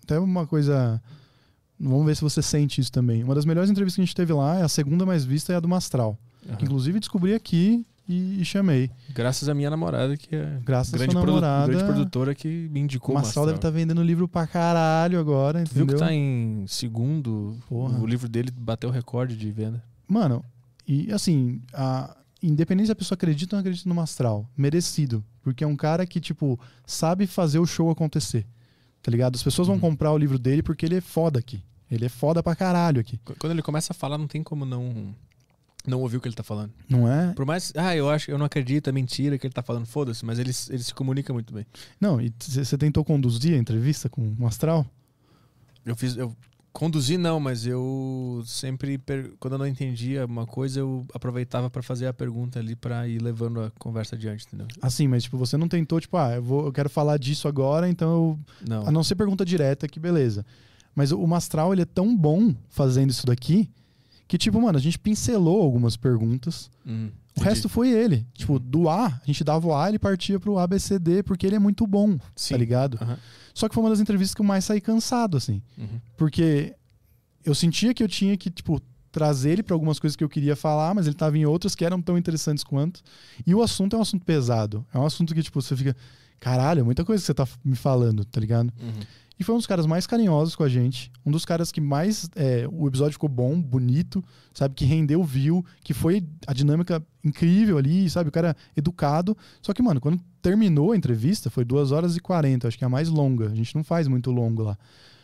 S3: até uma coisa... Vamos ver se você sente isso também. Uma das melhores entrevistas que a gente teve lá, é a segunda mais vista, é a do Mastral.
S1: Uhum.
S3: Que inclusive descobri aqui e, e chamei.
S1: Graças à minha namorada, que é
S3: Graças
S1: grande,
S3: à sua
S1: produ
S3: namorada,
S1: grande produtora que me indicou
S3: o
S1: o
S3: Mastral deve estar
S1: Mastral.
S3: vendendo livro pra caralho agora,
S1: Tu viu
S3: entendeu?
S1: que tá em segundo?
S3: Porra.
S1: O livro dele bateu o recorde de venda.
S3: Mano, e assim, a, independente se a pessoa acredita ou não acredita no Mastral, merecido. Porque é um cara que, tipo, sabe fazer o show acontecer. Tá ligado? As pessoas vão
S1: Uhum.
S3: comprar o livro dele porque ele é foda aqui. Ele é foda pra caralho aqui.
S1: Qu- Quando ele começa a falar, não tem como não, não ouvir o que ele tá falando.
S3: Não é?
S1: Por mais, ah, eu acho, eu não acredito, é mentira que ele tá falando, foda-se, mas ele, ele se comunica muito bem.
S3: Não, e você tentou conduzir a entrevista com o Mastral?
S1: Eu fiz, eu conduzi não, mas eu sempre, per- quando eu não entendia uma coisa, eu aproveitava pra fazer a pergunta ali pra ir levando a conversa adiante, entendeu?
S3: Assim, mas tipo, você não tentou, tipo, ah, eu, vou, eu quero falar disso agora, então eu...
S1: Não.
S3: A não ser pergunta direta, que beleza. Mas o Mastral, ele é tão bom fazendo isso daqui, que tipo, mano, a gente pincelou algumas perguntas.
S1: Hum,
S3: O
S1: entendi.
S3: resto foi ele. Tipo, do A, a gente dava o A, ele partia pro A, B, C, D, porque ele é muito bom,
S1: Sim.
S3: tá ligado?
S1: Aham.
S3: Só que foi uma das entrevistas que eu mais saí cansado, assim.
S1: Uhum.
S3: Porque eu sentia que eu tinha que, tipo, trazer ele pra algumas coisas que eu queria falar, mas ele tava em outras que eram tão interessantes quanto. E o assunto é um assunto pesado. É um assunto que, tipo, você fica... Caralho, é muita coisa que você tá me falando, tá ligado?
S1: Uhum.
S3: E foi um dos caras mais carinhosos com a gente. Um dos caras que mais... é, o episódio ficou bom, bonito, sabe? Que rendeu view, que foi a dinâmica incrível ali, sabe? O cara educado. Só que, mano, quando terminou a entrevista, foi duas horas e quarenta, acho que é a mais longa. A gente não faz muito longo lá.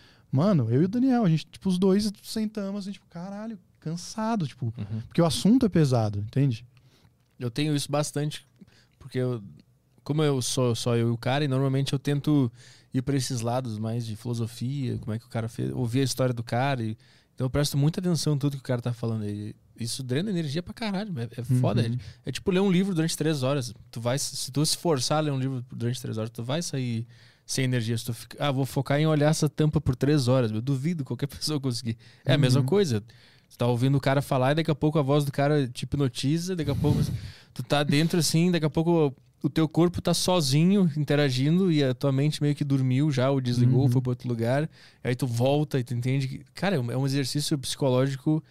S3: Mano, eu e o Daniel, a gente, tipo, os dois sentamos, assim, tipo, caralho, cansado, tipo...
S1: Uhum.
S3: Porque o assunto é pesado, entende?
S1: Eu tenho isso bastante, porque eu, como eu sou só eu e o cara, e normalmente eu tento ir para esses lados mais de filosofia, como é que o cara fez, ouvir a história do cara, e, então eu presto muita atenção em tudo que o cara tá falando. E isso drena energia pra caralho, é, é foda.
S3: Uhum.
S1: É, é tipo ler um livro durante três horas. Tu vai, se tu se forçar a ler um livro durante três horas, tu vai sair sem energia. Se tu fica, ah, vou focar em olhar essa tampa por três horas. Eu duvido qualquer pessoa conseguir. É a
S3: Uhum.
S1: mesma coisa. Tu tá ouvindo o cara falar e daqui a pouco a voz do cara te hipnotiza, daqui a pouco tu tá dentro assim, daqui a pouco o teu corpo tá sozinho interagindo e a tua mente meio que dormiu já, ou desligou,
S3: Uhum.
S1: foi pra outro lugar. Aí tu volta e tu entende que, cara, é um é um exercício psicológico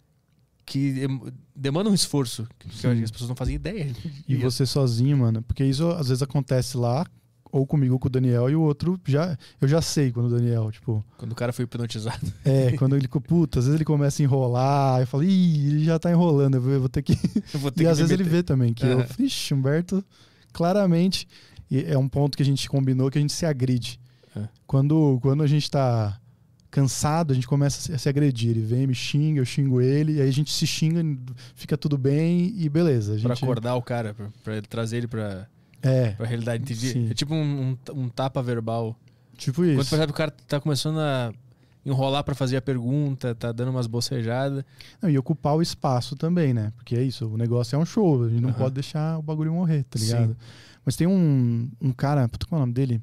S1: que em- demanda um esforço, que eu acho que as pessoas não fazem ideia.
S3: E você sozinho, mano. Porque isso às vezes acontece lá, ou comigo ou com o Daniel, e o outro já... Eu já sei quando o Daniel, tipo...
S1: Quando o cara foi hipnotizado.
S3: É, quando ele... Puta, às vezes ele começa a enrolar, eu falo, ih, ele já tá enrolando, eu vou, eu vou ter que...
S1: Eu vou ter
S3: E
S1: que
S3: às
S1: me
S3: vezes ele
S1: meter.
S3: vê também, que eu...
S1: Aham.
S3: Ixi, Humberto, claramente... E é um ponto que a gente combinou que a gente se agride.
S1: É.
S3: Quando, quando a gente tá cansado, a gente começa a se- a se agredir. Ele vem, me xinga, eu xingo ele, e aí a gente se xinga, fica tudo bem e beleza. A gente...
S1: Pra acordar o cara, pra, pra trazer ele pra,
S3: É,
S1: pra realidade. Entendi.
S3: Sim.
S1: É tipo um, um, um tapa verbal.
S3: tipo
S1: Quando,
S3: isso.
S1: por exemplo, o cara tá começando a enrolar pra fazer a pergunta, tá dando umas bocejadas.
S3: Não, e ocupar o espaço também, né? Porque é isso, o negócio é um show, a gente não
S1: Aham.
S3: pode deixar o bagulho morrer, tá
S1: Sim.
S3: ligado? Mas tem um, um cara, puta, qual é o nome dele?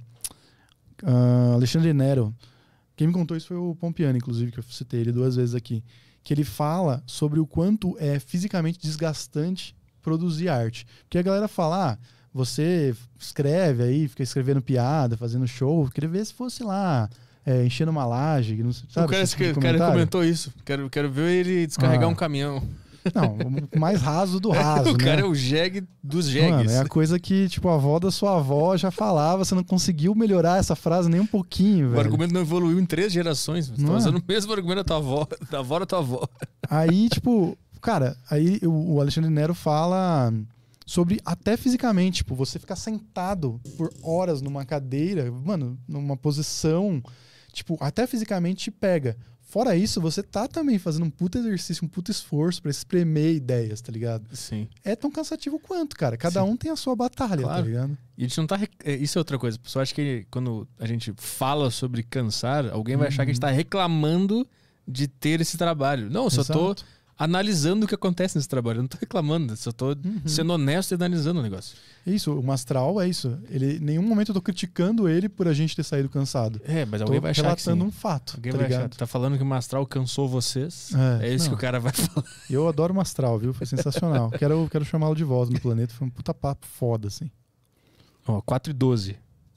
S3: Ah, Alexandre Nero. Quem me contou isso foi o Pompiani, inclusive, que eu citei ele duas vezes aqui. Que ele fala sobre o quanto é fisicamente desgastante produzir arte. Porque a galera fala, ah, você escreve aí, fica escrevendo piada, fazendo show, queria ver se fosse lá, é, enchendo uma laje, não sei, sabe?
S1: o cara,
S3: esse tipo de
S1: o cara
S3: comentário?
S1: comentou isso. Quero, quero ver ele descarregar
S3: Ah.
S1: um caminhão.
S3: Não, o mais raso do raso,
S1: o
S3: né?
S1: cara é o jegue dos
S3: Mano,
S1: jegues.
S3: é a coisa que, tipo, a avó da sua avó já falava, você não conseguiu melhorar essa frase nem um pouquinho,
S1: O
S3: velho.
S1: argumento não evoluiu em três gerações. Você
S3: Não
S1: tá
S3: é?
S1: usando o mesmo argumento da tua avó, da avó da tua avó.
S3: Aí, tipo, cara, aí o o Alexandre Nero fala sobre até fisicamente, tipo, você ficar sentado por horas numa cadeira, mano, numa posição, tipo, até fisicamente te pega. Fora isso, você tá também fazendo um puta exercício, um puta esforço pra espremer ideias, tá ligado?
S1: Sim.
S3: É tão cansativo quanto, cara. Cada
S1: Sim.
S3: um tem a sua batalha,
S1: Claro.
S3: tá ligado?
S1: E a gente não tá. rec- é, Isso é outra coisa. O pessoal acha que quando a gente fala sobre cansar, alguém vai achar que a gente tá reclamando de ter esse trabalho. Não, eu só tô
S3: Exato.
S1: analisando o que acontece nesse trabalho. Eu não tô reclamando, eu só tô
S3: Uhum.
S1: sendo honesto e analisando o negócio.
S3: Isso, o Mastral é isso. Ele, em nenhum momento eu tô criticando ele por a gente ter saído cansado.
S1: É, mas
S3: Tô
S1: alguém vai achar que sim.
S3: relatando um fato,
S1: Alguém
S3: tá
S1: vai achar.
S3: ligado?
S1: Tu tá falando que o Mastral cansou vocês.
S3: É,
S1: É, isso
S3: não.
S1: que o cara vai falar.
S3: Eu adoro o Mastral, viu? Foi sensacional. quero quero chamá-lo de volta no planeta. Foi um puta papo foda, assim.
S1: Ó, quatro e doze.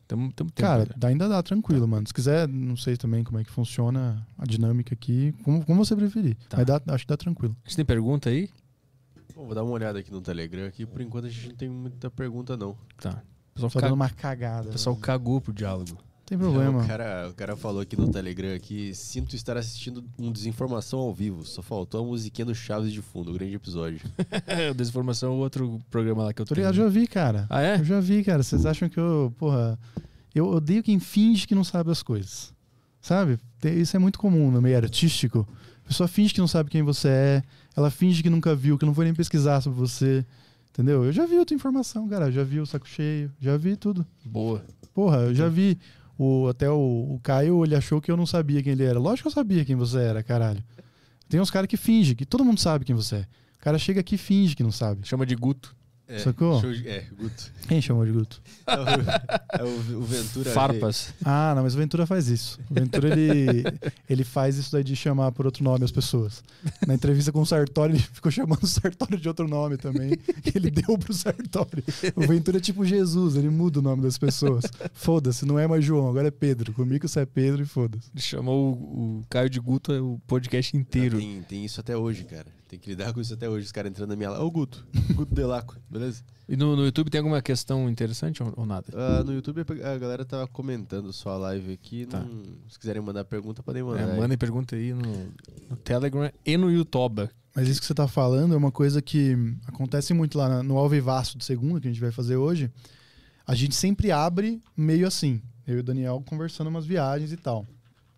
S1: Tamo, tamo
S3: Cara,
S1: tempo,
S3: dá- ainda dá, tranquilo, mano. Se quiser, não sei também como é que funciona a dinâmica aqui, como, como você preferir.
S1: Tá.
S3: Mas dá, acho que dá tranquilo.
S1: A gente tem pergunta aí?
S2: Bom, vou dar uma olhada aqui no Telegram aqui. Por enquanto a gente não tem muita pergunta, não.
S1: Tá. O pessoal,
S3: Só
S1: ca-
S3: dando uma cagada.
S1: o pessoal
S3: né?
S1: cagou pro diálogo.
S3: Não tem problema.
S2: O cara, o cara falou aqui no Telegram aqui, sinto estar assistindo um Desinformação ao vivo. Só faltou a musiquinha do Chaves de fundo, o grande episódio.
S1: Desinformação, outro programa lá que eu
S3: Tô
S1: tenho.
S3: ligado, já vi, cara.
S1: Ah, é?
S3: Eu já vi, cara. Vocês acham que eu, porra... Eu odeio quem finge que não sabe as coisas. Sabe? Tem- Isso é muito comum no meio artístico. A pessoa finge que não sabe quem você é, ela finge que nunca viu, que não foi nem pesquisar sobre você. Entendeu? Eu já vi outra informação, cara. Eu já vi o saco cheio, já vi tudo.
S1: Boa.
S3: Porra, eu já vi. O, até o, o Caio, ele achou que eu não sabia quem ele era. Lógico que eu sabia quem você era, caralho. Tem uns caras que fingem, que todo mundo sabe quem você é. O cara chega aqui e finge que não sabe.
S1: Chama de Guto.
S2: É,
S3: Sacou?
S2: show de- é, Guto.
S3: Quem chamou de Guto?
S2: É o, é o- o Ventura.
S1: Farpas.
S3: Ah, não, mas o Ventura faz isso. O Ventura, ele, ele faz isso daí de chamar por outro nome as pessoas. Na entrevista com o Sartori, ele ficou chamando o Sartori de outro nome também, que ele deu pro Sartori. O Ventura é tipo Jesus, ele muda o nome das pessoas. Foda-se, não é mais João, agora é Pedro. Comigo você é Pedro e foda-se.
S1: Ele chamou o, o Caio de Guto o podcast inteiro.
S2: Tem, tem isso até hoje, cara. Tem que lidar com isso até hoje. Os caras entrando na minha live. Ô, Guto. Guto Delaco, beleza?
S1: E no, no YouTube tem alguma questão interessante ou, ou nada?
S2: Ah, no YouTube a galera tava comentando só a live aqui.
S1: Tá.
S2: Não- se quiserem mandar pergunta, podem mandar.
S1: É, mandem pergunta aí no, no Telegram e no YouTube.
S3: Mas isso que você tá falando é uma coisa que acontece muito lá na- no Ao Vivaço de segunda, que a gente vai fazer hoje. A gente sempre abre meio assim. Eu e o Daniel conversando umas viagens e tal.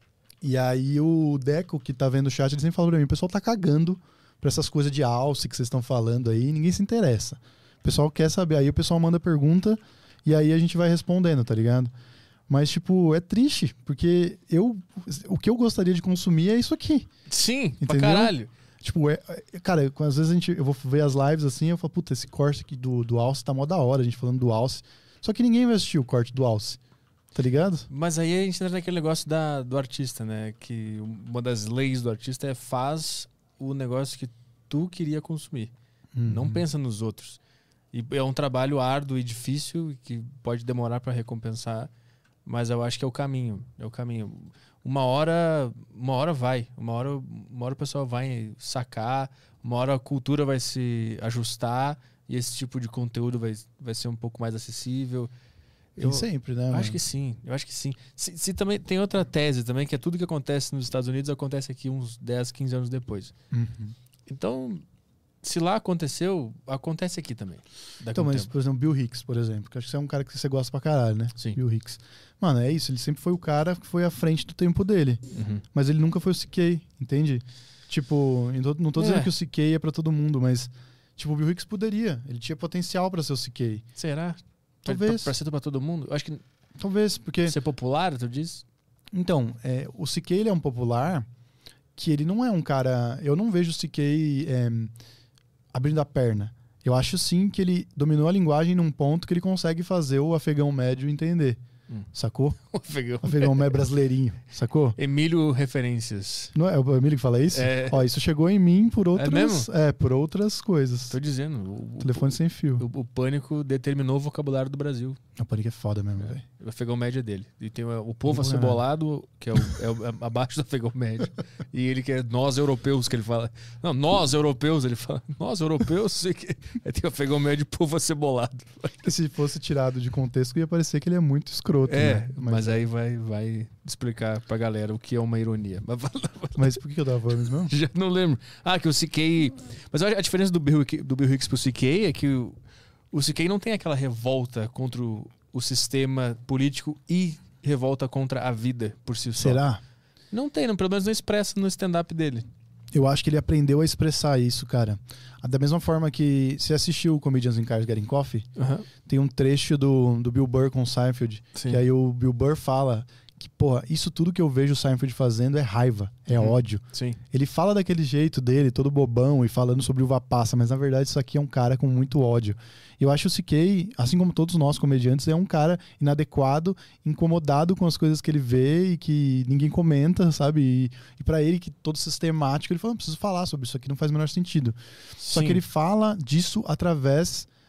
S3: E aí o Deco, que tá vendo o chat, ele sempre fala pra mim, o pessoal tá cagando pra essas coisas de alce que vocês estão falando aí, ninguém se interessa. O pessoal quer saber, aí o pessoal manda pergunta e aí a gente vai respondendo, tá ligado? Mas, tipo, é triste, porque eu, o que eu gostaria de consumir é isso aqui.
S1: Sim, pra
S3: Entendeu?
S1: caralho.
S3: Tipo, é, é- cara, às vezes a gente, eu vou ver as lives assim, eu falo, puta, esse corte aqui do, do Alce tá mó da hora, a gente falando do Alce. Só que ninguém vai assistir o corte do Alce, tá ligado?
S1: Mas aí a gente entra naquele negócio da, do artista, né? Que uma das leis do artista é faz o negócio que tu queria consumir. Não
S3: Uhum.
S1: pensa nos outros. E é um trabalho árduo e difícil que pode demorar pra recompensar, mas eu acho que é o caminho. É o caminho. Uma hora, uma hora vai. Uma hora, uma hora o pessoal vai sacar, uma hora a cultura vai se ajustar e esse tipo de conteúdo vai, vai ser um pouco mais acessível.
S3: Tem sempre, né?
S1: Eu
S3: mano?
S1: acho que sim, eu acho que sim. Se, se também tem outra tese também, que é tudo que acontece nos Estados Unidos acontece aqui uns dez, quinze anos depois.
S3: Uhum.
S1: Então, se lá aconteceu, acontece aqui também. Daqui
S3: Então,
S1: a um
S3: mas,
S1: tempo.
S3: por exemplo, Bill Hicks, por exemplo, que acho que você é um cara que você gosta pra caralho, né?
S1: Sim.
S3: Bill Hicks. Mano, é isso, ele sempre foi o cara que foi à frente do tempo dele.
S1: Uhum.
S3: Mas ele nunca foi o C K, entende? Tipo, eu tô- não tô dizendo
S1: É.
S3: que o C K é pra todo mundo, mas, tipo, o Bill Hicks poderia. Ele tinha potencial pra ser o C K.
S1: Será?
S3: Talvez.
S1: Pra, pra ser pra todo mundo? Eu acho que
S3: Talvez, porque...
S1: ser popular, tu diz?
S3: Então, é, o C K ele é um popular que ele não é um cara... Eu não vejo o C K é, abrindo a perna. Eu acho sim que ele dominou a linguagem num ponto que ele consegue fazer o afegão médio entender.
S1: Hum.
S3: Sacou?
S1: O afegão.
S3: Afegão médio brasileirinho. Sacou?
S1: Emílio Referências.
S3: Não é o Emílio que fala isso?
S1: É.
S3: Ó, isso chegou em mim por outras...
S1: mesmo?
S3: É, por outras coisas.
S1: Tô dizendo. O, o-
S3: Telefone sem fio.
S1: o, o Pânico determinou o vocabulário do Brasil.
S3: O Pânico é foda mesmo, velho.
S1: O afegão médio é dele. E tem o, o povo
S3: Não vou
S1: acebolado, que é, o, é, o- é abaixo do afegão médio. E ele que é nós europeus, que ele fala. Não, nós europeus, ele fala. Nós europeus, sei que. Aí tem o afegão médio e povo acebolado.
S3: Porque se fosse tirado de contexto, ia parecer que ele é muito escroto,
S1: É,
S3: né?
S1: mas, aí vai, vai explicar pra galera o que é uma ironia. Mas vai lá, vai lá.
S3: Mas por que que eu tava falando isso mesmo?
S1: Já não lembro. Ah, que o C K. Mas eu acho que a diferença do Bill, Hick- do Bill Hicks pro C K é que o, o C K não tem aquela revolta contra o, o sistema político e revolta contra a vida por si só.
S3: Será?
S1: Não tem, não, pelo menos não expressa no stand-up dele.
S3: Eu acho que ele aprendeu a expressar isso, cara. Da mesma forma que você assistiu o Comedians in Cars Getting Coffee, tem um trecho do, do Bill Burr com o Seinfeld,
S1: Sim.
S3: que aí o Bill Burr fala que, porra, isso tudo que eu vejo o Seinfeld fazendo é raiva, é
S1: Uhum.
S3: ódio.
S1: Sim.
S3: Ele fala daquele jeito dele, todo bobão e falando sobre uva passa, mas na verdade isso aqui é um cara com muito ódio. E eu acho que o C K, assim como todos nós comediantes, é um cara inadequado, incomodado com as coisas que ele vê e que ninguém comenta, sabe? E, e para ele, que todo sistemático, ele fala, não preciso falar sobre isso aqui, não faz o menor sentido. Só
S1: Sim.
S3: que ele fala disso através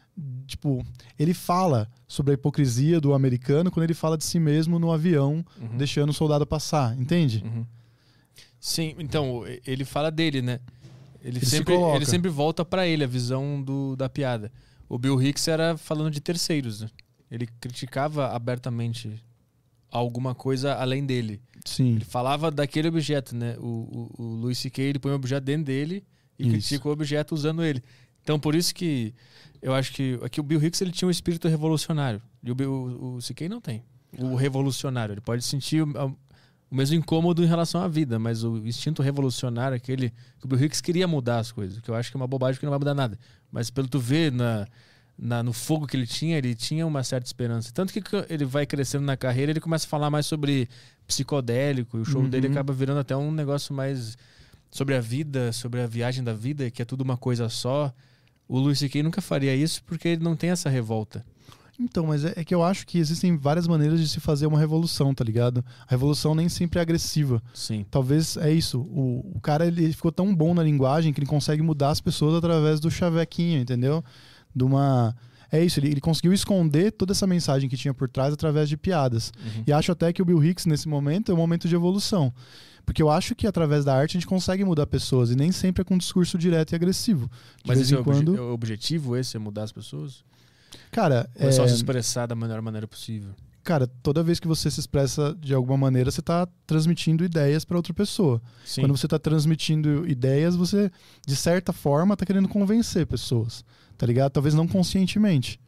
S3: tipo, ele fala sobre a hipocrisia do americano quando ele fala de si mesmo no avião,
S1: Uhum.
S3: deixando o soldado passar, entende?
S1: Uhum. Sim, então, ele fala dele, né? Ele,
S3: Ele se
S1: sempre,
S3: coloca.
S1: ele sempre volta pra ele, a visão do, da piada. O Bill Hicks era falando de terceiros, né? Ele criticava abertamente alguma coisa além dele.
S3: Sim.
S1: Ele falava daquele objeto, né? O, o, o Louis C K, ele põe um objeto dentro dele e
S3: Isso.
S1: critica o objeto usando ele. Então, por isso que eu acho que aqui o Bill Hicks ele tinha um espírito revolucionário. E o, Bill, o, o C K não tem. O revolucionário. Ele pode sentir o, o mesmo incômodo em relação à vida, mas o instinto revolucionário, aquele que o Bill Hicks queria mudar as coisas, que eu acho que é uma bobagem que não vai mudar nada. Mas pelo tu ver na, na, no fogo que ele tinha, ele tinha uma certa esperança. Tanto que ele vai crescendo na carreira, ele começa a falar mais sobre psicodélico, e o show
S3: Uhum.
S1: dele acaba virando até um negócio mais sobre a vida, sobre a viagem da vida, que é tudo uma coisa só. O Louis C K nunca faria isso porque ele não tem essa revolta.
S3: Então, mas é, é que eu acho que existem várias maneiras de se fazer uma revolução, tá ligado? A revolução nem sempre é agressiva.
S1: Sim.
S3: Talvez é isso. O, o cara ele ficou tão bom na linguagem que ele consegue mudar as pessoas através do chavequinho, entendeu? De uma... É isso, ele, ele conseguiu esconder toda essa mensagem que tinha por trás através de piadas.
S1: Uhum.
S3: E acho até que o Bill Hicks, nesse momento, é um momento de evolução. Porque eu acho que através da arte a gente consegue mudar pessoas e nem sempre é com um discurso direto e agressivo. De
S1: Mas
S3: vez
S1: esse
S3: em
S1: é o obje-
S3: quando.
S1: é o objetivo esse, é mudar as pessoas?
S3: Cara,
S1: Ou é só
S3: é,
S1: se expressar da melhor maneira possível?
S3: cara, toda vez que você se expressa de alguma maneira, você está transmitindo ideias para outra pessoa.
S1: Sim.
S3: Quando você está transmitindo ideias, você, de certa forma, está querendo convencer pessoas, tá ligado? Talvez não conscientemente.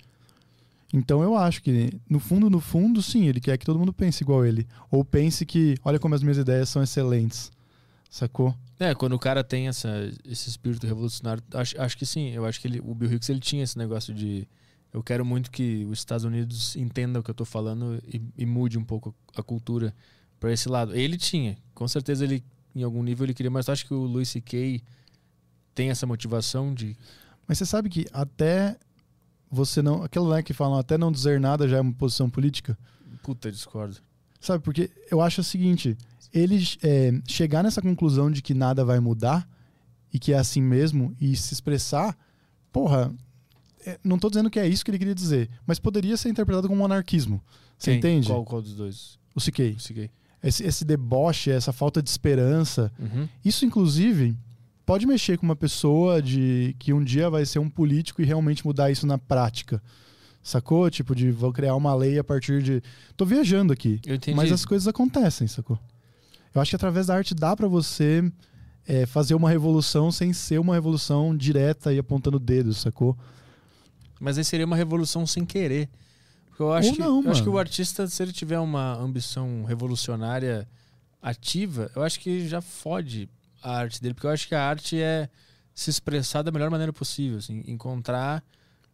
S3: Então eu acho que, no fundo, no fundo, sim, ele quer que todo mundo pense igual ele. Ou pense que, olha como as minhas ideias são excelentes. Sacou?
S1: É, quando o cara tem essa, esse espírito revolucionário, acho, acho que sim. Eu acho que ele, o Bill Hicks ele tinha esse negócio de eu quero muito que os Estados Unidos entendam o que eu tô falando e, e mude um pouco a cultura para esse lado. Ele tinha, com certeza ele em algum nível ele queria, mas eu acho que o Louis C K tem essa motivação de...
S3: Mas você sabe que até você não... Aquilo lá que falam, até não dizer nada já é uma posição política.
S1: Puta, discordo.
S3: Sabe, porque eu acho o seguinte, ele é, chegar nessa conclusão de que nada vai mudar e que é assim mesmo e se expressar, porra, é, não tô dizendo que é isso que ele queria dizer, mas poderia ser interpretado como um anarquismo. Você
S1: Quem?
S3: entende?
S1: Qual, qual dos dois?
S3: O C K.
S1: O C K.
S3: Esse, esse deboche, essa falta de esperança,
S1: Uhum.
S3: isso inclusive pode mexer com uma pessoa de que um dia vai ser um político e realmente mudar isso na prática. Sacou? Tipo, de vou criar uma lei a partir de... Tô viajando aqui.
S1: Eu entendi.
S3: Mas as coisas acontecem, sacou? Eu acho que através da arte dá pra você é, fazer uma revolução sem ser uma revolução direta e apontando dedos, sacou?
S1: Mas aí seria uma revolução sem querer. Porque eu acho,
S3: Ou
S1: que,
S3: não,
S1: eu acho que
S3: mano.
S1: o artista, se ele tiver uma ambição revolucionária ativa, eu acho que já fode a arte dele. Porque eu acho que a arte é se expressar da melhor maneira possível. Assim, encontrar...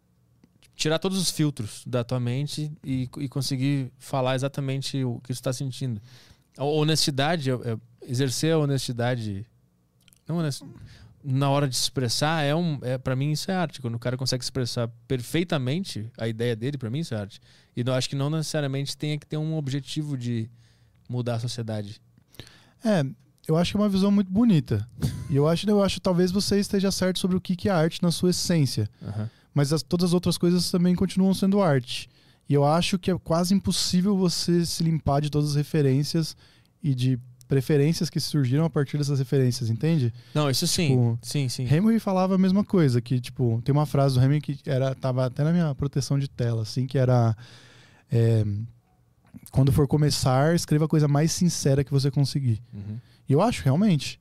S1: Tirar todos os filtros da tua mente e, e conseguir falar exatamente o que você está sentindo. A honestidade, é- é- exercer a honestidade não honest- na hora de se expressar, é um, é, para mim isso é arte. Quando o cara consegue expressar perfeitamente a ideia dele, para mim isso é arte. E eu acho que não necessariamente tenha que ter um objetivo de mudar a sociedade.
S3: É, eu acho que é uma visão muito bonita. E eu acho, eu acho talvez você esteja certo sobre o que que é arte na sua essência.
S1: Aham.
S3: Mas as, todas as outras coisas também continuam sendo arte. E eu acho que é quase impossível você se limpar de todas as referências e de preferências que surgiram a partir dessas referências, entende?
S1: Não, isso sim.
S3: Tipo,
S1: sim, sim.
S3: Hemingway falava a mesma coisa, que tipo, tem uma frase do Hemingway que era, tava até na minha proteção de tela, assim, que era é, quando for começar, escreva a coisa mais sincera que você conseguir.
S1: Uhum.
S3: E eu acho, realmente.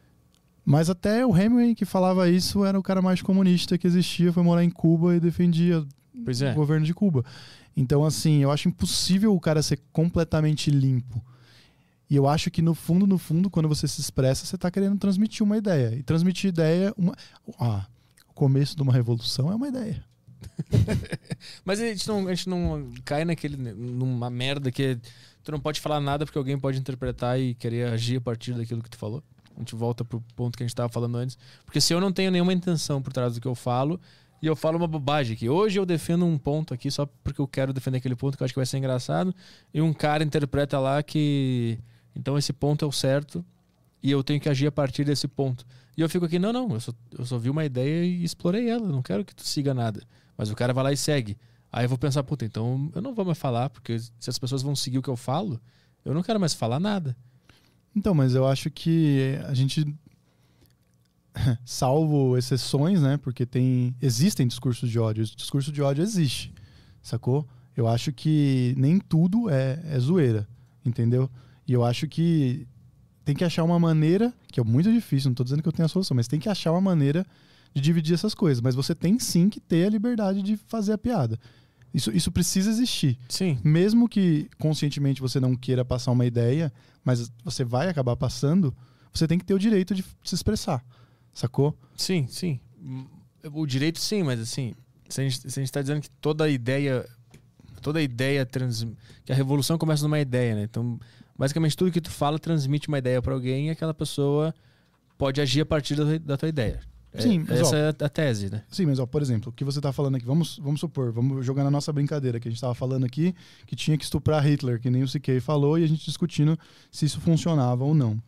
S3: Mas até o Hemingway que falava isso era o cara mais comunista que existia, foi morar em Cuba e defendia
S1: Pois é.
S3: o governo de Cuba. Então, assim, eu acho impossível o cara ser completamente limpo. E eu acho que no fundo, no fundo, quando você se expressa, você está querendo transmitir uma ideia. E transmitir ideia... Uma... Ah, o começo de uma revolução é uma ideia.
S1: Mas a gente, não, a gente não cai naquele, numa merda que tu não pode falar nada porque alguém pode interpretar e querer agir a partir daquilo que tu falou. A gente volta pro ponto que a gente estava falando antes. Porque se eu não tenho nenhuma intenção por trás do que eu falo, e eu falo uma bobagem aqui. Hoje eu defendo um ponto aqui só porque eu quero defender aquele ponto que eu acho que vai ser engraçado, e um cara interpreta lá que então esse ponto é o certo e eu tenho que agir a partir desse ponto. E eu fico aqui, não, não, eu só, eu só vi uma ideia e explorei ela, eu não quero que tu siga nada. Mas o cara vai lá e segue. Aí eu vou pensar, puta, então eu não vou mais falar, porque se as pessoas vão seguir o que eu falo, eu não quero mais falar nada.
S3: Então, mas eu acho que a gente, salvo exceções, né? Porque tem, existem discursos de ódio. O discurso de ódio existe, sacou? Eu acho que nem tudo é, é zoeira, entendeu? E eu acho que tem que achar uma maneira, que é muito difícil, não tô dizendo que eu tenho a solução, mas tem que achar uma maneira de dividir essas coisas. Mas você tem sim que ter a liberdade de fazer a piada. Isso, isso precisa existir.
S1: Sim.
S3: Mesmo que conscientemente você não queira passar uma ideia, mas você vai acabar passando, você tem que ter o direito de se expressar, sacou?
S1: Sim, sim. O direito sim, mas assim, se a gente, se a gente tá dizendo que toda ideia, toda ideia, trans, que a revolução começa numa ideia, né? Então, basicamente tudo que tu fala transmite uma ideia para alguém e aquela pessoa pode agir a partir da, da tua ideia.
S3: Sim,
S1: é,
S3: mas,
S1: essa
S3: ó,
S1: é a tese, né?
S3: Sim, mas ó, por exemplo, o que você tá falando aqui, vamos, vamos supor, vamos jogar na nossa brincadeira, que a gente tava falando aqui, que tinha que estuprar Hitler, que nem o C K falou, e a gente discutindo se isso funcionava ou não.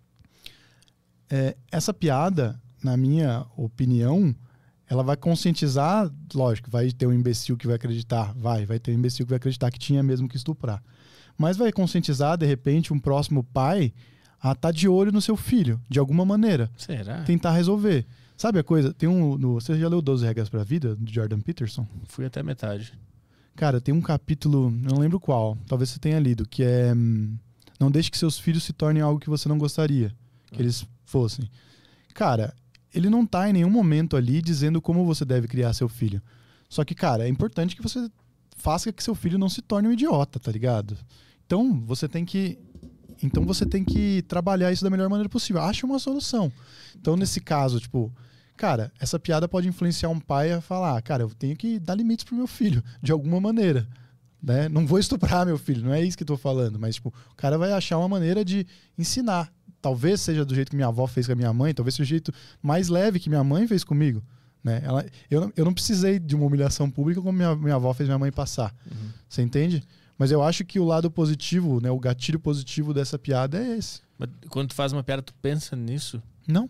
S3: É, essa piada, na minha opinião, ela vai conscientizar, lógico, vai ter um imbecil que vai acreditar, vai, vai ter um imbecil que vai acreditar que tinha mesmo que estuprar. Mas vai conscientizar, de repente, um próximo pai a estar de olho no seu filho, de alguma maneira.
S1: Será?
S3: Tentar resolver. Sabe a coisa? Tem um. No, você já leu doze Regras pra Vida, do Jordan Peterson?
S1: Fui até metade.
S3: Cara, tem um capítulo, eu não lembro qual, talvez você tenha lido, que é. Hum, não deixe que seus filhos se tornem algo que você não gostaria que ah. eles fossem. Cara, ele não tá em nenhum momento ali dizendo como você deve criar seu filho. Só que, cara, é importante que você faça que seu filho não se torne um idiota, tá ligado? Então, você tem que. Então você tem que trabalhar isso da melhor maneira possível. Acha uma solução. Então, nesse caso, tipo, cara, essa piada pode influenciar um pai a falar, cara, eu tenho que dar limites pro meu filho, de alguma maneira. Né? Não vou estuprar meu filho, não é isso que eu tô falando. Mas, tipo, o cara vai achar uma maneira de ensinar. Talvez seja do jeito que minha avó fez com a minha mãe, talvez seja do jeito mais leve que minha mãe fez comigo. Né? Ela, eu, eu não precisei de uma humilhação pública como minha, minha avó fez minha mãe passar. Uhum. Você entende? Mas eu acho que o lado positivo, né, o gatilho positivo dessa piada é esse.
S1: Mas quando tu faz uma piada, tu pensa nisso?
S3: Não.
S1: Tu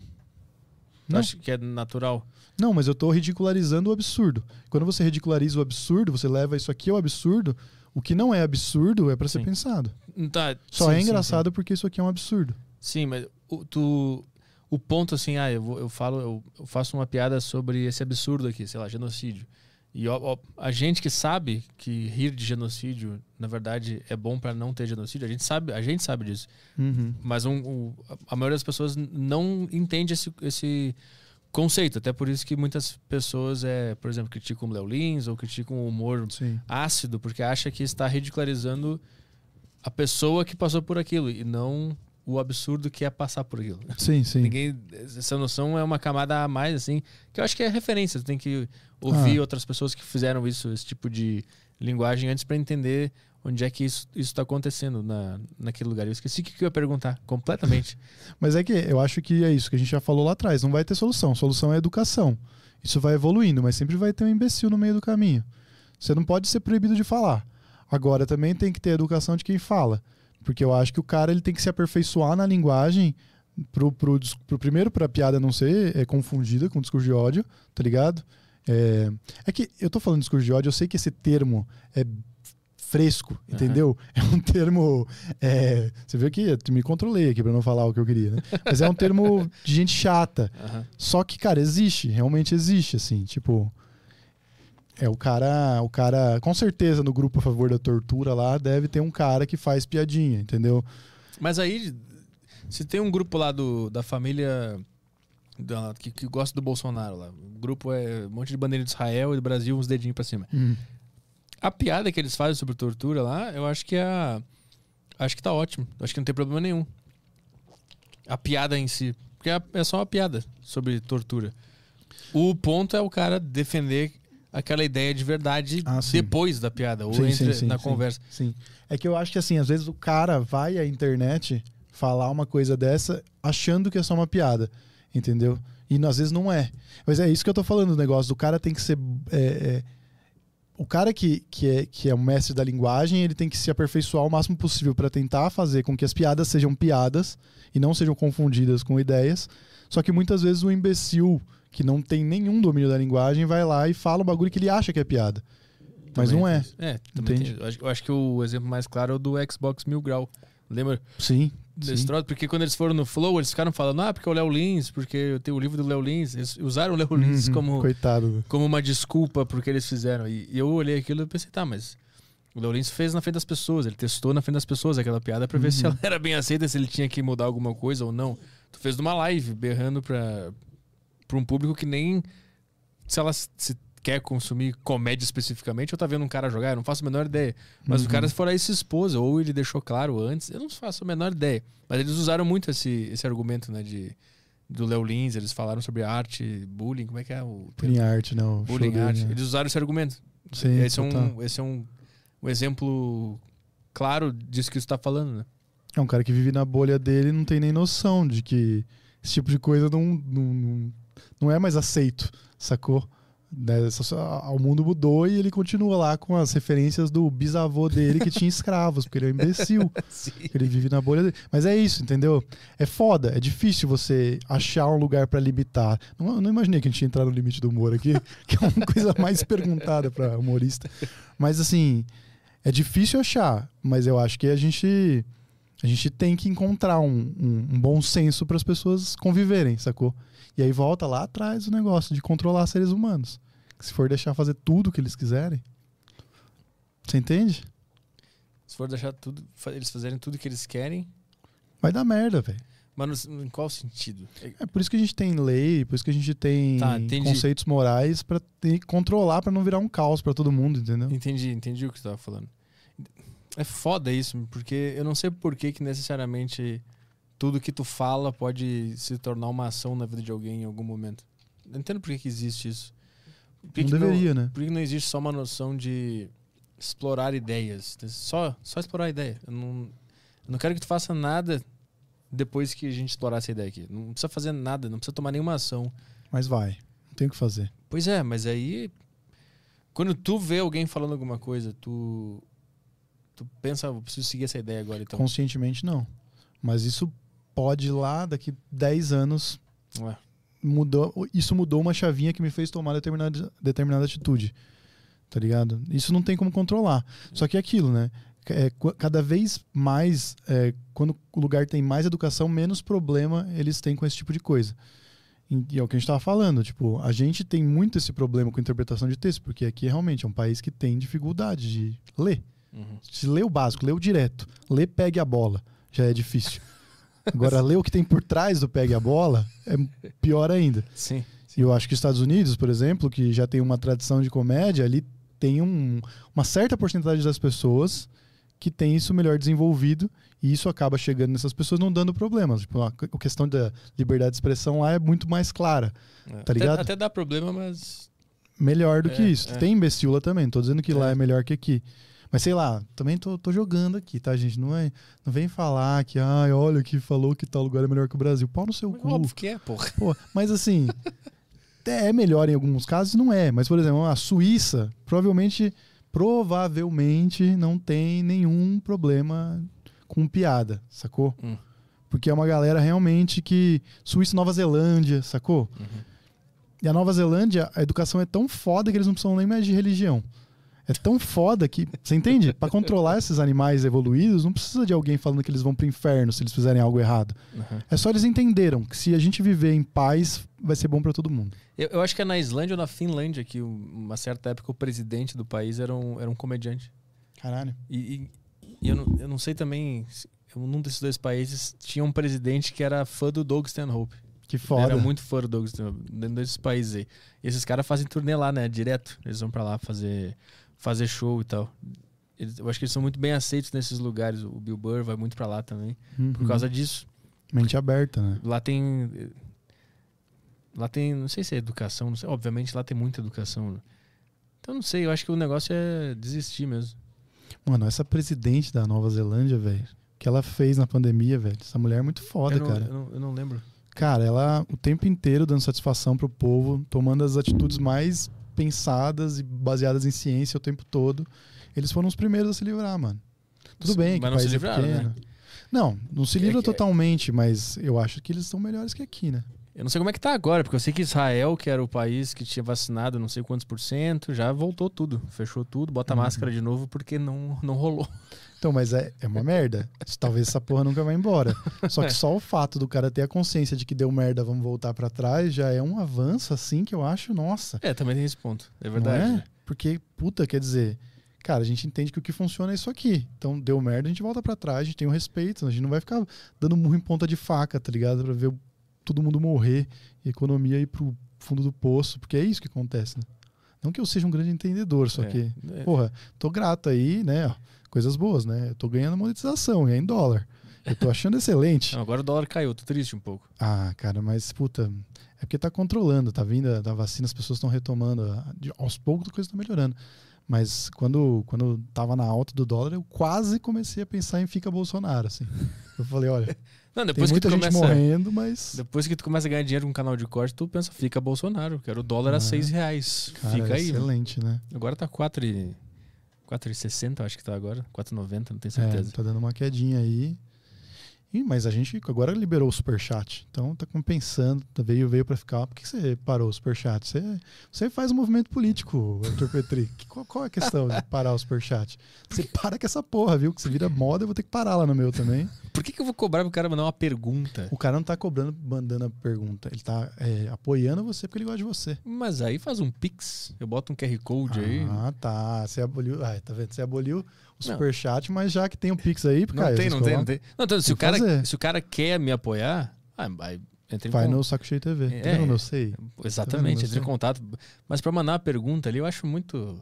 S3: não.
S1: acha que é natural?
S3: Não, mas eu tô ridicularizando o absurdo. Quando você ridiculariza o absurdo, você leva isso aqui ao absurdo. O que não é absurdo é pra ser
S1: Sim.
S3: pensado.
S1: Tá,
S3: Só
S1: sim,
S3: é engraçado
S1: sim, sim.
S3: porque isso aqui é um absurdo.
S1: Sim, mas o, tu, o ponto assim, ah, eu, vou, eu falo, eu, eu faço uma piada sobre esse absurdo aqui, sei lá, genocídio. E ó, ó, a gente que sabe que rir de genocídio, na verdade, é bom para não ter genocídio, a gente sabe, a gente sabe disso.
S3: Uhum.
S1: Mas um, um, a maioria das pessoas não entende esse, esse conceito. Até por isso que muitas pessoas, é, por exemplo, criticam o Léo Lins ou criticam o humor Sim. ácido, porque acha que está ridicularizando a pessoa que passou por aquilo e não o absurdo que é passar por aquilo.
S3: Sim, sim.
S1: Ninguém, essa noção é uma camada a mais, assim, que eu acho que é referência. Você tem que ouvir ah. outras pessoas que fizeram isso, esse tipo de linguagem antes para entender onde é que isso está acontecendo na, naquele lugar. Eu esqueci o que eu ia perguntar, completamente.
S3: Mas é que eu acho que é isso que a gente já falou lá atrás. Não vai ter solução. Solução é educação. Isso vai evoluindo, mas sempre vai ter um imbecil no meio do caminho. Você não pode ser proibido de falar. Agora, também tem que ter educação de quem fala. Porque eu acho que o cara ele tem que se aperfeiçoar na linguagem pro, pro, pro primeiro pra piada não ser é, confundida com discurso de ódio, tá ligado? É, é que eu tô falando de discurso de ódio, eu sei que esse termo é fresco, entendeu? Uhum. É um termo... É, você viu que eu me controlei aqui pra não falar o que eu queria, né? Mas é um termo de gente chata. Uhum. Só que, cara, existe, realmente existe, assim, tipo... É, o cara, o cara, com certeza no grupo a favor da tortura lá, deve ter um cara que faz piadinha, entendeu?
S1: Mas aí, se tem um grupo lá do, da família da, que, que gosta do Bolsonaro lá, o grupo é um monte de bandeira de Israel e do Brasil, uns dedinhos pra cima. Hum. A piada que eles fazem sobre tortura lá, eu acho que é... Acho que tá ótimo, acho que não tem problema nenhum. A piada em si, porque é só uma piada sobre tortura. O ponto é o cara defender aquela ideia de verdade ah, depois da piada, ou
S3: sim,
S1: entre,
S3: sim, sim,
S1: na
S3: sim,
S1: conversa.
S3: Sim. É que eu acho que assim, às vezes o cara vai à internet falar uma coisa dessa achando que é só uma piada, entendeu? E às vezes não é. Mas é isso que eu tô falando, o negócio do cara tem que ser... É, é, o cara que, que, é, que é um mestre da linguagem, ele tem que se aperfeiçoar o máximo possível para tentar fazer com que as piadas sejam piadas e não sejam confundidas com ideias. Só que muitas vezes o imbecil que não tem nenhum domínio da linguagem, vai lá e fala um bagulho que ele acha que é piada. Mas
S1: Também
S3: não é.
S1: É, também
S3: Entende?
S1: tem. Eu acho, eu acho que o exemplo mais claro é o do Xbox Mil Grau. Lembra
S3: Sim.
S1: desse
S3: sim.
S1: troço? Porque quando eles foram no Flow, eles ficaram falando, ah, porque é o Léo Lins, porque eu tenho o livro do Léo Lins. Eles usaram o Léo Lins
S3: Uhum,
S1: como,
S3: Coitado.
S1: como uma desculpa pro que eles fizeram. E, e eu olhei aquilo e pensei, tá, mas o Léo Lins fez na frente das pessoas, ele testou na frente das pessoas aquela piada pra ver
S3: Uhum.
S1: se ela era bem aceita, se ele tinha que mudar alguma coisa ou não. Tu fez numa live, berrando pra, pra um público que nem... Se ela se quer consumir comédia especificamente, ou tá vendo um cara jogar, eu não faço a menor ideia. Mas
S3: Uhum.
S1: o cara foi aí e se expôs, ou ele deixou claro antes, eu não faço a menor ideia. Mas eles usaram muito esse, esse argumento, né, de, do Léo Lins, eles falaram sobre arte, bullying, como é que é o...
S3: Bullying art, não.
S1: Bullying
S3: show
S1: art.
S3: dele, né?
S1: Eles usaram esse argumento.
S3: Sim,
S1: esse, é
S3: total.
S1: um, esse é um, um exemplo claro disso que você tá falando, né?
S3: É um cara que vive na bolha dele e não tem nem noção de que esse tipo de coisa não, não, não, não é mais aceito, sacou? Né, o mundo mudou e ele continua lá com as referências do bisavô dele que tinha escravos, porque ele é um imbecil. Ele vive na bolha dele. Mas é isso, entendeu? É foda, é difícil você achar um lugar pra limitar. Não, eu não imaginei que a gente ia entrar no limite do humor aqui, que é uma coisa mais perguntada pra humorista. Mas assim, é difícil achar, mas eu acho que a gente, a gente tem que encontrar um, um, um bom senso para as pessoas conviverem, sacou? E aí volta lá atrás o negócio de controlar seres humanos. Que se for deixar fazer tudo o que eles quiserem. Você entende?
S1: Se for deixar tudo, fa- eles fazerem tudo que eles querem,
S3: Vai dar merda, velho.
S1: mas no- em qual sentido? É-
S3: É por isso que a gente tem lei, por isso que a gente tem
S1: Tá, entendi.
S3: conceitos morais pra ter, controlar, pra não virar um caos pra todo mundo, entendeu?
S1: Entendi, entendi o que você tava falando. É foda isso, porque eu não sei por que que necessariamente tudo que tu fala pode se tornar uma ação na vida de alguém em algum momento. Não entendo por que que existe isso. Por que
S3: Não
S1: que
S3: deveria, né?
S1: Por que não existe só uma noção de explorar ideias? Só, só explorar a ideia. Eu não, eu não quero que tu faça nada depois que a gente explorar essa ideia aqui. Não precisa fazer nada, não precisa tomar nenhuma ação.
S3: Mas vai. Não tem o que fazer.
S1: Pois é, mas aí... Quando tu vê alguém falando alguma coisa, tu... Tu pensa, eu preciso seguir essa ideia agora, então.
S3: Conscientemente, não. Mas isso pode lá, daqui dez anos,
S1: Ué.
S3: mudou, isso mudou uma chavinha que me fez tomar determinada, determinada atitude. Tá ligado? Isso não tem como controlar. Só que é aquilo, né? É, qu- cada vez mais, é, quando o lugar tem mais educação, menos problema eles têm com esse tipo de coisa. E, e é o que a gente estava falando. Tipo, a gente tem muito esse problema com interpretação de texto, porque aqui realmente é um país que tem dificuldade de ler.
S1: Uhum.
S3: Se lê o básico, lê o direto, lê pegue a bola, já é difícil. Agora, ler o que tem por trás do pegue a bola é pior ainda.
S1: Sim.
S3: E eu acho que os Estados Unidos, por exemplo, que já tem uma tradição de comédia, ali tem um, uma certa porcentagem das pessoas que tem isso melhor desenvolvido e isso acaba chegando nessas pessoas não dando problemas. Tipo, a a questão da liberdade de expressão lá é muito mais clara.
S1: É.
S3: Tá ligado?
S1: Até, até dá problema, mas...
S3: Melhor do
S1: É,
S3: que isso.
S1: é.
S3: Tem imbecil lá também, não tô dizendo que lá
S1: É.
S3: é melhor que aqui. Mas sei lá, também tô, tô jogando aqui, tá, gente? Não, é, não vem falar que, ai, olha, que falou que tal lugar é melhor que o Brasil. Pau no seu cu.
S1: Óbvio que é, porra.
S3: Pô, mas assim, é melhor em alguns casos, não é. Mas, por exemplo, a Suíça provavelmente, provavelmente não tem nenhum problema com piada, sacou?
S1: Hum.
S3: Porque é uma galera realmente que... Suíça e Nova Zelândia, sacou?
S1: Uhum.
S3: E a Nova Zelândia, a educação é tão foda que eles não precisam nem mais de religião. É tão foda que... Você entende? Pra controlar esses animais evoluídos, não precisa de alguém falando que eles vão pro inferno se eles fizerem algo errado.
S1: Uhum.
S3: É só eles entenderam que se a gente viver em paz, vai ser bom pra todo mundo.
S1: Eu, eu acho que é na Islândia ou na Finlândia que um- uma certa época o presidente do país era um, era um comediante.
S3: Caralho.
S1: E, e- e eu, não, eu não sei também... se- eu, num desses dois países tinha um presidente que era fã do Doug Stanhope.
S3: Que
S1: Ele
S3: foda.
S1: era muito fã do Doug Stanhope, dentro desses países aí. E esses caras fazem turnê lá, né? Direto. Eles vão pra lá fazer, fazer show e tal. Eles- eu acho que eles são muito bem aceitos nesses lugares. O Bill Burr vai muito pra lá também.
S3: Uhum.
S1: Por causa disso.
S3: Mente aberta, né?
S1: Lá tem... Lá tem... Não sei se é educação. Não sei, obviamente lá tem muita educação. Né? Então não sei. Eu acho que o negócio é desistir mesmo.
S3: Mano, essa presidente da Nova Zelândia, velho, o que ela fez na pandemia, velho, essa mulher é muito foda,
S1: eu, não,
S3: cara.
S1: eu, não, eu não lembro.
S3: Cara, ela o tempo inteiro dando satisfação pro povo, tomando as atitudes mais pensadas e baseadas em ciência o tempo todo. Eles foram os primeiros a se livrar, mano. Tudo bem, que
S1: Mas
S3: o
S1: não
S3: país
S1: se livraram,
S3: é pequeno.
S1: né?
S3: Não, não se
S1: É
S3: livra
S1: que-
S3: totalmente, mas eu acho que eles são melhores que aqui, né?
S1: Eu não sei como é que tá agora, porque eu sei que Israel, que era o país que tinha vacinado não sei quantos por cento, já voltou tudo. Fechou tudo, bota a
S3: Uhum.
S1: máscara de novo porque não, não rolou.
S3: Então, mas é, é uma merda. Talvez essa porra nunca vai embora. Só que só o fato do cara ter a consciência de que deu merda, vamos voltar pra trás, já é um avanço, assim, que eu acho, nossa.
S1: É, também tem esse ponto. É
S3: Não
S1: verdade.
S3: é? Porque, puta, quer dizer, cara, a gente entende que o que funciona é isso aqui. Então, deu merda, a gente volta pra trás, a gente tem o respeito, a gente não vai ficar dando murro em ponta de faca, tá ligado? Pra ver todo mundo morrer e a economia ir pro fundo do poço, porque é isso que acontece, né? Não que eu seja um grande entendedor, só
S1: É,
S3: que,
S1: é.
S3: porra, tô grato aí, né? Ó, coisas boas, né? Eu tô ganhando monetização, e é em dólar. Eu tô achando excelente.
S1: Não, agora o dólar caiu, tô triste um pouco.
S3: Ah, cara, mas, puta, é porque tá controlando, tá vindo a, da vacina, as pessoas estão retomando. a- de- aos poucos a coisa tá melhorando. Mas quando, quando tava na alta do dólar, eu quase comecei a pensar em fica Bolsonaro, assim. Eu falei, olha,
S1: Não,
S3: tem
S1: depois que
S3: muita
S1: tu
S3: gente
S1: começa.
S3: morrendo, mas.
S1: Depois que tu começa a ganhar dinheiro com um canal de corte, tu pensa, fica Bolsonaro. Quero o dólar a
S3: Ah,
S1: seis reais.
S3: Cara,
S1: Fica
S3: é
S1: aí. mano.
S3: excelente, né?
S1: Agora tá quatro e quatro e sessenta, acho que tá agora. quatro e noventa, não tenho
S3: É,
S1: certeza.
S3: tá dando uma quedinha aí. Ih, mas a gente agora liberou o superchat. Então tá compensando. tá- Veio, veio pra ficar. Por que você parou o superchat? Você, você faz um movimento político, Arthur Petri. Que- Qual, qual é a questão de parar o superchat? Você para com essa porra, viu? Que você vira moda, eu vou ter que parar lá no meu também.
S1: Por que, que eu vou cobrar pro cara mandar uma pergunta?
S3: O cara não tá cobrando, mandando a pergunta. Ele tá é, apoiando você porque ele gosta de você.
S1: Mas aí faz um Pix, eu boto um Q R Code aí.
S3: Ah, tá. Você aboliu. Ah, tá vendo? Você aboliu o
S1: Não.
S3: superchat, mas já que tem o Pix aí,
S1: Não
S3: Caio,
S1: tem,
S3: vocês
S1: não tem, não
S3: colocam?
S1: tem. Não, então, se,
S3: Tem
S1: o
S3: que
S1: cara,
S3: fazer.
S1: se o cara quer me apoiar, ah, vai, entra em
S3: Vai
S1: con-
S3: no Saco Cheio T V.
S1: É.
S3: Tá vendo? Eu sei.
S1: Exatamente,
S3: Tá vendo?
S1: entra em
S3: Você-
S1: contato. Mas pra mandar uma pergunta ali, eu acho muito.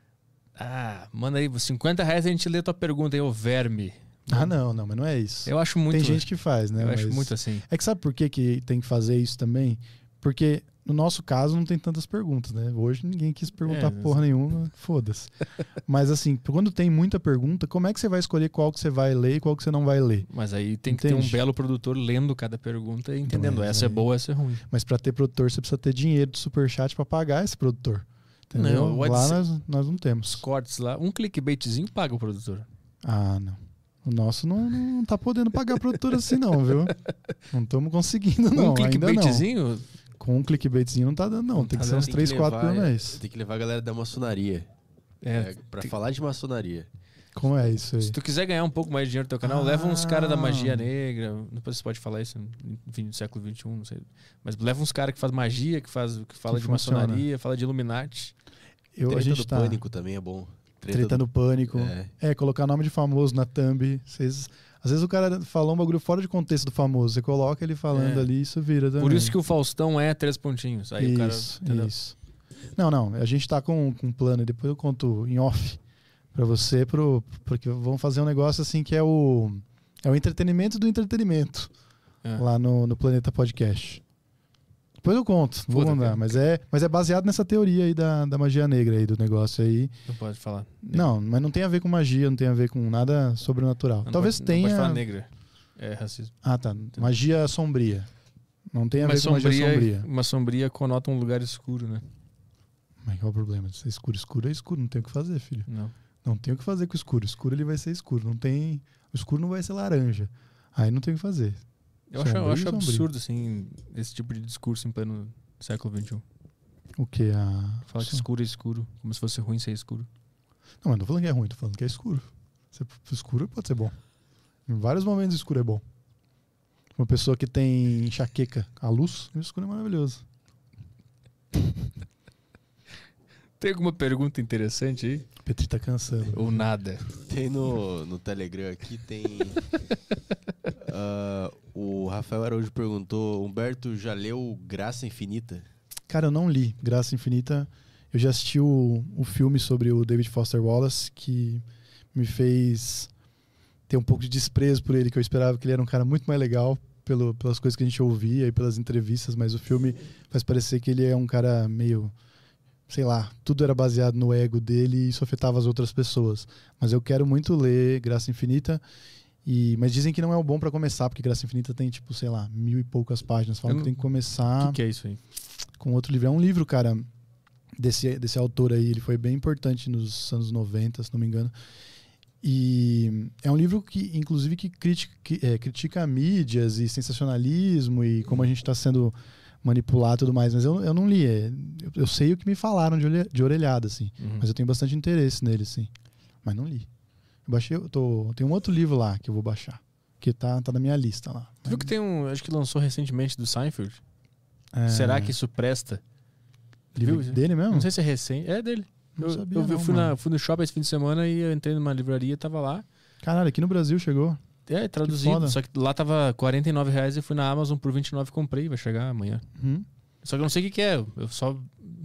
S1: Ah, manda aí, cinquenta reais a gente lê tua pergunta aí, ô verme.
S3: Ah, não, não, mas não é isso.
S1: Eu acho muito.
S3: Tem gente que faz, né?
S1: Eu
S3: mas...
S1: acho muito assim.
S3: É que sabe por que, que tem que fazer isso também? Porque no nosso caso não tem tantas perguntas, né? Hoje ninguém quis perguntar
S1: É,
S3: porra nenhuma, foda-se. Mas assim, quando tem muita pergunta, como é que você vai escolher qual que você vai ler e qual que você não vai ler?
S1: Mas aí tem que ter
S3: Entende?
S1: um belo produtor lendo cada pergunta e entendendo.
S3: Mas
S1: essa é
S3: aí-
S1: boa, essa é ruim.
S3: Mas pra ter produtor, você precisa ter dinheiro de superchat pra pagar esse produtor. Entendeu?
S1: Não, o
S3: Lá
S1: AdSense-
S3: nós, nós não
S1: Os
S3: temos.
S1: cortes lá, um clickbaitzinho paga o produtor.
S3: Ah, não. O nosso não, não tá podendo pagar produtor assim não, viu? Não estamos conseguindo não,
S1: um
S3: ainda não.
S1: clickbaitzinho,
S3: Com um clickbaitzinho não tá dando não,
S1: Não
S3: tem
S1: tá
S3: que ser uns
S2: Tem
S3: três,
S2: que
S3: quatro por
S2: levar-
S3: mês.
S2: Tem que levar a galera da maçonaria.
S1: é,
S2: É, pra
S1: tem-
S2: falar de maçonaria.
S3: Como é isso aí?
S1: se tu quiser ganhar um pouco mais de dinheiro no teu canal,
S3: Ah.
S1: leva uns caras da magia negra. Depois você pode falar isso no do século vinte e um, não sei. Mas leva uns caras que faz magia, que, faz, que fala
S3: Que
S1: de
S3: funciona.
S1: maçonaria, fala de Illuminati.
S3: Eu, a
S2: Treta
S3: gente
S2: do
S3: tá
S2: pânico também é bom.
S3: treta no pânico.
S2: É.
S3: É, colocar nome de famoso na thumb. Vocês, às vezes o cara falou um bagulho fora de contexto do famoso. Você coloca ele falando
S1: É.
S3: ali e isso vira também.
S1: Por isso que o Faustão é três pontinhos. Aí o cara.
S3: isso,
S1: entendeu?
S3: isso. Não, não. A gente tá com, com um plano. Depois eu conto em off pra você, pro, porque vamos fazer um negócio assim que é o, é o entretenimento do entretenimento.
S1: É.
S3: Lá no, no Planeta Podcast. Depois eu conto, vou
S1: Puta,
S3: mandar.
S1: cara.
S3: Mas é, mas é baseado nessa teoria aí da, da magia negra aí, do negócio aí.
S1: Não pode falar.
S3: Não, mas não tem a ver com magia, não tem a ver com nada sobrenatural.
S1: Não
S3: Talvez
S1: pode,
S3: tenha.
S1: Não pode falar negra. É racismo.
S3: Ah, tá. Magia sombria. Não tem a
S1: Mas
S3: ver com magia
S1: sombria,
S3: sombria.
S1: uma sombria conota um lugar escuro, né?
S3: Mas qual é o problema? Se é escuro, escuro é escuro. Não tem o que fazer, filho.
S1: Não.
S3: Não tem o que fazer com o escuro. O escuro ele vai ser escuro. Não tem. O escuro não vai ser laranja. Aí não tem o que fazer.
S1: Eu acho, eu
S3: Sombrio,
S1: acho
S3: sombrio.
S1: absurdo, assim, esse tipo de discurso em pleno século vinte e um.
S3: O que? A...
S1: Falar que escuro é escuro, como se fosse ruim ser escuro.
S3: Não, mas não tô falando que é ruim, tô falando que é escuro. Se for escuro pode ser bom. Em vários momentos escuro é bom. Uma pessoa que tem enxaqueca, a luz, o escuro é maravilhoso.
S1: Tem alguma pergunta interessante aí?
S3: O Petri tá cansando.
S1: Ou nada?
S2: Tem no, no Telegram aqui, tem. Ah, o Rafael Araújo perguntou: Humberto já leu Graça Infinita?
S3: Cara, eu não li Graça Infinita. Eu já assisti o, o filme sobre o David Foster Wallace, que me fez ter um pouco de desprezo por ele, que eu esperava que ele era um cara muito mais legal pelo, pelas coisas que a gente ouvia e pelas entrevistas, mas o filme faz parecer que ele é um cara meio, sei lá, tudo era baseado no ego dele e isso afetava as outras pessoas. Mas eu quero muito ler Graça Infinita, e, mas dizem que não é o bom pra começar, porque Graça Infinita tem, tipo, sei lá, mil e poucas páginas. Falam
S1: Eu
S3: que
S1: não-
S3: tem que
S1: O
S3: começar
S1: que, que é isso aí?
S3: com outro livro. É um livro, cara, desse, desse autor aí. Ele foi bem importante nos anos noventa, se não me engano. E é um livro que, inclusive, que critica, que, é, critica mídias e sensacionalismo e como a gente está sendo manipular e tudo mais. Mas eu, eu não li. É, eu, eu sei o que me falaram de, olhe, de orelhada, assim.
S1: Uhum.
S3: Mas eu tenho bastante interesse nele, sim. Mas não li. Eu baixei, eu tô, tem um outro livro lá que eu vou baixar. Que tá, tá na minha lista lá.
S1: Tu viu que tem um, acho que lançou recentemente do Seinfeld?
S3: É,
S1: Será que isso presta?
S3: livro
S1: viu?
S3: dele mesmo?
S1: Não sei se é recente. É dele.
S3: Não
S1: eu
S3: sabia
S1: eu,
S3: não,
S1: fui,
S3: mano.
S1: na, fui no shopping esse fim de semana e eu entrei numa livraria, tava lá.
S3: Caralho, aqui no Brasil chegou.
S1: É,
S3: foda.
S1: traduzido. Só que lá tava quarenta e nove reais e fui na Amazon por vinte e nove e comprei. Vai chegar amanhã.
S3: Hum?
S1: Só que eu não sei o que, que é. Eu só,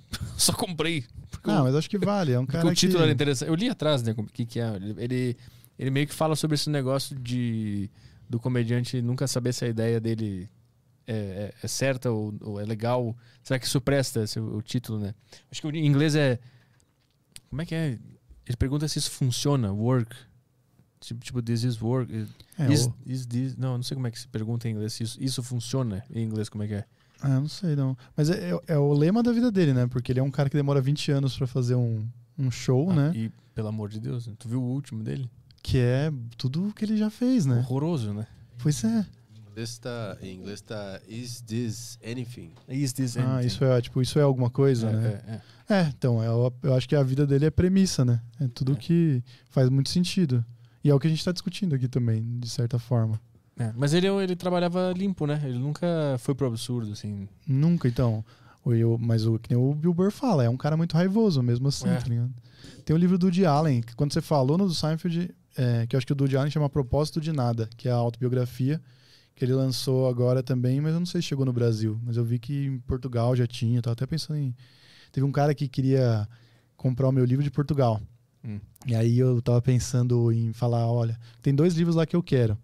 S1: só comprei. Porque,
S3: Não,
S1: eu,
S3: mas acho que vale. É um
S1: porque
S3: cara
S1: o título
S3: que...
S1: era interessante. Eu li atrás, né? O que, que é. Ele, ele meio que fala sobre esse negócio de do comediante nunca saber se a ideia dele é, é, é certa ou, ou é legal. Será que isso presta, esse, o, o título, né? Acho que em inglês é... Como é que é? Ele pergunta se isso funciona, work. Tipo, tipo this is work.
S3: É,
S1: is,
S3: o-
S1: is this... Não, não sei como é que se pergunta em inglês. Se isso, isso funciona em inglês, como é que é?
S3: Ah, não sei não. Mas é, é- é o lema da vida dele, né? Porque ele é um cara que demora vinte anos pra fazer um, um show,
S1: Ah,
S3: né?
S1: E, pelo amor de Deus, tu viu o último dele?
S3: Que é tudo que ele já fez, né?
S1: Horroroso, né?
S3: Pois é.
S2: Em inglês tá, em inglês tá Is This Anything?
S1: Is this
S3: Ah,
S1: anything?
S3: isso é, tipo, isso é alguma coisa,
S1: é,
S3: né?
S1: é, é.
S3: É, então, eu, eu acho que a vida dele é premissa, né? É tudo
S1: É.
S3: que faz muito sentido. E é o que a gente tá discutindo aqui também, de certa forma.
S1: É, mas ele, ele trabalhava limpo, né? Ele nunca foi pro absurdo, assim.
S3: Nunca, então. O- eu- mas o que nem o Bill Burr fala, é um cara muito raivoso, mesmo assim,
S1: É.
S3: tá ligado? Tem o livro do Woody Allen, que quando você falou no do Seinfeld, é, que eu acho que o do Woody Allen chama Propósito de Nada, que é a autobiografia, que ele lançou agora também, mas eu não sei se chegou no Brasil. Mas eu vi que em Portugal já tinha, tava até pensando em... Teve um cara que queria comprar o meu livro de Portugal.
S1: Hum.
S3: E aí eu tava pensando em falar, olha, tem dois livros lá que eu quero.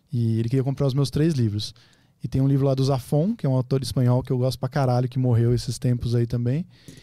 S3: E ele queria comprar os meus três livros. E tem um livro lá do Zafón, que é um autor espanhol que eu gosto pra caralho, que morreu esses tempos aí também.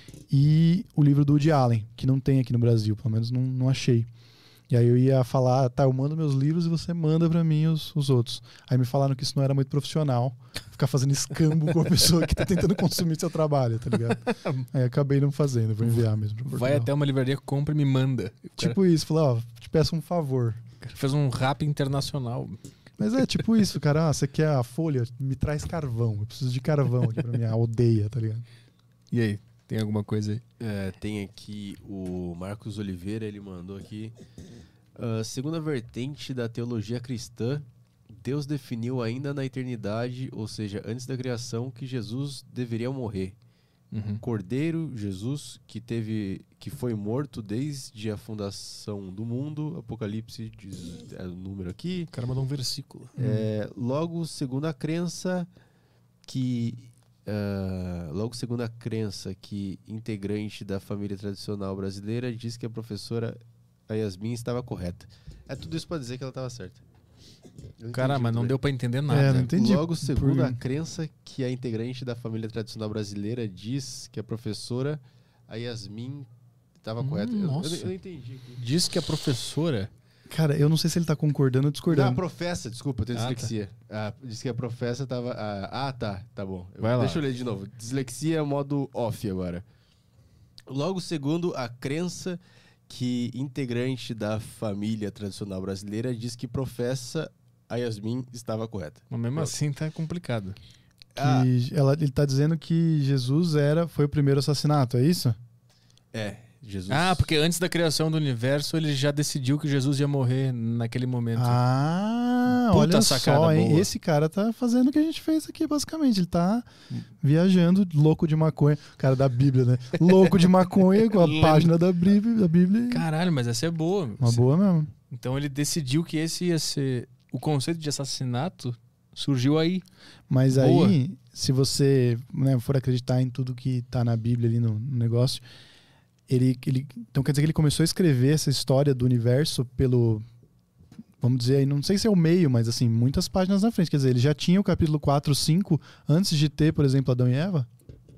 S3: E o livro do Woody Allen, que não tem aqui no Brasil, pelo menos não, não achei. E aí eu ia falar, tá, eu mando meus livros e você manda pra mim os, os outros. Aí me falaram que isso não era muito profissional, ficar fazendo escambo com a pessoa que tá tentando consumir seu trabalho, tá ligado? Aí acabei não fazendo, vou enviar mesmo pra Portugal.
S1: Vai até uma livraria, compra e me manda. O cara
S3: Tipo isso, falar, ó, te peço um favor.
S1: fez um rap internacional.
S3: Mas é tipo isso, cara, ah, você quer a folha? Me traz carvão, eu preciso de carvão aqui pra minha aldeia, tá ligado?
S1: E aí, tem alguma coisa aí?
S2: É, tem aqui o Marcos Oliveira, ele mandou aqui. Ah, segundo a vertente da teologia cristã, Deus definiu ainda na eternidade, ou seja, antes da criação, que Jesus deveria morrer.
S1: Uhum.
S2: Cordeiro, Jesus, que teve, que foi morto desde a fundação do mundo. Apocalipse diz é, o número aqui.
S1: O cara mandou um versículo.
S2: É, logo, segundo a crença que ah, logo segundo a crença que integrante da família tradicional brasileira diz que a professora a Yasmin estava correta. É tudo isso para dizer que ela estava certa. Eu
S1: Cara,
S2: entendi
S1: mas
S2: muito
S1: não
S2: bem.
S1: deu pra entender nada.
S3: É, não entendi.
S2: Logo, segundo
S3: Por-
S2: a crença que a integrante da família tradicional brasileira diz que a professora a Yasmin estava
S1: Hum,
S2: correta. Eu, eu,
S1: nossa.
S2: eu não entendi aqui.
S1: Diz que a professora...
S3: Cara, eu não sei se ele tá concordando ou
S2: Não, a
S3: discordando.
S2: professa, desculpa, eu tenho
S1: Ah, tá.
S2: dislexia. Ah, diz que a professa tava. Ah, ah, tá, tá bom. Eu-
S1: Vai lá.
S2: Deixa eu ler de novo. Dislexia modo off agora. Logo, segundo a crença que integrante da família tradicional brasileira diz que professa a Yasmin estava correta.
S1: Mas mesmo
S2: Pronto.
S1: assim tá complicado.
S3: Que
S2: Ah,
S3: ela, ele tá dizendo que Jesus era, foi o primeiro assassinato, é isso?
S2: é, Jesus.
S1: Ah, porque antes da criação do universo, ele já decidiu que Jesus ia morrer naquele momento.
S3: Ah,
S1: Puta
S3: olha
S1: sacada
S3: só, hein?
S1: boa.
S3: Esse cara tá fazendo o que a gente fez aqui, basicamente. Ele tá viajando, louco de maconha. Cara da Bíblia, né? Louco de maconha com a
S1: Lembra-
S3: página da Bíblia. Da Bíblia.
S1: Caralho, mas essa é boa.
S3: Uma boa mesmo.
S1: Então ele decidiu que esse ia ser... O conceito de assassinato surgiu aí.
S3: Mas
S1: Boa.
S3: aí, se você né, for acreditar em tudo que tá na Bíblia ali no, no negócio, ele, ele. Então quer dizer que ele começou a escrever essa história do universo pelo. Vamos dizer aí, não sei se é o meio, mas assim, muitas páginas na frente. Quer dizer, ele já tinha o capítulo quatro, cinco, antes de ter, por exemplo, Adão e Eva?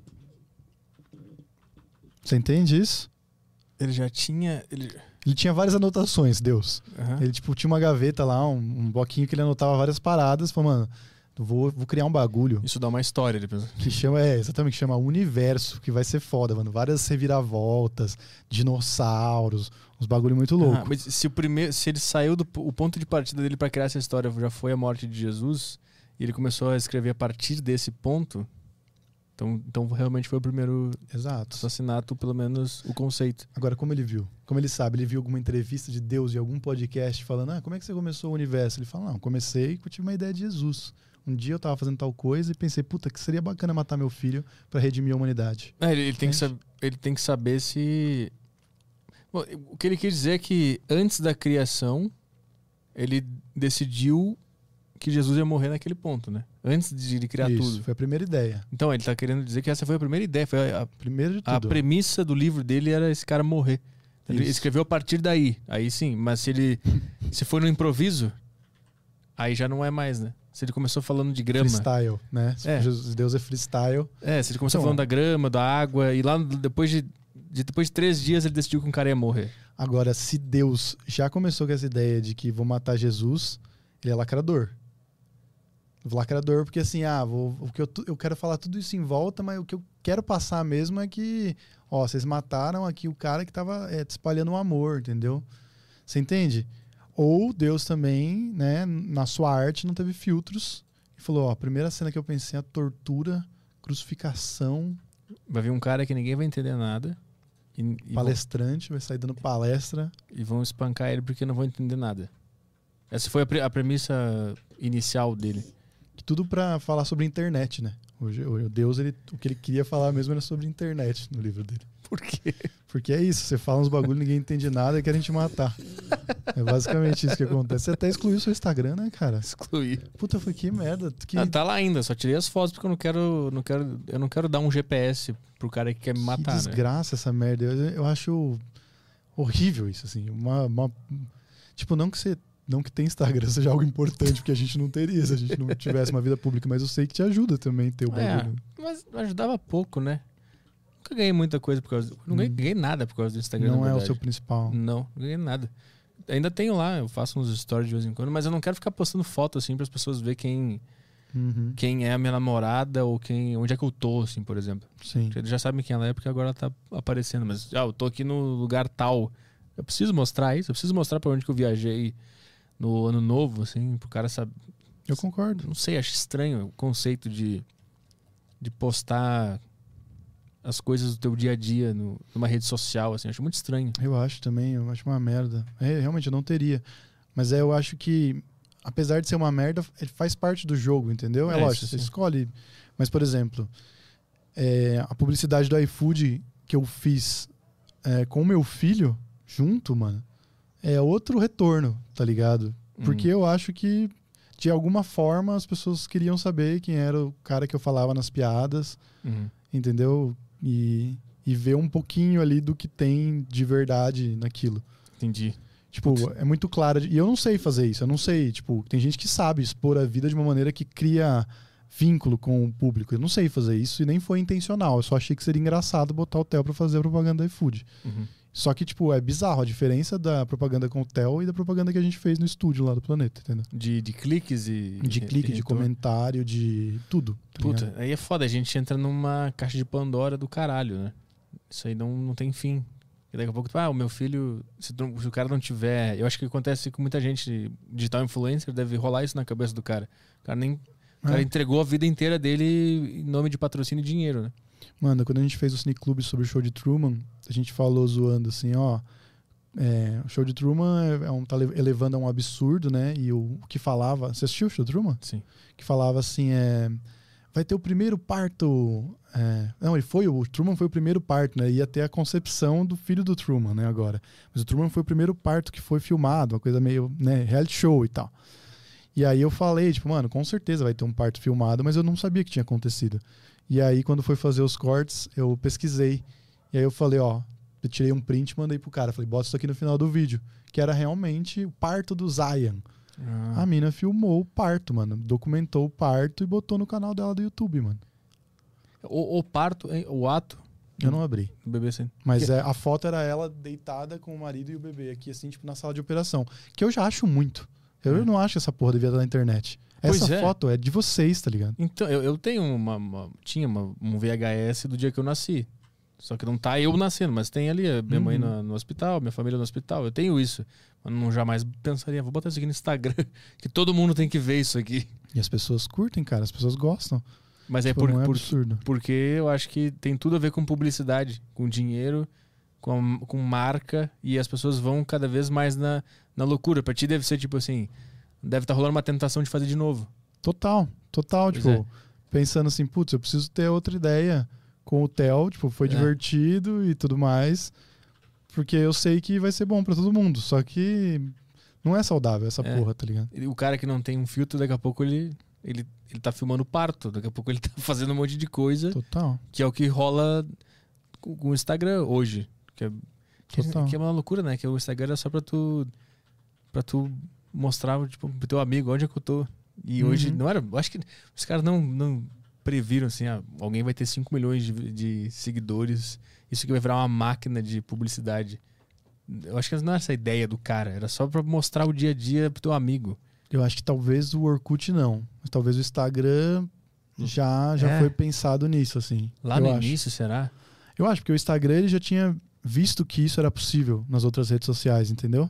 S3: Você entende isso?
S1: Ele já tinha... Ele...
S3: Ele tinha várias anotações, Deus.
S1: Aham.
S3: Ele, tipo, tinha uma gaveta lá, um, um bloquinho que ele anotava várias paradas. Falou, mano, vou, vou criar um bagulho
S1: Isso dá uma história, ele pensou.
S3: que chama, é, exatamente, que chama Universo, que vai ser foda, mano. Várias reviravoltas, dinossauros, uns bagulho muito louco.
S1: Ah, mas se, o primeiro, se ele saiu do o ponto de partida dele pra criar essa história já foi a morte de Jesus, e ele começou a escrever a partir desse ponto, Então, então realmente foi o primeiro
S3: Exato.
S1: assassinato, pelo menos o conceito.
S3: Agora, como ele viu? Como ele sabe? Ele viu alguma entrevista de Deus em algum podcast falando, ah, como é que você começou o universo? Ele fala, não, comecei porque eu tive uma ideia de Jesus. Um dia eu tava fazendo tal coisa e pensei, puta, que seria bacana matar meu filho pra redimir a humanidade.
S1: É, ele, ele, tem que sab- ele tem que saber se... Bom, o que ele quer dizer é que antes da criação, ele decidiu que Jesus ia morrer naquele ponto, né? Antes de ele criar
S3: Isso,
S1: tudo.
S3: foi a primeira ideia.
S1: Então, ele tá querendo dizer que essa foi a primeira ideia. Foi a, a,
S3: Primeiro de
S1: a
S3: tudo.
S1: premissa do livro dele era esse cara morrer. Ele
S3: Isso.
S1: escreveu a partir daí. Aí sim, mas se ele se for no improviso, aí já não é mais, né? Se ele começou falando de grama.
S3: Freestyle, né?
S1: É.
S3: Jesus, Deus é freestyle.
S1: É, se ele começou
S3: Então,
S1: falando da grama, da água, e lá depois de, de- depois de três dias ele decidiu que um cara ia morrer.
S3: Agora, se Deus já começou com essa ideia de que vou matar Jesus, ele é lacrador. Lacrador porque assim, ah, vou, o que eu, tu- eu quero falar tudo isso em volta, mas o que eu quero passar mesmo é que, ó, vocês mataram aqui o cara que tava é, espalhando o amor, entendeu? Você entende? Ou Deus também, né, na sua arte não teve filtros e falou, ó, a primeira cena que eu pensei é a tortura, crucificação,
S1: Vai vir um cara que ninguém vai entender nada. E, e, vão,
S3: palestrante, vai sair dando palestra.
S1: e vão espancar ele porque não vão entender nada. Essa foi a, pre- a premissa inicial dele.
S3: Que tudo pra falar sobre internet, né? Hoje, o Deus, ele, o que ele queria falar mesmo era sobre internet no livro dele.
S1: Por quê?
S3: Porque é isso, você fala uns bagulho, ninguém entende nada e querem te matar. É basicamente isso que acontece. Você até excluiu seu Instagram, né, cara?
S1: Excluir.
S3: Puta, foi que merda. Que,
S1: Ah, tá lá ainda, só tirei as fotos porque eu não quero, não quero, eu não quero dar um G P S pro cara que quer me
S3: que
S1: matar, né?
S3: desgraça essa merda. Eu, eu acho horrível isso, assim. Uma, uma- tipo, não que você... Não que ter Instagram seja algo importante, porque a gente não teria se a gente não tivesse uma vida pública, mas eu sei que te ajuda também ter o bagulho.
S1: É, mas ajudava pouco, né? Nunca ganhei muita coisa por causa do... Não ganhei,
S3: Hum.
S1: ganhei nada por causa do Instagram,
S3: Não
S1: na
S3: é o
S1: verdade.
S3: seu principal.
S1: Não, não ganhei nada. Ainda tenho lá, eu faço uns stories de vez em quando, mas eu não quero ficar postando foto, assim, para as pessoas verem quem,
S3: Uhum.
S1: quem é a minha namorada ou quem, onde é que eu tô, assim, por exemplo.
S3: Sim.
S1: Eles já sabem quem ela é porque agora ela tá aparecendo, mas, ah, eu tô aqui no lugar tal. Eu preciso mostrar isso, eu preciso mostrar para onde que eu viajei no ano novo, assim, pro cara saber.
S3: Eu concordo.
S1: Não sei, acho estranho o conceito de, de postar as coisas do teu dia a dia no, numa rede social, assim, acho muito estranho.
S3: Eu acho também, eu acho uma merda. É, realmente, eu não teria. Mas é, eu acho que, apesar de ser uma merda, ele faz parte do jogo, entendeu? É,
S1: É,
S3: lógico,
S1: isso
S3: você
S1: sim.
S3: escolhe. Mas, por exemplo, é, a publicidade do iFood que eu fiz é, com o meu filho, junto, mano, é outro retorno, tá ligado? Porque eu acho que, de alguma forma, as pessoas queriam saber quem era o cara que eu falava nas piadas,
S1: Uhum.
S3: entendeu? E, e ver um pouquinho ali do que tem de verdade naquilo.
S1: Entendi.
S3: Tipo, é muito claro. E eu não sei fazer isso. Eu não sei. Tipo, tem gente que sabe expor a vida de uma maneira que cria vínculo com o público. Eu não sei fazer isso e nem foi intencional. Eu só achei que seria engraçado botar o Theo pra fazer a propaganda do iFood.
S1: Uhum.
S3: Só que, tipo, é bizarro a diferença da propaganda com o Theo e da propaganda que a gente fez no estúdio lá do Planeta, entendeu?
S1: De, de cliques e...
S3: De clique, de
S1: retorno.
S3: comentário, de tudo. tá
S1: Puta,
S3: ligado?
S1: aí é foda, a gente entra numa caixa de Pandora do caralho, né? Isso aí não, não tem fim. E daqui a pouco, tu, ah, o meu filho, se, tu- se o cara não tiver... Eu acho que acontece com muita gente, digital influencer, deve rolar isso na cabeça do cara. O cara nem... O cara
S3: É.
S1: entregou a vida inteira dele em nome de patrocínio e dinheiro, né?
S3: Mano, quando a gente fez o Cine Club sobre o show de Truman, a gente falou zoando assim, ó. É, o show de Truman é, é um, tá le- elevando a um absurdo, né? E o, o que falava. Você assistiu o show de Truman?
S1: Sim.
S3: Que falava assim, é. Vai ter o primeiro parto. é, não, ele foi. O Truman foi o primeiro parto, né? Ia ter a concepção do filho do Truman, né? Agora. Mas o Truman foi o primeiro parto que foi filmado, uma coisa meio, né? Reality show e tal. E aí eu falei, tipo, mano, com certeza vai ter um parto filmado, mas eu não sabia que tinha acontecido. E aí, quando foi fazer os cortes, eu pesquisei. E aí eu falei, ó, eu tirei um print e mandei pro cara. Falei, bota isso aqui no final do vídeo. Que era realmente o parto do Zion.
S1: Ah.
S3: A mina filmou o parto, mano. Documentou o parto e botou no canal dela do YouTube, mano.
S1: O, o parto, hein, o ato
S3: Eu não abri.
S1: do bebê sem...
S3: Mas
S1: Que-
S3: é, a foto era ela deitada com o marido e o bebê aqui, assim, tipo, na sala de operação. Que eu já acho muito. Eu
S1: É.
S3: não acho que essa porra devia estar na internet.
S1: Pois
S3: Essa
S1: é.
S3: foto é de vocês, tá ligado?
S1: Então, eu, eu tenho uma, uma- tinha uma- um V H S do dia que eu nasci. Só que não tá eu nascendo, mas tem ali a minha mãe
S3: Uhum.
S1: no, no hospital, minha família no hospital. Eu tenho isso. Mas não jamais pensaria, vou botar isso aqui no Instagram, que todo mundo tem que ver isso aqui.
S3: E as pessoas curtem, cara, as pessoas gostam.
S1: Mas é
S3: Tipo,
S1: por,
S3: não é
S1: por,
S3: absurdo.
S1: porque eu acho que tem tudo a ver com publicidade, com dinheiro, com, com marca, e as pessoas vão cada vez mais na, na loucura. Pra ti deve ser tipo assim, deve estar rolando uma tentação de fazer de novo.
S3: Total, total.
S1: Pois
S3: Tipo,
S1: é.
S3: pensando assim, putz, eu preciso ter outra ideia com o Theo. Tipo, foi
S1: É.
S3: divertido e tudo mais. Porque eu sei que vai ser bom pra todo mundo. Só que não é saudável essa
S1: É.
S3: porra, tá ligado?
S1: E o cara que não tem um filtro, daqui a pouco ele, ele, ele tá filmando parto, daqui a pouco ele tá fazendo um monte de coisa,
S3: Total.
S1: que é o que rola com com o Instagram hoje. Que é, que, é,
S3: Total.
S1: que é uma loucura, né? Que o Instagram é só pra tu, pra tu mostrar, tipo, pro teu amigo onde é que eu tô. E
S3: Uhum.
S1: hoje não era. Eu acho que os caras não, não previram assim, ah, alguém vai ter cinco milhões de, de seguidores, isso que vai virar uma máquina de publicidade. Eu acho que não era essa a ideia do cara, era só pra mostrar o dia a dia pro teu amigo.
S3: Eu acho que talvez o Orkut não. Mas talvez o Instagram já, já
S1: É.
S3: foi pensado nisso, assim.
S1: Lá
S3: eu
S1: no
S3: acho.
S1: início, será?
S3: Eu acho, porque o Instagram ele já tinha visto que isso era possível nas outras redes sociais, entendeu?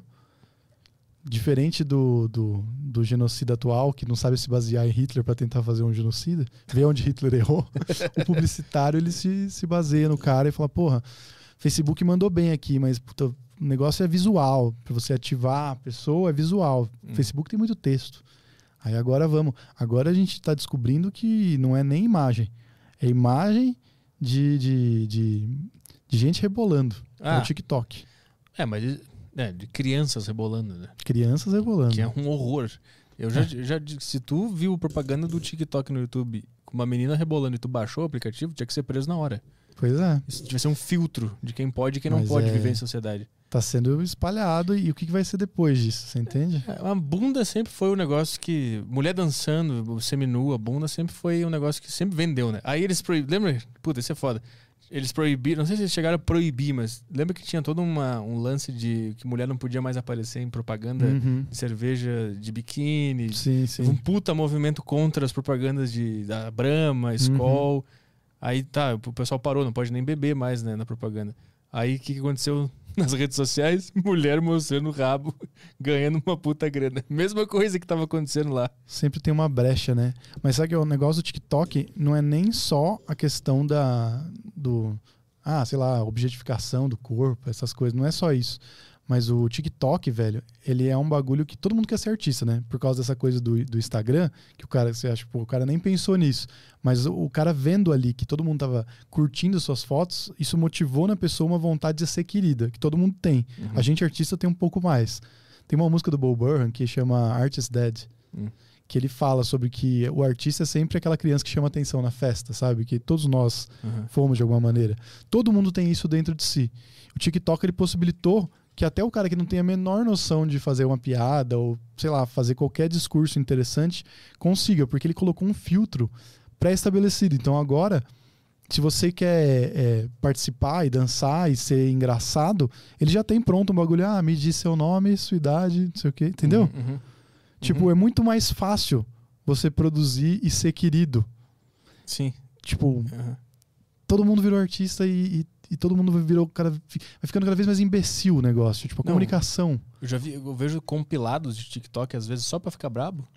S3: Diferente do, do, do genocida atual, que não sabe se basear em Hitler para tentar fazer um genocida, ver onde Hitler errou, o publicitário ele se, se baseia no cara e fala, porra, Facebook mandou bem aqui, mas puta, o negócio é visual, para você ativar a pessoa é visual.
S1: Hum.
S3: Facebook tem muito texto. Aí agora vamos. Agora a gente está descobrindo que não é nem imagem, é imagem de, de, de, de gente rebolando. É
S1: Ah.
S3: o TikTok.
S1: É, mas é, de crianças rebolando, né?
S3: Crianças rebolando.
S1: Que é um horror. Eu já,
S3: É.
S1: já se tu viu propaganda do TikTok no YouTube com uma menina rebolando e tu baixou o aplicativo, tinha que ser preso na hora.
S3: Pois é.
S1: Isso devia ser um filtro de quem pode e quem não
S3: Mas
S1: pode
S3: é-
S1: viver em sociedade.
S3: Tá sendo espalhado e o que que vai ser depois disso, você entende?
S1: É, a bunda sempre foi um negócio que... Mulher dançando, seminua, a bunda sempre foi um negócio que sempre vendeu, né? Aí eles proibiram... Lembra? Puta, isso é foda. Eles proibiram... Não sei se eles chegaram a proibir, mas... Lembra que tinha todo uma, um lance de que mulher não podia mais aparecer em propaganda
S3: Uhum.
S1: de cerveja de biquíni.
S3: Sim,
S1: Teve um
S3: sim.
S1: puta movimento contra as propagandas de, da Brahma, Skol. Aí tá, o pessoal parou, não pode nem beber mais, né, na propaganda. Aí o que, que aconteceu nas redes sociais? Mulher mostrando o rabo, ganhando uma puta grana. Mesma coisa que tava acontecendo lá.
S3: Sempre tem uma brecha, né? Mas sabe que o negócio do TikTok não é nem só a questão da do ah, sei lá, objetificação do corpo, essas coisas, não é só isso. Mas o TikTok, velho, ele é um bagulho que todo mundo quer ser artista, né? Por causa dessa coisa do, do Instagram, que o cara, você acha, pô, o cara nem pensou nisso. Mas o, o cara vendo ali que todo mundo tava curtindo suas fotos, isso motivou na pessoa uma vontade de ser querida, que todo mundo tem.
S1: Uhum.
S3: A gente artista tem um pouco mais. Tem uma música do Bo Burnham que chama Artist Dead,
S1: Hum.
S3: que ele fala sobre que o artista é sempre aquela criança que chama atenção na festa, sabe? Que todos nós
S1: Uhum.
S3: fomos de alguma maneira. Todo mundo tem isso dentro de si. O TikTok ele possibilitou que até o cara que não tem a menor noção de fazer uma piada ou, sei lá, fazer qualquer discurso interessante consiga, porque ele colocou um filtro pré-estabelecido. Então agora, se você quer é, participar e dançar e ser engraçado, ele já tem pronto um bagulho, ah, me diz seu nome, sua idade, não sei o quê, entendeu?
S1: Uhum. Uhum.
S3: Tipo,
S1: Uhum.
S3: é muito mais fácil você produzir e ser querido.
S1: Sim.
S3: Tipo,
S1: Uhum.
S3: todo mundo virou artista e, e, e todo mundo virou cada, vai ficando cada vez mais imbecil o negócio. Tipo, a
S1: Não.
S3: comunicação.
S1: Eu já vi, eu vejo compilados de TikTok às vezes só pra ficar brabo.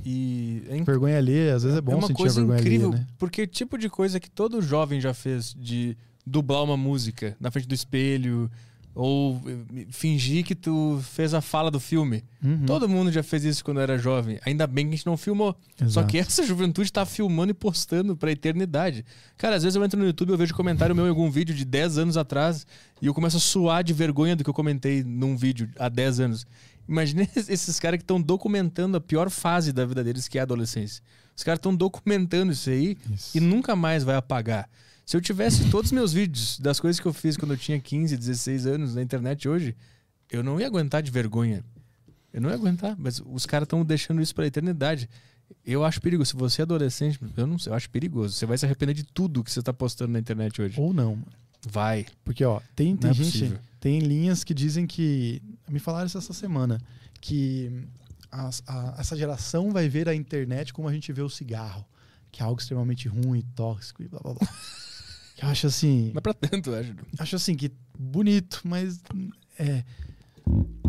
S1: E é inc-
S3: Vergonha alheia, às vezes é bom
S1: é uma
S3: sentir a
S1: coisa
S3: vergonha
S1: incrível,
S3: alheia, né?
S1: porque tipo de coisa que todo jovem já fez de dublar uma música na frente do espelho ou eh, fingir que tu fez a fala do filme.
S3: Uhum.
S1: Todo mundo já fez isso quando era jovem. Ainda bem que a gente não filmou. Só
S3: Exato.
S1: que essa juventude tá filmando e postando pra eternidade. Cara, às vezes eu entro no YouTube e eu vejo comentário meu em algum vídeo de dez anos atrás e eu começo a suar de vergonha do que eu comentei num vídeo há dez anos. Imagina esses caras que estão documentando a pior fase da vida deles, que é a adolescência. Os caras estão documentando isso aí
S3: Isso.
S1: e nunca mais vai apagar. Se eu tivesse todos os meus vídeos das coisas que eu fiz quando eu tinha quinze, dezesseis anos na internet hoje, eu não ia aguentar de vergonha. Eu não ia aguentar, mas os caras estão deixando isso pra eternidade. Eu acho perigoso. Se você é adolescente, eu não sei, eu acho perigoso. Você vai se arrepender de tudo que você tá postando na internet hoje.
S3: Ou não, mano.
S1: Vai.
S3: Porque, ó, tem,
S1: Não
S3: tem
S1: é
S3: gente,
S1: possível.
S3: tem linhas que dizem que. Me falaram isso essa semana. Que as- a- essa geração vai ver a internet como a gente vê o cigarro. Que é algo extremamente ruim, tóxico e blá blá blá. Que eu acho assim.
S1: Não é pra tanto, eu acho.
S3: Acho assim que bonito, mas é,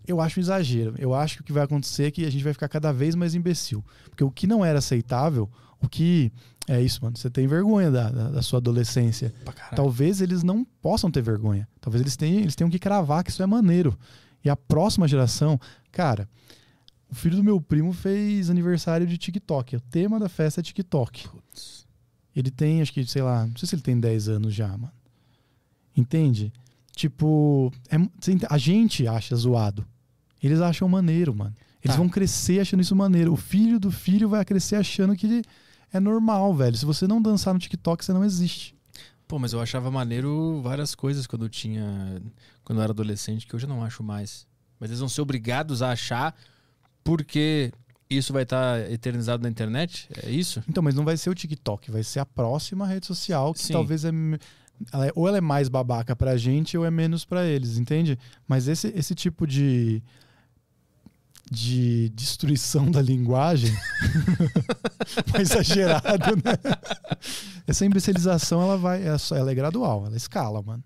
S3: Eu acho um exagero. Eu acho que o que vai acontecer é que a gente vai ficar cada vez mais imbecil. Porque o que não era aceitável, o que... É isso, mano. Você tem vergonha da, da, da sua adolescência. Talvez eles não possam ter vergonha. Talvez eles tenham, eles tenham que cravar que isso é maneiro. E a próxima geração... Cara, o filho do meu primo fez aniversário de TikTok. O tema da festa é TikTok. Putz. Ele tem, acho que, sei lá... Não sei se ele tem dez anos já, mano. Entende? Tipo... É, a gente acha zoado. Eles acham maneiro, mano. Eles tá. vão crescer achando isso maneiro. O filho do filho vai crescer achando que é normal, velho. Se você não dançar no TikTok, você não existe.
S1: Pô, mas eu achava maneiro várias coisas quando eu tinha... Quando eu era adolescente, que hoje eu não acho mais. Mas eles vão ser obrigados a achar porque isso vai estar eternizado na internet? É isso?
S3: Então, mas não vai ser o TikTok. Vai ser a próxima rede social que
S1: Sim.
S3: talvez é... Ela é, ou ela é mais babaca pra gente ou é menos pra eles, entende? Mas esse, esse tipo de de destruição da linguagem exagerado, né? Essa imbecilização ela vai, ela é gradual, ela escala, mano.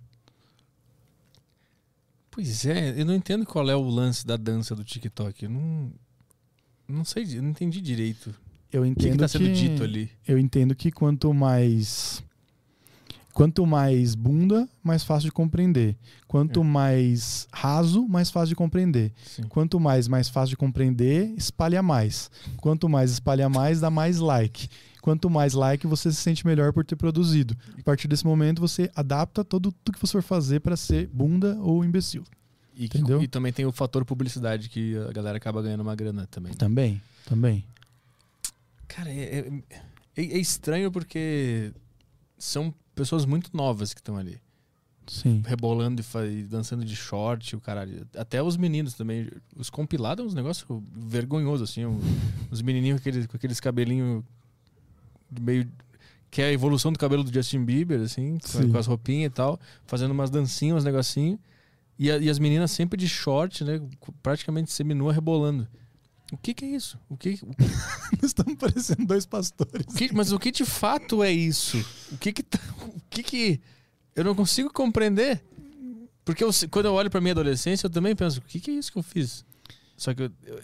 S1: Pois é, eu não entendo qual é o lance da dança do TikTok. Eu não, não sei, eu não entendi direito.
S3: Eu entendo
S1: o que, que tá sendo
S3: que,
S1: dito ali.
S3: Eu entendo que quanto mais Quanto mais bunda, mais fácil de compreender. Quanto é. mais raso, mais fácil de compreender.
S1: Sim.
S3: Quanto mais mais fácil de compreender, espalha mais. Quanto mais espalha mais, dá mais like. Quanto mais like, você se sente melhor por ter produzido. A partir desse momento, você adapta todo, tudo que você for fazer para ser bunda ou imbecil.
S1: E,
S3: entendeu?
S1: Que, e também tem o fator publicidade, que a galera acaba ganhando uma grana também.
S3: Também, também.
S1: Cara, é, é, é estranho porque são pessoas muito novas que estão ali.
S3: Sim.
S1: Rebolando e, e dançando de short, o caralho. Até os meninos também. Os compilados é uns negócios vergonhosos, assim. Um, os menininhos com aqueles, com aqueles cabelinhos meio... Que é a evolução do cabelo do Justin Bieber, assim. Com, com as roupinhas e tal. Fazendo umas dancinhas, uns negocinhos. E, a, e as meninas sempre de short, né? Praticamente seminua, rebolando. O que que é isso? O que, o...
S3: Nós estamos parecendo dois pastores.
S1: O que, mas o que de fato é isso? O que que... Tá, o que que... Eu não consigo compreender. Porque eu, quando eu olho pra minha adolescência, eu também penso, o que que é isso que eu fiz? Só que eu... Eu,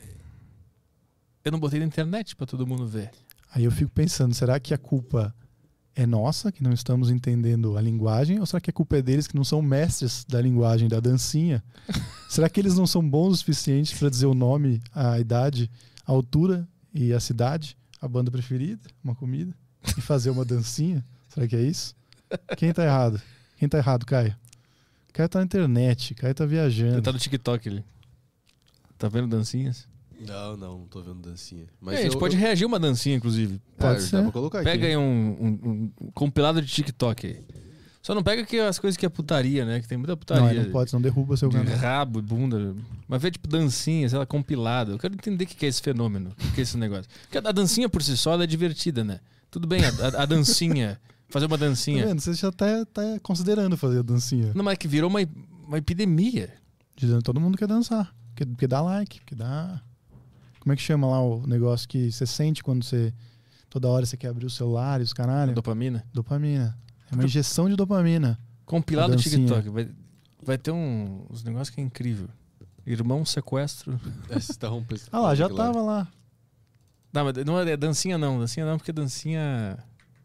S1: eu não botei na internet pra todo mundo ver.
S3: Aí eu fico pensando, será que a culpa é nossa, que não estamos entendendo a linguagem? Ou será que a culpa é deles, que não são mestres da linguagem, da dancinha? Será que eles não são bons o suficiente para dizer o nome, a idade, a altura e a cidade, a banda preferida, uma comida, e fazer uma dancinha? Será que é isso? Quem tá errado? Quem tá errado, Caio? Caio tá na internet, Caio tá viajando.
S1: Ele tá no TikTok ali. Tá vendo dancinhas?
S2: Não, não, não tô vendo dancinha. Mas
S1: é, a gente
S2: eu,
S1: pode
S2: eu...
S1: reagir uma dancinha, inclusive.
S3: Pode
S2: ah,
S3: ser.
S2: Dá pra colocar aqui.
S1: Pega aí um, um, um compilado de TikTok aí. Só não pega que as coisas que é putaria, né? Que tem muita putaria.
S3: Não, não pode, não derruba seu
S1: de
S3: canal.
S1: rabo e bunda. Mas vê tipo dancinha, sei lá, compilada. Eu quero entender o que é esse fenômeno. O que é esse negócio. Porque a dancinha por si só ela é divertida, né? Tudo bem, a, a, a dancinha. Fazer uma dancinha.
S3: Tá vendo? Você já tá, tá considerando fazer a dancinha.
S1: Não, mas é que virou uma, uma epidemia.
S3: Dizendo todo mundo quer dançar. Porque, porque dá like, porque dá... Como é que chama lá o negócio que você sente quando você... Toda hora você quer abrir o celular e os caralho?
S1: Dopamina?
S3: Dopamina. É uma injeção de dopamina.
S1: Compilado do TikTok. Vai, vai ter um, uns negócios que é incrível. Irmão sequestro.
S3: Ah lá, já tava lá.
S1: Não, mas não é dancinha não. Dancinha não, porque dancinha...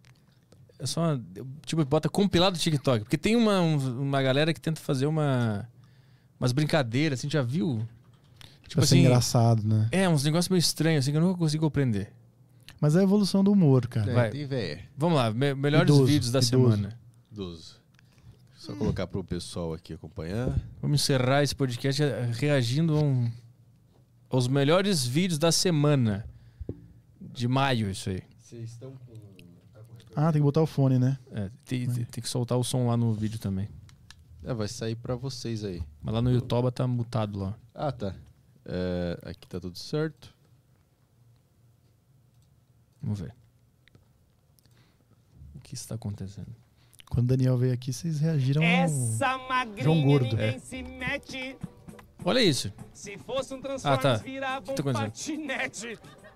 S1: É só uma, tipo, bota compilado do TikTok. Porque tem uma, uma galera que tenta fazer uma... Umas brincadeiras, assim, já viu?
S3: Tipo assim, engraçado, né?
S1: É, uns negócios meio estranhos, assim, que eu nunca consigo aprender.
S3: Mas é a evolução do humor, cara.
S1: Vai. Vamos lá, me melhores idoso, vídeos da
S3: idoso.
S1: semana.
S2: doze. Só colocar pro pessoal aqui acompanhar.
S1: Vamos encerrar esse podcast reagindo a um, aos melhores vídeos da semana. De maio, isso aí.
S2: Vocês estão com...
S3: Ah, tem que botar o fone, né?
S1: É, tem, tem, tem que soltar o som lá no vídeo também.
S2: É, vai sair pra vocês aí.
S1: Mas lá no YouTube tá mutado lá.
S2: Ah, tá. É, aqui tá tudo certo.
S1: Vamos ver. O que está acontecendo?
S3: Quando o Daniel veio aqui, vocês reagiram
S4: Essa
S3: ao João Gordo.
S4: É. Se mete.
S1: Olha isso.
S4: Se fosse um Transformers,
S1: ah, tá.
S4: virava um
S1: tá
S4: patinete.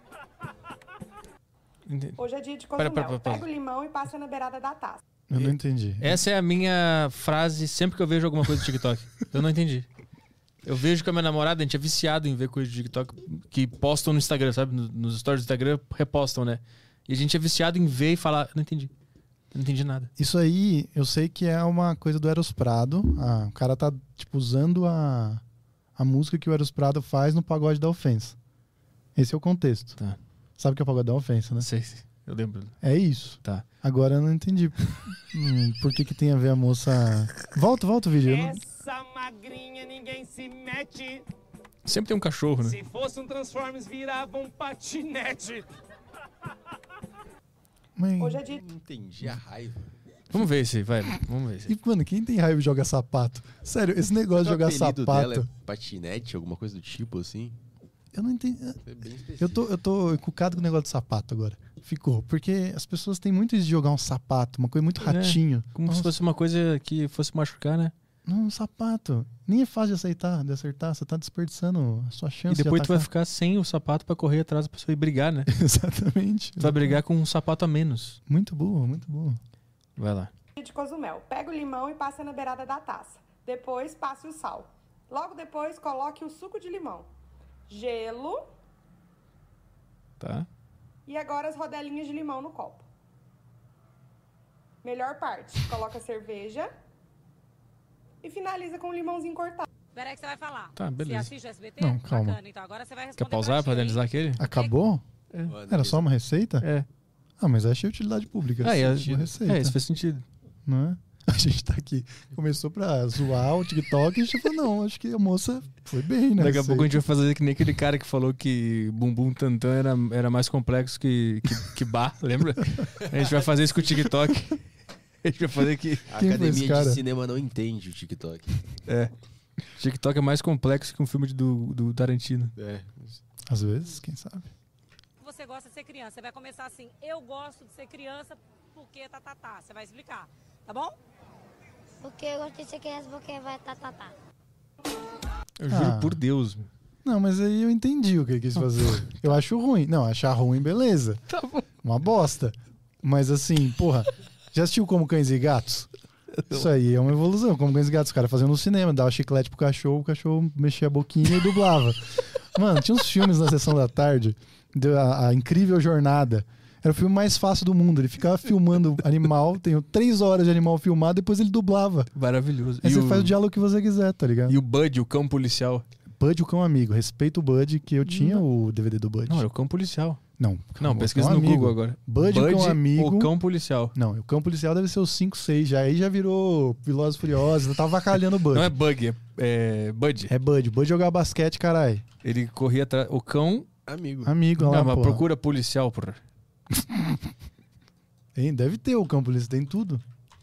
S5: Hoje é dia de
S1: pera,
S5: cozumel.
S1: pera, pera, pera.
S5: Pega o limão e passa na beirada da taça.
S3: Eu não entendi.
S1: Essa é a minha frase sempre que eu vejo alguma coisa do TikTok. Eu não entendi. Eu vejo com a minha namorada, a gente é viciado em ver coisas de TikTok que postam no Instagram, sabe? No- Nos stories do Instagram, repostam, né? E a gente é viciado em ver e falar, não entendi. Não entendi nada.
S3: Isso aí, eu sei que é uma coisa do Eros Prado. Ah, o cara tá, tipo, usando a, a música que o Eros Prado faz no Pagode da Ofensa. Esse é o contexto.
S1: Tá.
S3: Sabe o que é o Pagode da Ofensa, né?
S1: Não sei se eu lembro.
S3: É isso.
S1: Tá.
S3: Agora eu não entendi. hum, por que que tem a ver a moça... Volta, volta o vídeo. Eu não-
S4: Essa magrinha ninguém se mete.
S1: Sempre tem um cachorro, né?
S4: Se fosse um Transformers, virava um patinete.
S3: Mãe,
S5: Hoje é dia
S2: Não entendi a raiva.
S1: Vamos ver esse aí, vai. Vamos ver esse aí.
S3: E, mano, quem tem raiva e joga sapato? Sério, esse negócio de
S2: O
S3: jogar
S2: apelido dela
S3: sapato...
S2: é patinete, alguma coisa do tipo, assim?
S3: Eu não entendi.
S2: É bem específico.
S3: Eu tô, eu tô encucado com o negócio de sapato agora. Ficou. Porque as pessoas têm muito isso de jogar um sapato, uma coisa muito
S1: É,
S3: ratinho.
S1: Como
S3: Nossa,
S1: se fosse uma coisa que fosse machucar, né?
S3: Não, um sapato. Nem é fácil de aceitar, de acertar. Você tá desperdiçando a sua chance
S1: E depois
S3: de
S1: tu vai
S3: atacar.
S1: ficar sem o sapato pra correr atrás da pessoa e brigar, né?
S3: Exatamente.
S1: Tu vai brigar com um sapato a menos.
S3: Muito burro, muito burro.
S1: Vai lá.
S5: de Cozumel. Pega o limão e passa na beirada da taça. Depois, passe o sal. Logo depois, coloque o suco de limão. Gelo
S1: Tá?
S5: e agora as rodelinhas de limão no copo. Melhor parte, coloca a cerveja e finaliza com um limãozinho cortado.
S6: Peraí que você vai falar.
S1: Tá, beleza.
S6: Você assiste o S B T?
S3: Não, calma.
S6: Bacana, então agora você vai responder
S1: Quer pausar pra
S6: ti, hein?
S1: analisar aquele?
S3: Acabou?
S2: Mano,
S3: Era só uma receita?
S1: É.
S3: Ah, mas achei utilidade pública.
S1: Ah, e a-
S3: Uma receita.
S1: é, isso faz sentido.
S3: Não é? A gente tá aqui. Começou pra zoar o TikTok e a gente falou, não, acho que a moça foi bem, né?
S1: Daqui a pouco a gente vai fazer que nem aquele cara que falou que Bumbum Tantan era, era mais complexo que, que, que bar, lembra? A gente vai fazer isso com o TikTok. A gente vai fazer que.
S2: A
S3: Quem foi
S2: academia
S3: esse cara?
S2: de cinema não entende o TikTok.
S1: É. TikTok é mais complexo que um filme de- do, do Tarantino.
S2: É.
S3: Às vezes, quem sabe.
S6: Você gosta de ser criança. Você vai começar assim, eu gosto de ser criança porque tá, tá, tá. Você vai explicar, tá bom?
S7: Porque eu gosto de ser criança porque vai tá, tá, tá.
S1: Eu juro
S3: Ah.
S1: por Deus.
S3: Não, mas aí eu entendi o que ele quis fazer. Eu acho ruim. Não, achar ruim, beleza.
S1: Tá bom.
S3: Uma bosta. Mas assim, porra, já assistiu Como Cães e Gatos? Isso aí é uma evolução. Como Cães e Gatos, os caras faziam no cinema, dava chiclete pro cachorro, o cachorro mexia a boquinha e dublava. Mano, tinha uns filmes na sessão da tarde, deu a, a Incrível Jornada. Era o filme mais fácil do mundo. Ele ficava filmando animal, tem três horas de animal filmado, depois ele dublava.
S1: Maravilhoso.
S3: Aí
S1: E
S3: você
S1: o,
S3: faz o diálogo que você quiser, tá ligado?
S1: e o Bud, o cão policial.
S3: Bud, o cão amigo. Respeita o Bud, que eu tinha o D V D do Bud.
S1: Não, era o cão policial.
S3: Não,
S1: Não,
S3: o
S1: pesquisa
S3: cão
S1: no
S3: amigo.
S1: Google agora.
S3: Bud, o cão amigo.
S1: o cão policial.
S3: Não, o cão policial deve ser os cinco, seis. Já aí já virou Velozes e Furiosos. Eu tava vacalhando o Bud.
S1: Não é Bug, é, é Bud.
S3: É Bud. Bud jogava basquete, caralho.
S1: Ele corria atrás. O cão.
S2: Amigo.
S3: Amigo, olha
S1: Não,
S3: lá,
S1: mas
S3: porra.
S1: procura policial, porra.
S3: Tem, deve ter o cão policial, tem tudo.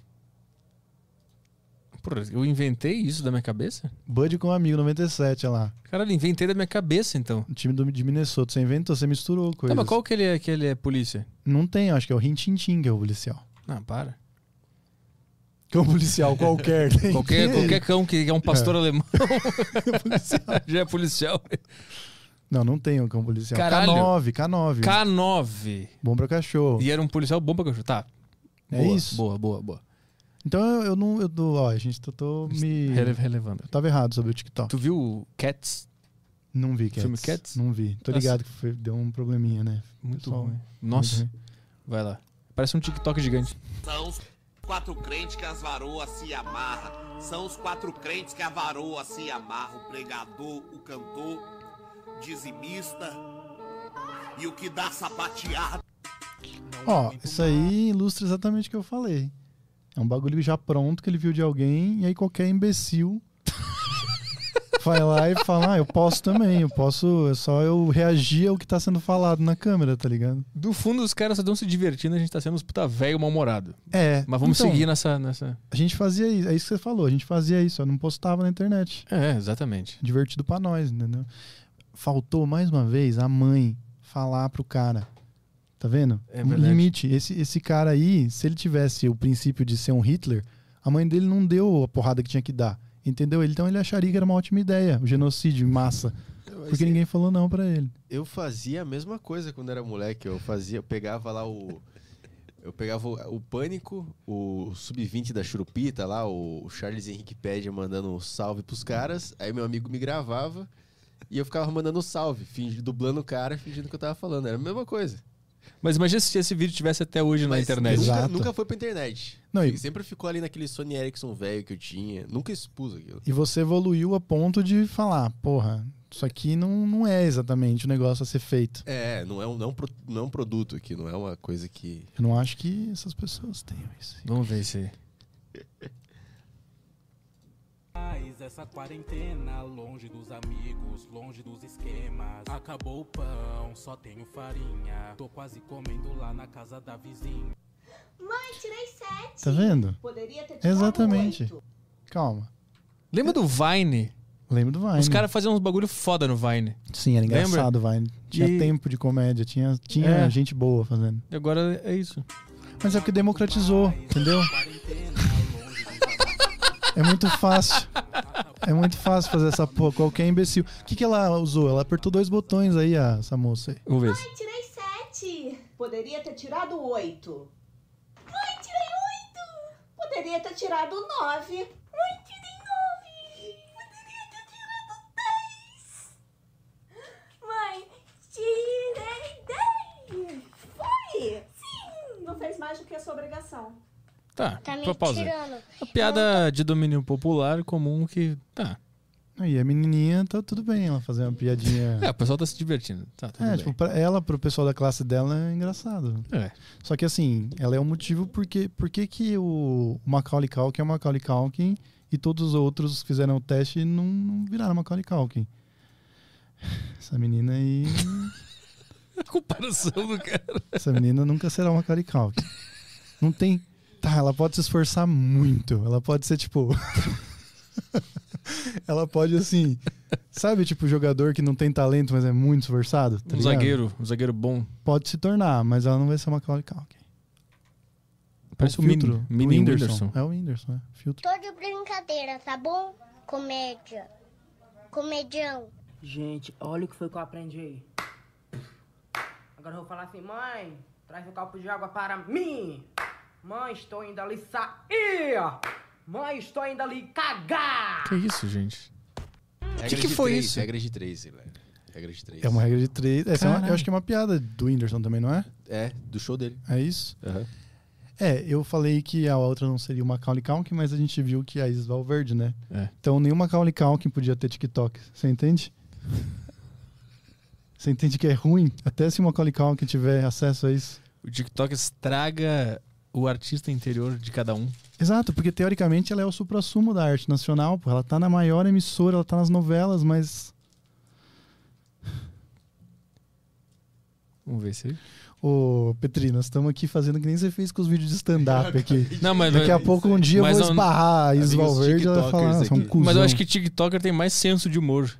S1: Porra, eu inventei isso da minha cabeça?
S3: Bud com amigo, noventa e sete, olha lá.
S1: Caralho, inventei da minha cabeça, então.
S3: O time do, de Minnesota. Você inventou, você misturou
S1: Tá,
S3: coisas.
S1: mas qual que ele é, que ele é polícia?
S3: Não tem, acho que é o Rintintin que é o policial.
S1: Não, para.
S3: Cão policial qualquer. Tem
S1: Qualquer,
S3: que-
S1: qualquer cão que é um pastor alemão
S3: policial.
S1: já é policial.
S3: Não, não tem o cão policial.
S1: Caralho.
S3: K nove, K nove.
S1: K nove.
S3: Bom pra cachorro.
S1: E era um policial bom pra cachorro. Tá.
S3: É
S1: Boa,
S3: isso.
S1: Boa, boa, boa.
S3: Então eu, eu não. Eu, dou- ó, a gente tô, tô me.
S1: Rele- relevando.
S3: Eu tava errado sobre o TikTok.
S1: Tu viu Cats?
S3: Não vi, Cats.
S1: Filme Cats?
S3: Não vi. Tô
S1: Nossa.
S3: ligado que foi- deu um probleminha, né?
S1: Muito
S3: Pessoal,
S1: ruim. Nossa,
S3: muito ruim.
S1: vai lá. Parece um TikTok gigante.
S8: São os quatro crentes que as varoas se amarra. São os quatro crentes que a varoa se amarra. O pregador, o cantor, dizimista e o que dá sapateada.
S3: Ó, isso aí ilustra exatamente o que eu falei. É um bagulho já pronto que ele viu de alguém e aí qualquer imbecil vai lá e fala, ah, eu posso também, eu posso, é só eu reagir ao que tá sendo falado na câmera, tá ligado?
S1: Do fundo, os caras só estão se divertindo, a gente tá sendo uns puta velho mal-humorado.
S3: É.
S1: Mas vamos
S3: então,
S1: seguir nessa, nessa.
S3: A gente fazia isso, é isso que você falou, a gente fazia isso, só não postava na internet.
S1: É, exatamente.
S3: Divertido pra nós, entendeu? Faltou mais uma vez a mãe falar pro cara. Tá vendo?
S1: É
S3: Um
S1: verdade.
S3: limite. Esse, esse cara aí, se ele tivesse o princípio de ser um Hitler, a mãe dele não deu a porrada que tinha que dar. Entendeu? Então ele acharia que era uma ótima ideia, o genocídio em massa. Porque ninguém falou não pra ele.
S2: Eu fazia a mesma coisa quando era moleque. Eu fazia, eu pegava lá o, Eu pegava o, o Pânico, o sub vinte da Churupita lá, o Charles Henrique Pédia mandando um salve pros caras. Aí meu amigo me gravava e eu ficava mandando um salve, fingindo, dublando o cara, fingindo que eu tava falando. Era a mesma coisa.
S1: Mas imagina se esse vídeo tivesse até hoje
S2: Mas
S1: na internet.
S2: Nunca,
S3: Exato.
S2: nunca foi pra internet.
S3: Não, e-
S2: Sempre ficou ali naquele Sony Ericsson velho que eu tinha. Nunca expus aquilo.
S3: E você evoluiu a ponto de falar, porra, isso aqui não, não é exatamente o negócio a ser feito.
S2: É, não é, um, não, é um pro- não é um produto aqui, não é uma coisa que...
S3: Eu não acho que essas pessoas tenham isso.
S1: Vamos ver isso aí.
S9: Mas essa quarentena, longe dos amigos, longe dos esquemas. Acabou o pão, só tenho farinha. Tô quase comendo lá na casa da vizinha.
S7: Mãe, tirei sete.
S3: Tá vendo?
S7: Poderia ter tirado
S3: Exatamente.
S7: oito.
S3: Calma.
S1: Lembra do Vine?
S3: Lembro do Vine.
S1: Os caras faziam uns bagulho foda no Vine.
S3: Sim, era engraçado o Vine. Tinha
S1: E-
S3: tempo de comédia, tinha, tinha
S1: É.
S3: gente boa fazendo.
S1: E agora é isso.
S3: Mas é porque democratizou, entendeu? É muito fácil. É muito fácil fazer essa porra. Qualquer imbecil. O que, que ela usou? Ela apertou dois botões aí, a- essa moça aí.
S1: Vamos ver.
S7: Mãe, tirei sete. Poderia ter tirado oito. Mãe, tirei oito. Poderia ter tirado nove. Mãe, tirei nove. Poderia ter tirado dez. Mãe, tirei dez. Foi? Sim. Não fez mais do que a sua obrigação.
S1: Tá,
S7: Tá me
S1: pra pausa.
S7: tirando.
S1: A piada de domínio popular comum que... Tá.
S3: Aí a menininha, tá tudo bem ela fazer uma piadinha.
S1: É, o pessoal tá se divertindo. Tá, tudo
S3: É,
S1: bem.
S3: tipo, pra ela, pro pessoal da classe dela, é engraçado.
S1: É.
S3: Só que assim, ela é o motivo porque, porque que o Macaulay Culkin é o Macaulay Culkin e todos os outros que fizeram o teste não, não viraram Macaulay Culkin. Essa menina aí...
S1: A comparação do cara.
S3: Essa menina nunca será uma Macaulay Culkin. Não tem... Tá, ela pode se esforçar muito. Ela pode ser, tipo... ela pode, assim... Sabe, tipo, jogador que não tem talento, mas é muito esforçado? Tá
S1: Um
S3: ligado?
S1: zagueiro, um zagueiro bom.
S3: Pode se tornar, mas ela não vai ser uma Macaulay Culkin.
S1: Parece o
S3: filtro.
S1: Mini,
S3: o
S1: Mini
S3: Whindersson.
S1: Whindersson.
S3: É o Whindersson, é. Filtro.
S7: Tô de brincadeira, tá bom? Comédia. Comedião.
S10: Gente, olha o que foi que eu aprendi aí. Agora eu vou falar assim, mãe, traz um copo de água para mim. Mãe, estou indo ali sair. Mãe, estou indo ali cagar.
S1: Que isso, gente?
S2: Regra
S1: que que
S2: de
S1: foi
S2: três,
S1: isso?
S2: Regra de três, velho. Regra de três.
S3: É uma regra de três. Essa é uma- eu
S1: Caralho.
S3: acho que é uma piada do Whindersson também, não é?
S2: É, do show dele.
S3: É isso?
S2: Aham.
S3: É, eu falei que a outra não seria o Macaulay Culkin, mas a gente viu que a Isis Valverde, né?
S1: É.
S3: Então nenhum Macaulay Culkin podia ter TikTok. Você entende? Você entende que é ruim? Até se o Macaulay Culkin tiver acesso a isso.
S1: O TikTok estraga o artista interior de cada um.
S3: Exato, porque teoricamente ela é o suprassumo da arte nacional. Pô. Ela tá na maior emissora, ela tá nas novelas, mas...
S1: Vamos ver se...
S3: Ô, Petri, nós estamos aqui fazendo que nem você fez com os vídeos de stand-up aqui.
S1: Não, mas...
S3: Daqui a pouco um dia eu
S1: Mas
S3: vou
S1: não-
S3: esbarrar a Isis
S2: Amigos
S3: Valverde e ela vai falar,
S2: tiktokers
S3: "Nossa, é um
S2: aqui."
S3: cuzão.
S1: Mas eu acho que TikToker tem mais senso de humor.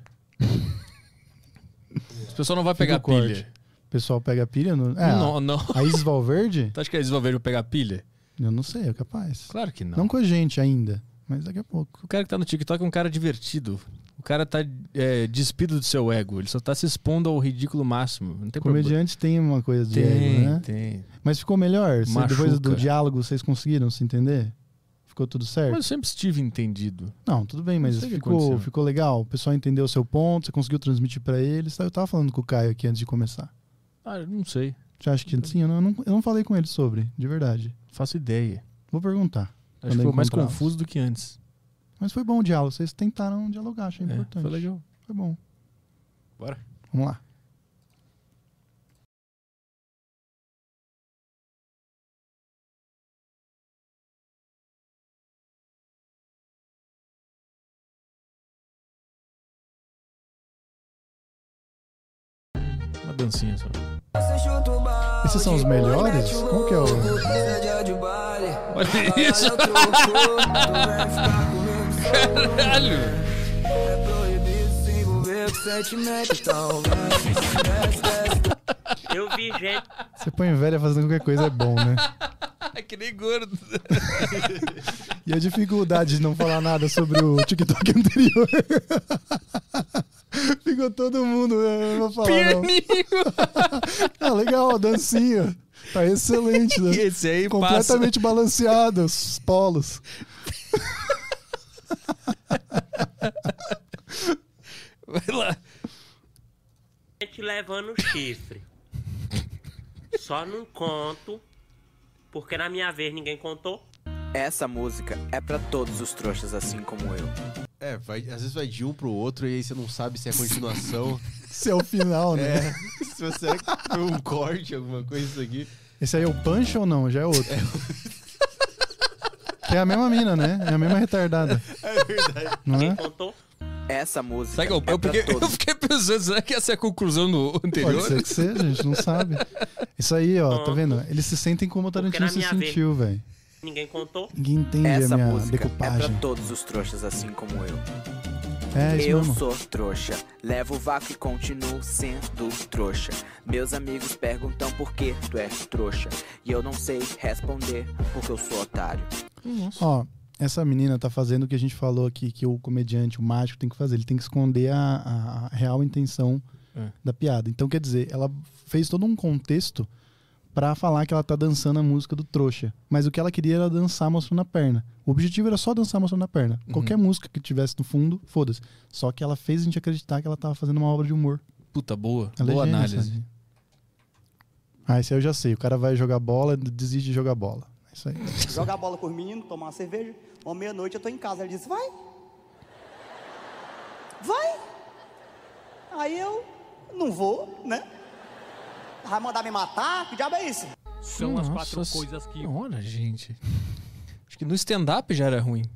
S1: O pessoal não vai
S3: Fica
S1: pegar
S3: o corte.
S1: pilha.
S3: O pessoal pega pilha? No... É,
S1: Não, não.
S3: A Isis Valverde?
S1: Tu acha que eles vão ver eu pegar pilha?
S3: Eu não sei, é capaz.
S1: Claro que não.
S3: Não com a gente ainda, mas daqui a pouco.
S1: O cara que tá no TikTok é um cara divertido. O cara tá é, despido do seu ego. Ele só tá se expondo ao ridículo máximo. Não tem problema.
S3: Comediantes tem uma coisa de
S1: Tem,
S3: ego, né?
S1: tem.
S3: Mas ficou melhor? Cê- depois
S1: Machuca.
S3: do diálogo, vocês conseguiram se entender? Ficou tudo certo?
S1: Mas eu sempre estive entendido.
S3: Não, tudo bem, mas
S1: sei o que
S3: ficou,
S1: aconteceu.
S3: ficou legal. O pessoal entendeu o seu ponto, você conseguiu transmitir pra eles. Eu tava falando com o Caio aqui antes de começar.
S1: Ah, eu não sei.
S3: Você acha que sim? Eu não, eu não, eu não falei com ele sobre, de verdade.
S1: Faço ideia.
S3: Vou perguntar.
S1: Acho
S3: quando
S1: que
S3: eu
S1: foi mais
S3: encontrá-los.
S1: confuso do que antes.
S3: Mas foi bom o diálogo, vocês tentaram dialogar, achei
S1: É,
S3: importante.
S1: foi legal.
S3: Foi bom.
S2: Bora.
S3: Vamos lá.
S1: Uma dancinha só.
S3: Esses são os melhores? Qual que é o...
S1: Olha isso! Caralho!
S10: Eu vi gente.
S3: Você põe velha fazendo qualquer coisa é bom, né?
S1: Que nem gordo.
S3: E a dificuldade de não falar nada sobre o TikTok anterior. Ficou todo mundo, eu não vou falar não.
S1: Pianinho!
S3: Ah, legal, a dancinha. Tá excelente, né?
S1: E esse aí
S3: completamente
S1: passa.
S3: balanceado, os polos.
S1: Vai lá.
S11: Gente levando chifre. Só não conto, porque na minha vez ninguém contou.
S12: Essa música é pra todos os trouxas assim como eu.
S2: É, vai, às vezes vai de um pro outro e aí você não sabe se é continuação.
S3: Se é o final, né?
S2: É, se você será que foi um corte, alguma coisa isso aqui.
S3: Esse aí é o Punch ou não? Já é outro. É. Que é a mesma mina, né? É a mesma retardada.
S2: É verdade.
S3: Não é?
S11: Quem contou?
S12: Essa música
S1: Sabe que eu,
S12: é
S1: eu,
S12: pra
S1: fiquei,
S12: todos.
S1: eu fiquei pensando, será que essa é a conclusão do anterior?
S3: Pode ser que seja, a gente não sabe. Isso aí, ó, tá vendo? Eles se sentem como o Tarantino se sentiu, velho.
S11: Ninguém contou?
S3: Ninguém entende
S12: Essa
S3: a minha
S12: música
S3: decupagem.
S12: é pra todos os trouxas assim como eu.
S3: É isso
S12: eu
S3: mesmo.
S12: sou trouxa, levo o vácuo e continuo sendo trouxa. Meus amigos perguntam por que tu és trouxa. E eu não sei responder porque eu sou otário.
S3: Nossa. Ó, essa menina tá fazendo o que a gente falou aqui, que o comediante, o mágico tem que fazer. Ele tem que esconder a, a real intenção é. da piada. Então, quer dizer, ela fez todo um contexto pra falar que ela tá dançando a música do trouxa. Mas o que ela queria era dançar mostrando a perna. O objetivo era só dançar mostrando a perna. Uhum. Qualquer música que tivesse no fundo, foda-se. Só que ela fez a gente acreditar que ela tava fazendo uma obra de humor.
S1: Puta, boa.
S3: Ela
S1: boa
S3: é gênia,
S1: análise.
S3: Sabe? Ah, esse aí eu já sei. O cara vai jogar bola, desiste de jogar bola. É isso aí.
S13: Jogar bola com os meninos, tomar uma cerveja. Uma meia-noite eu tô em casa. Ele disse, vai. Vai. Aí eu não vou, né? Vai mandar me matar? Que diabo é isso?
S1: São as quatro coisas que... Olha, gente. Acho que no stand-up já era ruim.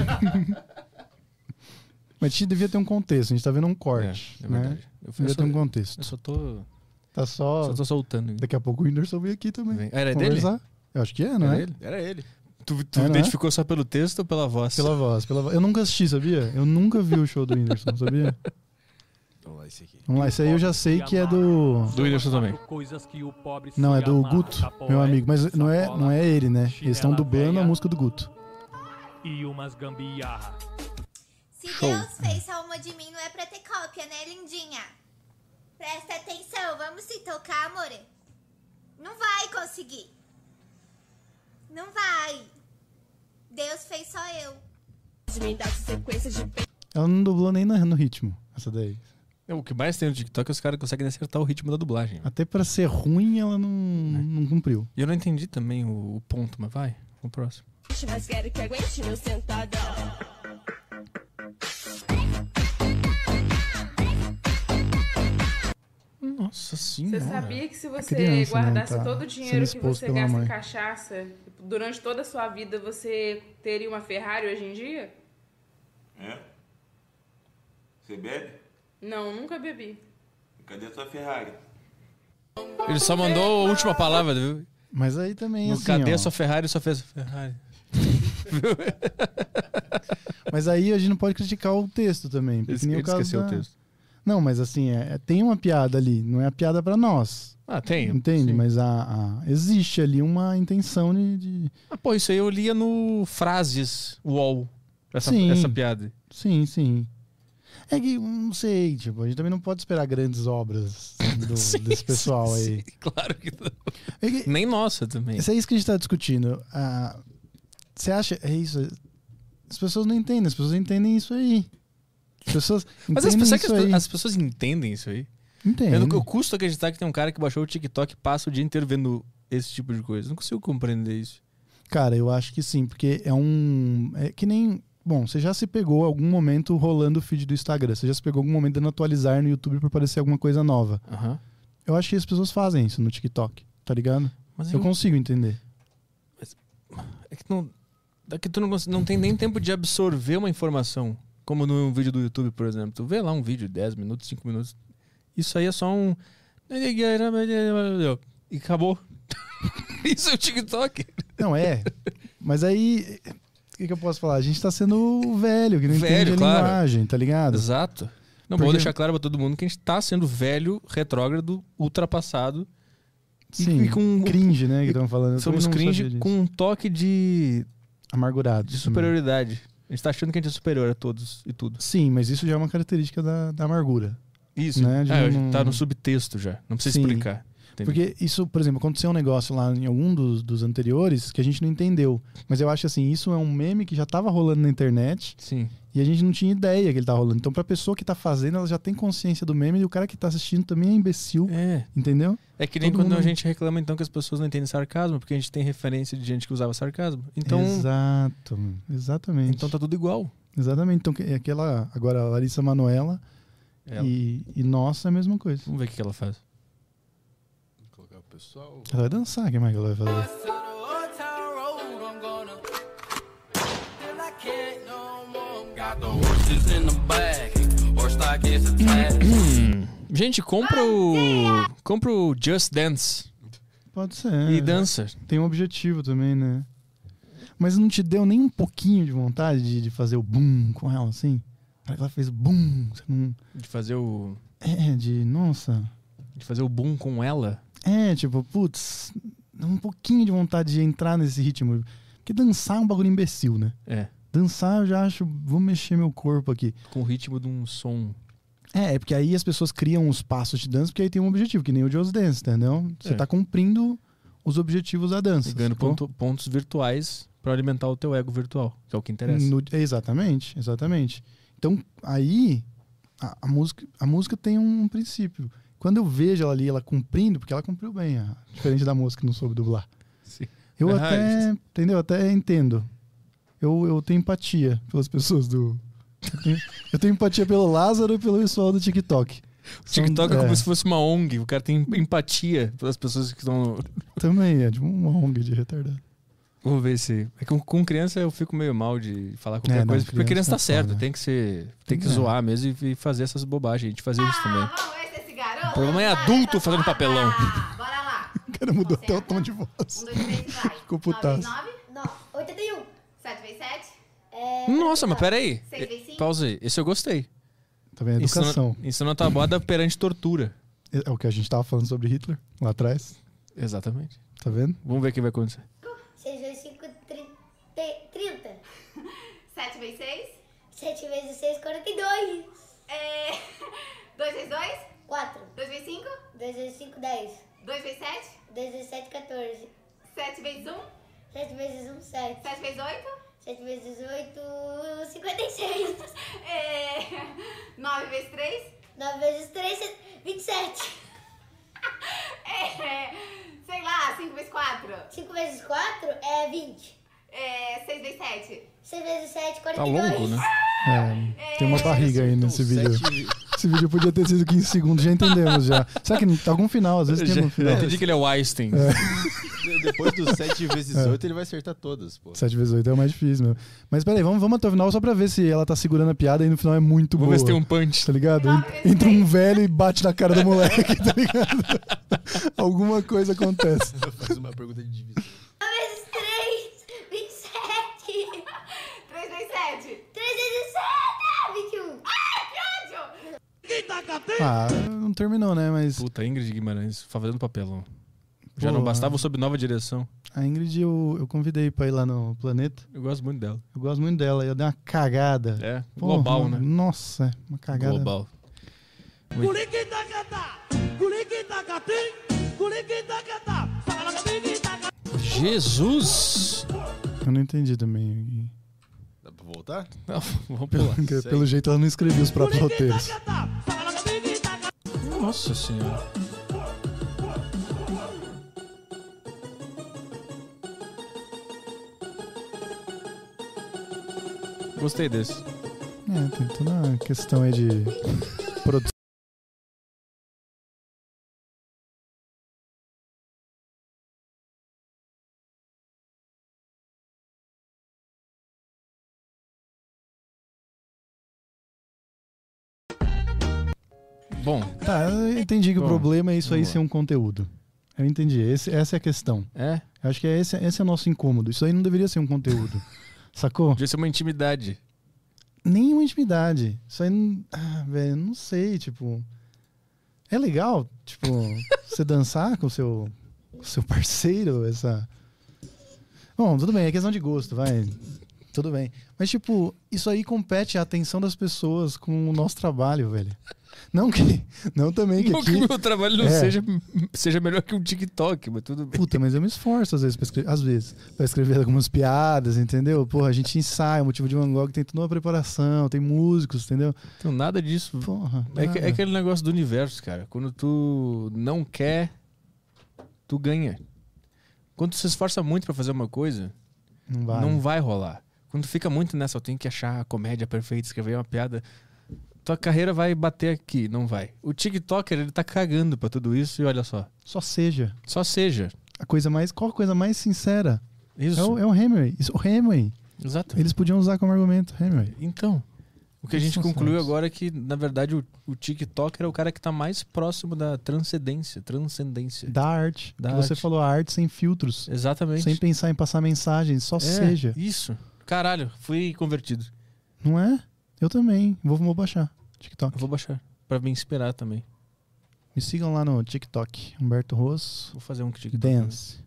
S3: Mas a gente devia ter um contexto. A gente tá vendo um corte,
S1: é, é
S3: né?
S1: verdade. Eu
S3: devia
S1: só,
S3: ter um contexto.
S1: Eu só tô...
S3: Tá só...
S1: Só tô soltando.
S3: Daqui a pouco o Whindersson veio aqui também.
S1: Era
S3: conversar.
S1: dele?
S3: Eu acho que é, não
S1: era
S3: é?
S1: Ele?
S2: Era ele.
S1: Tu, tu
S3: é,
S1: identificou
S3: é?
S1: só pelo texto ou pela voz?
S3: Pela voz, pela voz. Eu nunca assisti, sabia? Eu nunca vi o show do Whindersson, sabia?
S2: Vamos lá, esse aqui.
S3: Vamos lá, esse aí eu já sei que é do...
S1: Do Whindersson também.
S3: Não, é do Guto, meu amigo. Mas não é, não é ele, né? Eles estão dublando a música do Guto.
S14: E umas gambiarra.
S15: Se
S3: Show.
S15: Deus fez a alma de mim, não é pra ter cópia, né, lindinha? Presta atenção, vamos se tocar, amore? Não vai conseguir. Não vai. Deus fez só eu.
S3: Ela não dublou nem no, no ritmo, essa daí.
S1: O que mais tem no TikTok é os caras conseguem acertar o ritmo da dublagem.
S3: Até pra ser ruim, ela não, é. não cumpriu.
S1: E eu não entendi também o, o ponto, mas vai, vamos pro próximo.
S16: Mas quero que aguente meu sentadão.
S1: Nossa senhora.
S17: Você sabia que se você
S3: criança,
S17: guardasse
S3: né, tá
S17: todo o dinheiro que você
S3: pela
S17: gasta
S3: mãe.
S17: em cachaça, durante toda a sua vida, você teria uma Ferrari hoje em dia?
S18: É? Você bebe?
S17: Não, nunca bebi.
S18: Cadê a sua Ferrari?
S1: Ele só mandou a última palavra, viu?
S3: Mas aí também,
S1: no
S3: assim,
S1: cadê
S3: ó...
S1: a sua Ferrari, só fez a Ferrari.
S3: Mas aí a gente não pode criticar o texto também. Porque
S1: Ele
S3: nem o caso
S1: esqueceu
S3: da...
S1: o texto.
S3: Não, mas assim, é, tem uma piada ali. Não é a piada pra nós.
S1: Ah, tem.
S3: Entende?
S1: Sim.
S3: Mas a, a- existe ali uma intenção de... de...
S1: Ah, pô, isso aí eu lia no Frases Wall. Essa,
S3: Sim.
S1: essa piada.
S3: Sim, sim. É que, não sei, tipo, a gente também não pode esperar grandes obras do-
S1: Sim,
S3: desse pessoal
S1: sim,
S3: aí.
S1: sim, claro que não.
S3: É que-
S1: Nem nossa também.
S3: Isso é isso que a gente tá discutindo. Ah, você acha... É isso. As pessoas não entendem. As pessoas entendem isso aí. As pessoas
S1: Mas as,
S3: entendem
S1: será que
S3: isso
S1: as,
S3: aí.
S1: as pessoas entendem isso aí?
S3: Entendem.
S1: Eu, não- eu custo acreditar que tem um cara que baixou o TikTok e passa o dia inteiro vendo esse tipo de coisa. Eu não consigo compreender isso.
S3: Cara, eu acho que sim, porque é um... É que nem... Bom, você já se pegou algum momento rolando o feed do Instagram. Você já se pegou algum momento dando atualizar no YouTube pra aparecer alguma coisa nova.
S1: Aham.
S3: Eu acho que as pessoas fazem isso no TikTok, tá ligado?
S1: Mas
S3: eu
S1: eu-
S3: consigo entender.
S1: É que, não, é que tu não, cons- não tem nem tempo de absorver uma informação. Como no vídeo do YouTube, por exemplo. Tu vê lá um vídeo de dez minutos, cinco minutos. Isso aí é só um... E acabou. Isso é o TikTok.
S3: Não, é. Mas aí... O que, que eu posso falar? A gente tá sendo velho, que não
S1: Velho,
S3: entende a
S1: claro.
S3: linguagem, tá ligado?
S1: Exato. Não,
S3: Porque-
S1: vou deixar claro pra todo mundo que a gente tá sendo velho, retrógrado, ultrapassado. e-
S3: Sim,
S1: e com
S3: cringe, né, que estão falando. Eu
S1: Somos
S3: também não sabia
S1: cringe
S3: disso.
S1: com um toque de...
S3: Amargurado.
S1: De superioridade. A gente tá achando que a gente é superior a todos e tudo.
S3: Sim, mas isso já é uma característica da, da amargura.
S1: Isso.
S3: Né? De
S1: Ah,
S3: não-
S1: tá no subtexto já. Não precisa
S3: Sim.
S1: explicar.
S3: Porque isso, por exemplo, aconteceu um negócio lá em algum dos, dos anteriores que a gente não entendeu. Mas eu acho assim, isso é um meme que já tava rolando na internet.
S1: Sim.
S3: E a gente não tinha ideia que ele tava rolando. Então, pra pessoa que tá fazendo, ela já tem consciência do meme e o cara que tá assistindo também é imbecil.
S1: É.
S3: Entendeu?
S1: É que nem
S3: Todo
S1: quando
S3: mundo-
S1: a gente reclama, então, que as pessoas não entendem sarcasmo, porque a gente tem referência de gente que usava sarcasmo. Então,
S3: Exato. Exatamente.
S1: então tá tudo igual.
S3: Exatamente. Então, que- aquela. Agora, a Larissa Manoela
S1: Ela.
S3: e, e nossa é a mesma coisa.
S1: Vamos ver o que que ela faz.
S2: Vou colocar o pessoal.
S3: Ela vai dançar, o que mais que ela vai fazer?
S1: Hum, gente, compra o. Compra o Just Dance.
S3: Pode ser.
S1: E dança.
S3: Tem um objetivo também, né? Mas não te deu nem um pouquinho de vontade de, de fazer o boom com ela, assim? Ela fez boom. Você não...
S1: De fazer o.
S3: É, de. Nossa.
S1: De fazer o boom com ela.
S3: É, tipo, putz, dá um pouquinho de vontade de entrar nesse ritmo. Porque dançar é um bagulho imbecil, né?
S1: É.
S3: Dançar eu já acho, vou mexer meu corpo aqui.
S1: Com o ritmo de um som.
S3: É, é porque aí as pessoas criam os passos de dança, porque aí tem um objetivo, que nem o Just Dance, entendeu? Você
S1: É.
S3: tá cumprindo os objetivos da dança.
S1: E ganhando
S3: sacou?
S1: ponto- pontos virtuais pra alimentar o teu ego virtual, que é o que interessa.
S3: No- exatamente, exatamente. Então, aí, a, a música, a música tem um princípio. Quando eu vejo ela ali, ela cumprindo, porque ela cumpriu bem, a- diferente da moça que não soube dublar.
S1: Sim.
S3: Eu
S1: Ah,
S3: até, entendeu? Até entendo. Eu, eu tenho empatia pelas pessoas do... Eu tenho, eu tenho empatia pelo Lázaro e pelo pessoal do TikTok.
S1: O TikTok
S3: São-
S1: é como se fosse uma O N G. O cara tem empatia pelas pessoas que estão.
S3: Também, é tipo uma O N G de retardado.
S1: Vou ver se. É que com- com criança eu fico meio mal de falar qualquer
S3: É, não,
S1: coisa, porque
S3: criança
S1: criança tá
S3: é
S1: certo,
S3: foda.
S1: tem que ser. Tem que
S3: É.
S1: zoar mesmo e, e fazer essas bobagens. A gente fazia isso também.
S15: Vamos ver se esse garoto.
S1: O problema é adulto fazendo papelão.
S15: Bora lá.
S3: O cara mudou até o tom de voz.
S15: Um, dois, três, vai.
S3: Ficou putaço.
S15: nove, nove, oitenta e um. sete vezes sete.
S1: Nossa, mas peraí.
S15: seis vezes cinco.
S1: Pausa aí. Esse eu gostei.
S3: Tá vendo? Educação.
S1: Ensinando, ensinando a tabuada perante tortura.
S3: É o que a gente tava falando sobre Hitler lá atrás.
S1: Exatamente.
S3: Tá vendo?
S1: Vamos ver o que vai acontecer.
S15: seis vezes cinco, trinta. sete vezes seis. sete vezes seis, quarenta e dois. É... dois vezes dois? quatro. dois vezes cinco? dois vezes cinco, dez. dois vezes sete? dois vezes sete, quatorze. sete vezes um? sete vezes um, sete. sete vezes oito? sete vezes oito, cinquenta e seis. É... nove vezes três? nove vezes três, vinte e sete. É... sei lá, cinco vezes quatro? cinco vezes quatro é vinte. É... seis vezes sete? seis vezes sete, quarenta
S1: Tá
S15: e dois.
S1: longo, né?
S3: É, tem uma barriga aí nesse vídeo. Esse vídeo podia ter sido quinze segundos, já entendemos já. Será que não- tá algum final? Às vezes tem
S1: Já-
S3: algum final.
S1: eu entendi que ele é o Einstein.
S2: Depois do sete vezes
S3: É.
S2: oito, ele vai acertar todas, pô.
S3: sete vezes oito é o mais difícil, meu. Mas peraí, vamos, vamos até o final só pra ver se ela tá segurando a piada e no final é muito
S1: Vamos
S3: boa.
S1: ver se tem um punch.
S3: Tá ligado? En- Entra um velho e bate na cara do moleque, tá ligado? Alguma coisa acontece.
S2: Faz uma pergunta de divisão.
S15: nove vezes três, vinte e sete. três vezes sete? três vezes sete, vinte e um. Ai, que ódio!
S3: Ah, não terminou, né? Mas
S1: Puta, Ingrid Guimarães fazendo papelão. Já
S3: Pô,
S1: não bastava sob nova direção.
S3: a Ingrid eu, eu convidei pra ir lá no Planeta.
S1: Eu gosto muito dela.
S3: Eu gosto muito dela. Eu dei uma cagada.
S1: É,
S3: Porra,
S1: global, né?
S3: Nossa, uma cagada.
S1: Global. Jesus!
S3: Eu não entendi também.
S2: Dá pra voltar?
S1: Não, vamos
S3: Pelo,
S1: pular.
S3: que- pelo jeito ela não escrevia os próprios roteiros.
S1: Nossa senhora. Gostei desse.
S3: É, tem toda uma questão aí de produção.
S1: Bom.
S3: Tá, eu entendi que
S1: Bom,
S3: o problema é isso aí
S1: vamos lá.
S3: ser um conteúdo. Eu entendi. Esse, essa é a questão.
S1: É?
S3: Eu acho que é esse, esse é o nosso incômodo. Isso aí não deveria ser um conteúdo. Sacou?
S1: Devia ser uma intimidade.
S3: Nenhuma intimidade. Isso aí não. Ah, velho, não sei, tipo. É legal, tipo, você dançar com o seu, com o seu parceiro, essa. Bom, tudo bem, é questão de gosto, vai. Tudo bem. Mas, tipo, isso aí compete a atenção das pessoas com o nosso trabalho, velho. Não, que, não também que
S1: Não
S3: aqui...
S1: que o meu trabalho não
S3: É.
S1: seja, seja melhor que um TikTok, mas tudo bem.
S3: Puta, mas eu me esforço às vezes pra escrever, às vezes, pra escrever algumas piadas, entendeu? Porra, a gente ensaia, o Motivo de Van Gogh tem toda uma preparação, tem músicos, entendeu?
S1: Então nada disso.
S3: Porra,
S1: É, que-
S3: nada.
S1: é aquele negócio do universo, cara. Quando tu não quer, tu ganha. Quando tu se esforça muito pra fazer uma coisa,
S3: Não vai.
S1: não vai rolar. Quando tu fica muito nessa, eu tenho que achar a comédia perfeita, escrever uma piada, tua carreira vai bater aqui, não vai. O TikToker, ele tá cagando pra tudo isso e olha só.
S3: Só seja.
S1: Só seja.
S3: A coisa mais, qual a coisa mais sincera?
S1: Isso.
S3: É o, é o Hemingway. Isso, o Hemingway.
S1: Exato.
S3: Eles podiam usar como argumento, Hemingway.
S1: Então, o que a
S3: Eles
S1: gente
S3: são
S1: concluiu
S3: certos.
S1: agora é que, na verdade, o, o TikToker é o cara que tá mais próximo da transcendência. Transcendência.
S3: Da arte.
S1: Da
S3: que você
S1: arte.
S3: falou, a arte sem filtros.
S1: Exatamente.
S3: Sem pensar em passar mensagem, só
S1: É,
S3: seja.
S1: Isso. Caralho, fui convertido.
S3: Não é? Eu também. Vou, vou baixar. TikTok.
S1: Eu vou baixar. Pra me inspirar também.
S3: Me sigam lá no TikTok. Humberto Ros.
S1: Vou fazer um TikTok.
S3: Dance.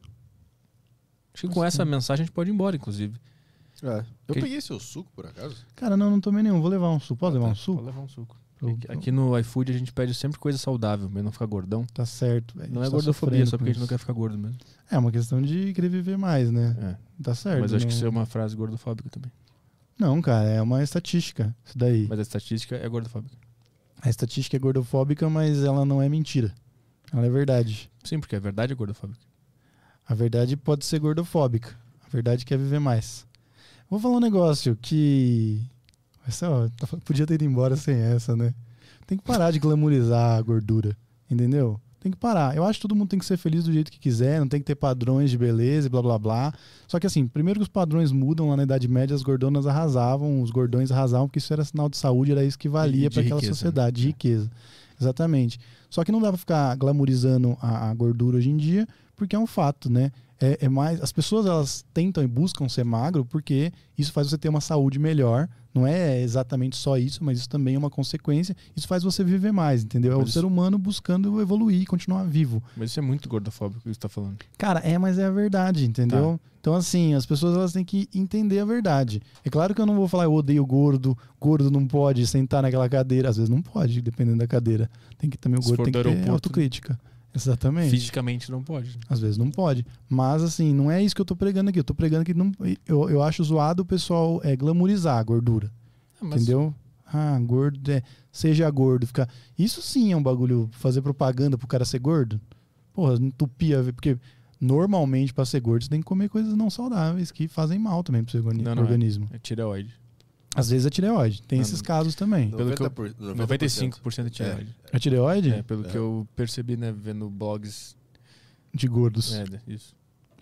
S1: Acho que com essa mensagem a gente pode ir embora, inclusive.
S2: É. Eu
S1: Que-
S2: peguei seu suco, por acaso?
S3: Cara, não, não tomei nenhum. Vou levar um suco. Pode levar um suco?
S1: Pode levar um suco.
S3: Eu-
S1: Aqui, aqui no iFood a gente pede sempre coisa saudável, mas não ficar gordão.
S3: Tá certo, velho.
S1: Não é
S3: Tá
S1: gordofobia,
S3: sofrendo
S1: só
S3: com
S1: porque a gente não
S3: isso.
S1: quer ficar gordo mesmo.
S3: É uma questão de querer viver mais, né?
S1: É.
S3: Tá certo.
S1: Mas eu acho que
S3: não...
S1: isso é uma frase gordofóbica também.
S3: Não, cara, é uma estatística. Isso daí.
S1: Mas a estatística é gordofóbica.
S3: A estatística é gordofóbica, mas ela não é mentira. Ela é verdade.
S1: Sim, porque a verdade é gordofóbica.
S3: A verdade pode ser gordofóbica. A verdade quer viver mais. Vou falar um negócio que... Essa, ó, tá- podia ter ido embora sem essa, né? Tem que parar de glamorizar a gordura, entendeu? Tem que parar. Eu acho que todo mundo tem que ser feliz do jeito que quiser, não tem que ter padrões de beleza e blá blá blá. Só que assim, primeiro que os padrões mudam, lá na Idade Média as gordonas arrasavam, os gordões arrasavam, porque isso era sinal de saúde, era isso que valia
S1: E de
S3: para aquela
S1: riqueza,
S3: sociedade, de
S1: né?
S3: riqueza. Exatamente. Só que não dá pra ficar glamorizando a, a gordura hoje em dia, porque é um fato, né? É, é mais, as pessoas elas tentam e buscam ser magro porque isso faz você ter uma saúde melhor. Não é exatamente só isso, mas isso também é uma consequência. Isso faz você viver mais, entendeu? É o
S1: Mas
S3: ser humano buscando evoluir, continuar vivo.
S1: Mas isso é muito gordofóbico que você tá falando.
S3: Cara, é, mas é a verdade, entendeu?
S1: Tá.
S3: Então, assim, as pessoas elas têm que entender a verdade. É claro que eu não vou falar, eu odeio gordo, gordo não pode sentar naquela cadeira. Às vezes não pode, dependendo da cadeira. Tem que também o
S1: Se
S3: gordo
S1: for
S3: tem
S1: do
S3: que ter
S1: aeroporto,
S3: autocrítica. Exatamente.
S1: Fisicamente não pode.
S3: Às vezes não pode. Mas, assim, não é isso que eu tô pregando aqui. Eu tô pregando que não, eu, eu acho zoado o pessoal é, glamorizar a gordura.
S1: Ah, mas-
S3: Entendeu? Ah, gordo é. Seja gordo. Ficar... Isso sim é um bagulho. Fazer propaganda pro cara ser gordo. Porra, entupir a ver. Porque normalmente, pra ser gordo, você tem que comer coisas não saudáveis que fazem mal também pro seu organi-
S1: Não, não
S3: organismo.
S1: É, é tireoide.
S3: Às vezes é tireoide. Tem
S1: Não,
S3: esses
S1: não.
S3: casos também.
S1: Pelo que eu,
S2: noventa por- noventa por cento.
S1: noventa e cinco por cento é tireoide.
S3: É tireoide?
S1: É, pelo
S2: É.
S1: que eu percebi, né, vendo blogs.
S3: De gordos.
S1: É, isso.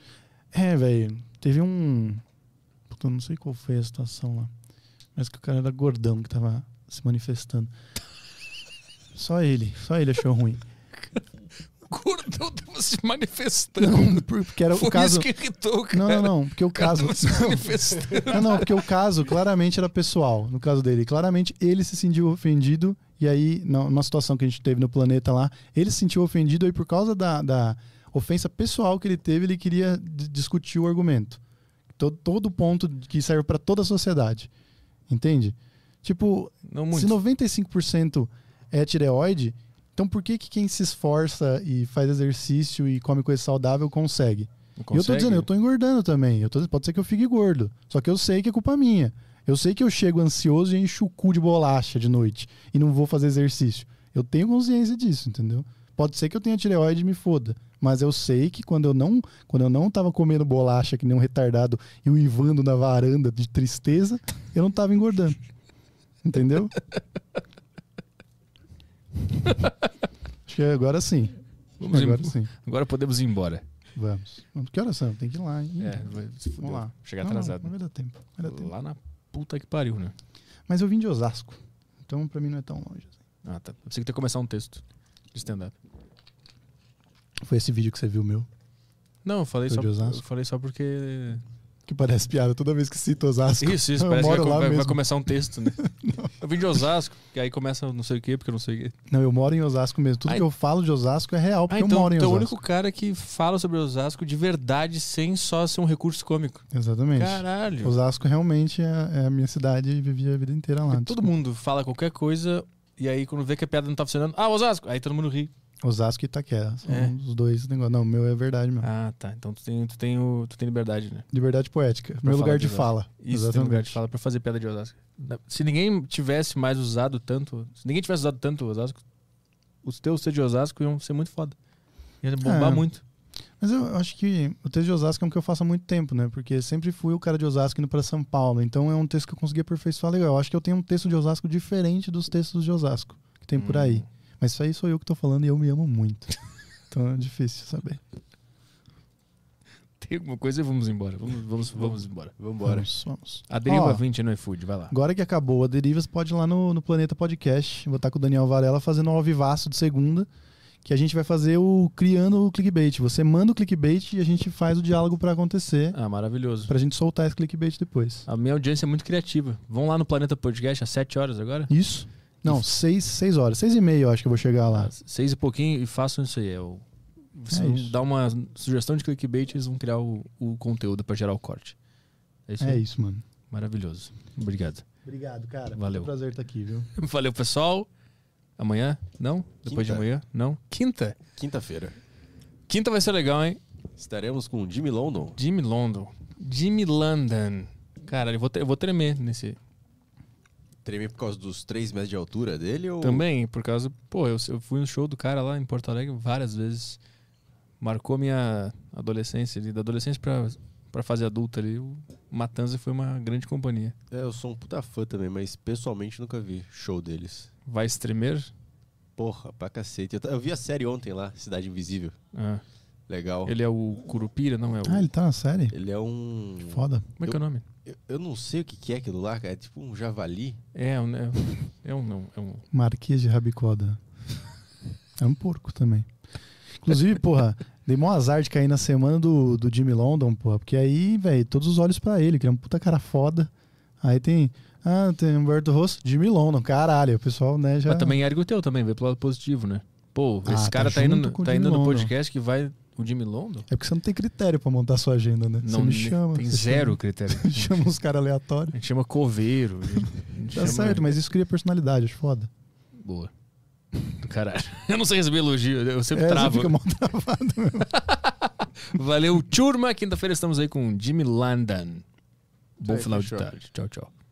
S3: É, velho. Teve um. Puta, eu não sei qual foi a situação lá. Mas que o cara era gordão que tava se manifestando. Só ele. Só ele achou ruim.
S1: O gordão tava se manifestando.
S3: Não, porque era
S1: Foi
S3: o caso.
S1: isso que irritou, cara.
S3: Não, não, não. Porque o
S1: cara
S3: caso.
S1: tava se manifestando.
S3: Não, não, porque o caso claramente era pessoal. No caso dele. Claramente ele se sentiu ofendido. E aí, na- numa situação que a gente teve no planeta lá, ele se sentiu ofendido e por causa da, da ofensa pessoal que ele teve, ele queria d- discutir o argumento. Todo, todo ponto que serve para toda a sociedade. Entende? Tipo,
S1: Não muito.
S3: se noventa e cinco por cento é tireoide, então por que, que quem se esforça e faz exercício e come coisa saudável consegue?
S1: Não
S3: E eu tô
S1: consegue?
S3: dizendo, eu tô engordando também. Eu tô, pode ser que eu fique gordo. Só que eu sei que é culpa minha. Eu sei que eu chego ansioso e encho o cu de bolacha de noite e não vou fazer exercício. Eu tenho consciência disso, entendeu? Pode ser que eu tenha tireoide e me foda. Mas eu sei que quando eu não, quando eu não tava comendo bolacha que nem um retardado e uivando na varanda de tristeza, eu não tava engordando. Entendeu? Acho que agora sim.
S1: Vamos
S3: agora
S1: em-
S3: sim.
S1: Agora podemos ir embora.
S3: Vamos. Vamos. Que horas são? Tem que ir lá, hein?
S1: É, vai- se fudeu.
S3: Vamos lá.
S1: Chegar
S3: Não,
S1: atrasado.
S3: Não, não vai dar tempo. Vai dar tempo.
S1: Lá na puta que pariu, né?
S3: Mas eu vim de Osasco. Então pra mim não é tão longe assim.
S1: Ah, tá. Eu pensei que ia começar um texto de stand-up.
S3: Foi esse vídeo que você viu meu?
S1: Não, eu falei,
S3: Foi
S1: só,
S3: de Osasco?
S1: eu falei só porque...
S3: Que parece piada toda vez que cito Osasco.
S1: Isso, isso.
S3: Eu
S1: Parece que
S3: moro
S1: vai,
S3: lá
S1: vai- vai
S3: mesmo.
S1: começar um texto, né? Eu vim de Osasco, que aí começa não sei o quê, porque eu não sei o quê.
S3: Não, eu moro em Osasco mesmo. Tudo
S1: Ah,
S3: que eu falo de Osasco é real, porque
S1: Ah, então
S3: eu moro em
S1: tu é o
S3: Osasco.
S1: único cara que fala sobre Osasco de verdade, sem só ser um recurso cômico.
S3: Exatamente.
S1: Caralho.
S3: Osasco realmente é, é a minha cidade e vivi a vida inteira lá.
S1: Todo mundo fala qualquer coisa E aí, quando vê que a piada não tá funcionando, ah, Osasco! Aí todo mundo ri.
S3: Osasco e Itaquera. São
S1: É.
S3: os dois negócios. Não, o meu é verdade mesmo.
S1: Ah, tá. Então tu tem, tu tem, o, tu tem liberdade, né?
S3: Liberdade poética.
S1: Pra
S3: meu
S1: falar
S3: lugar de
S1: Osasco.
S3: fala.
S1: Isso, tem lugar de fala pra fazer piada de Osasco. Se ninguém tivesse mais usado tanto... Se ninguém tivesse usado tanto o Osasco, os teus textos de Osasco iam ser muito foda. Ia bombar
S3: É.
S1: muito.
S3: Mas eu acho que o texto de Osasco é um que eu faço há muito tempo, né? Porque sempre fui o cara de Osasco indo pra São Paulo. Então é um texto que eu consegui aperfeiçoar legal. Eu acho que eu tenho um texto de Osasco diferente dos textos de Osasco que tem por aí. Mas isso aí sou eu que tô falando e eu me amo muito. Então é difícil saber.
S1: Tem alguma coisa e vamos embora. Vamos, vamos, vamos embora.
S2: Vamos embora.
S3: Vamos, vamos.
S1: A Deriva
S3: Ó,
S1: vinte no iFood, vai lá.
S3: Agora que acabou a Deriva, você pode ir lá no, no Planeta Podcast. Vou estar com o Daniel Varela fazendo um ao vivaço de segunda, que a gente vai fazer o criando o clickbait. Você manda o clickbait e a gente faz o diálogo pra acontecer.
S1: Ah, maravilhoso.
S3: Pra gente soltar esse clickbait depois.
S1: A minha audiência é muito criativa. Vão lá no Planeta Podcast às sete horas agora?
S3: Isso. Não, seis, seis horas. Seis e meia eu acho que eu vou chegar lá.
S1: Seis e pouquinho e façam isso aí. É o... Você
S3: É isso.
S1: dá uma sugestão de clickbait e eles vão criar o, o conteúdo pra gerar o corte. É isso,
S3: É
S1: aí?
S3: isso, mano.
S1: Maravilhoso. Obrigado.
S3: Obrigado, cara.
S1: Valeu.
S3: Foi um prazer estar aqui, viu?
S1: Valeu, pessoal. Amanhã? Não? Depois de
S2: Quinta.
S1: amanhã? Não? Quinta?
S2: Quinta-feira.
S1: Quinta vai ser legal, hein?
S2: Estaremos com o Jimmy London.
S1: Jimmy London. Jimmy London. Cara, eu vou, eu vou tremer nesse...
S2: Tremer por causa dos três metros de altura dele? Ou...
S1: Também, por causa... Pô, eu, eu fui no show do cara lá em Porto Alegre várias vezes. Marcou minha adolescência ali. Da adolescência pra, pra fase adulta ali. O Matanza foi uma grande companhia.
S2: É, eu sou um puta fã também, mas pessoalmente nunca vi show deles.
S1: Vai tremer?
S2: Porra, pra cacete. Eu, t- eu vi a série ontem lá, Cidade Invisível.
S1: Ah.
S2: Legal.
S1: Ele é o Curupira, não é o...
S3: Ah, ele tá na série?
S2: Ele é um...
S3: Foda.
S1: Como é que é o nome?
S2: Eu, eu não sei o que, que é aquilo lá, cara. É tipo um javali.
S1: É, um, é, é um... Não, é um...
S3: Marquês de Rabicoda. É um porco também. Inclusive, porra, dei mó azar de cair na semana do, do Jimmy London, porra. Porque aí, velho, todos os olhos pra ele, que é um puta cara foda. Aí tem... Ah, tem Humberto Rosso, Jimmy London, caralho. O pessoal, né, já...
S1: Mas também ergue o teu também, vê pro lado positivo, né? Pô,
S3: Ah,
S1: esse cara
S3: tá
S1: tá, indo,
S3: junto
S1: no-
S3: com o
S1: tá
S3: Jimmy
S1: indo no
S3: London.
S1: podcast que vai o Jimmy London?
S3: É porque você não tem critério pra montar sua agenda, né?
S1: Não,
S3: você me chama.
S1: tem
S3: você
S1: zero
S3: chama-
S1: critério.
S3: chama uns caras aleatórios.
S1: A gente chama coveiro. A gente, a gente
S3: Tá
S1: chama...
S3: certo, mas isso cria personalidade, acho foda.
S1: Boa. Do caralho. Eu não sei receber elogio, eu sempre
S3: É, você
S1: travo.
S3: fica mal travado mesmo.
S1: Valeu, turma. Quinta-feira estamos aí com Jimmy London. Bom
S2: Aí,
S1: final
S2: fechou.
S1: de tarde. Tchau, tchau.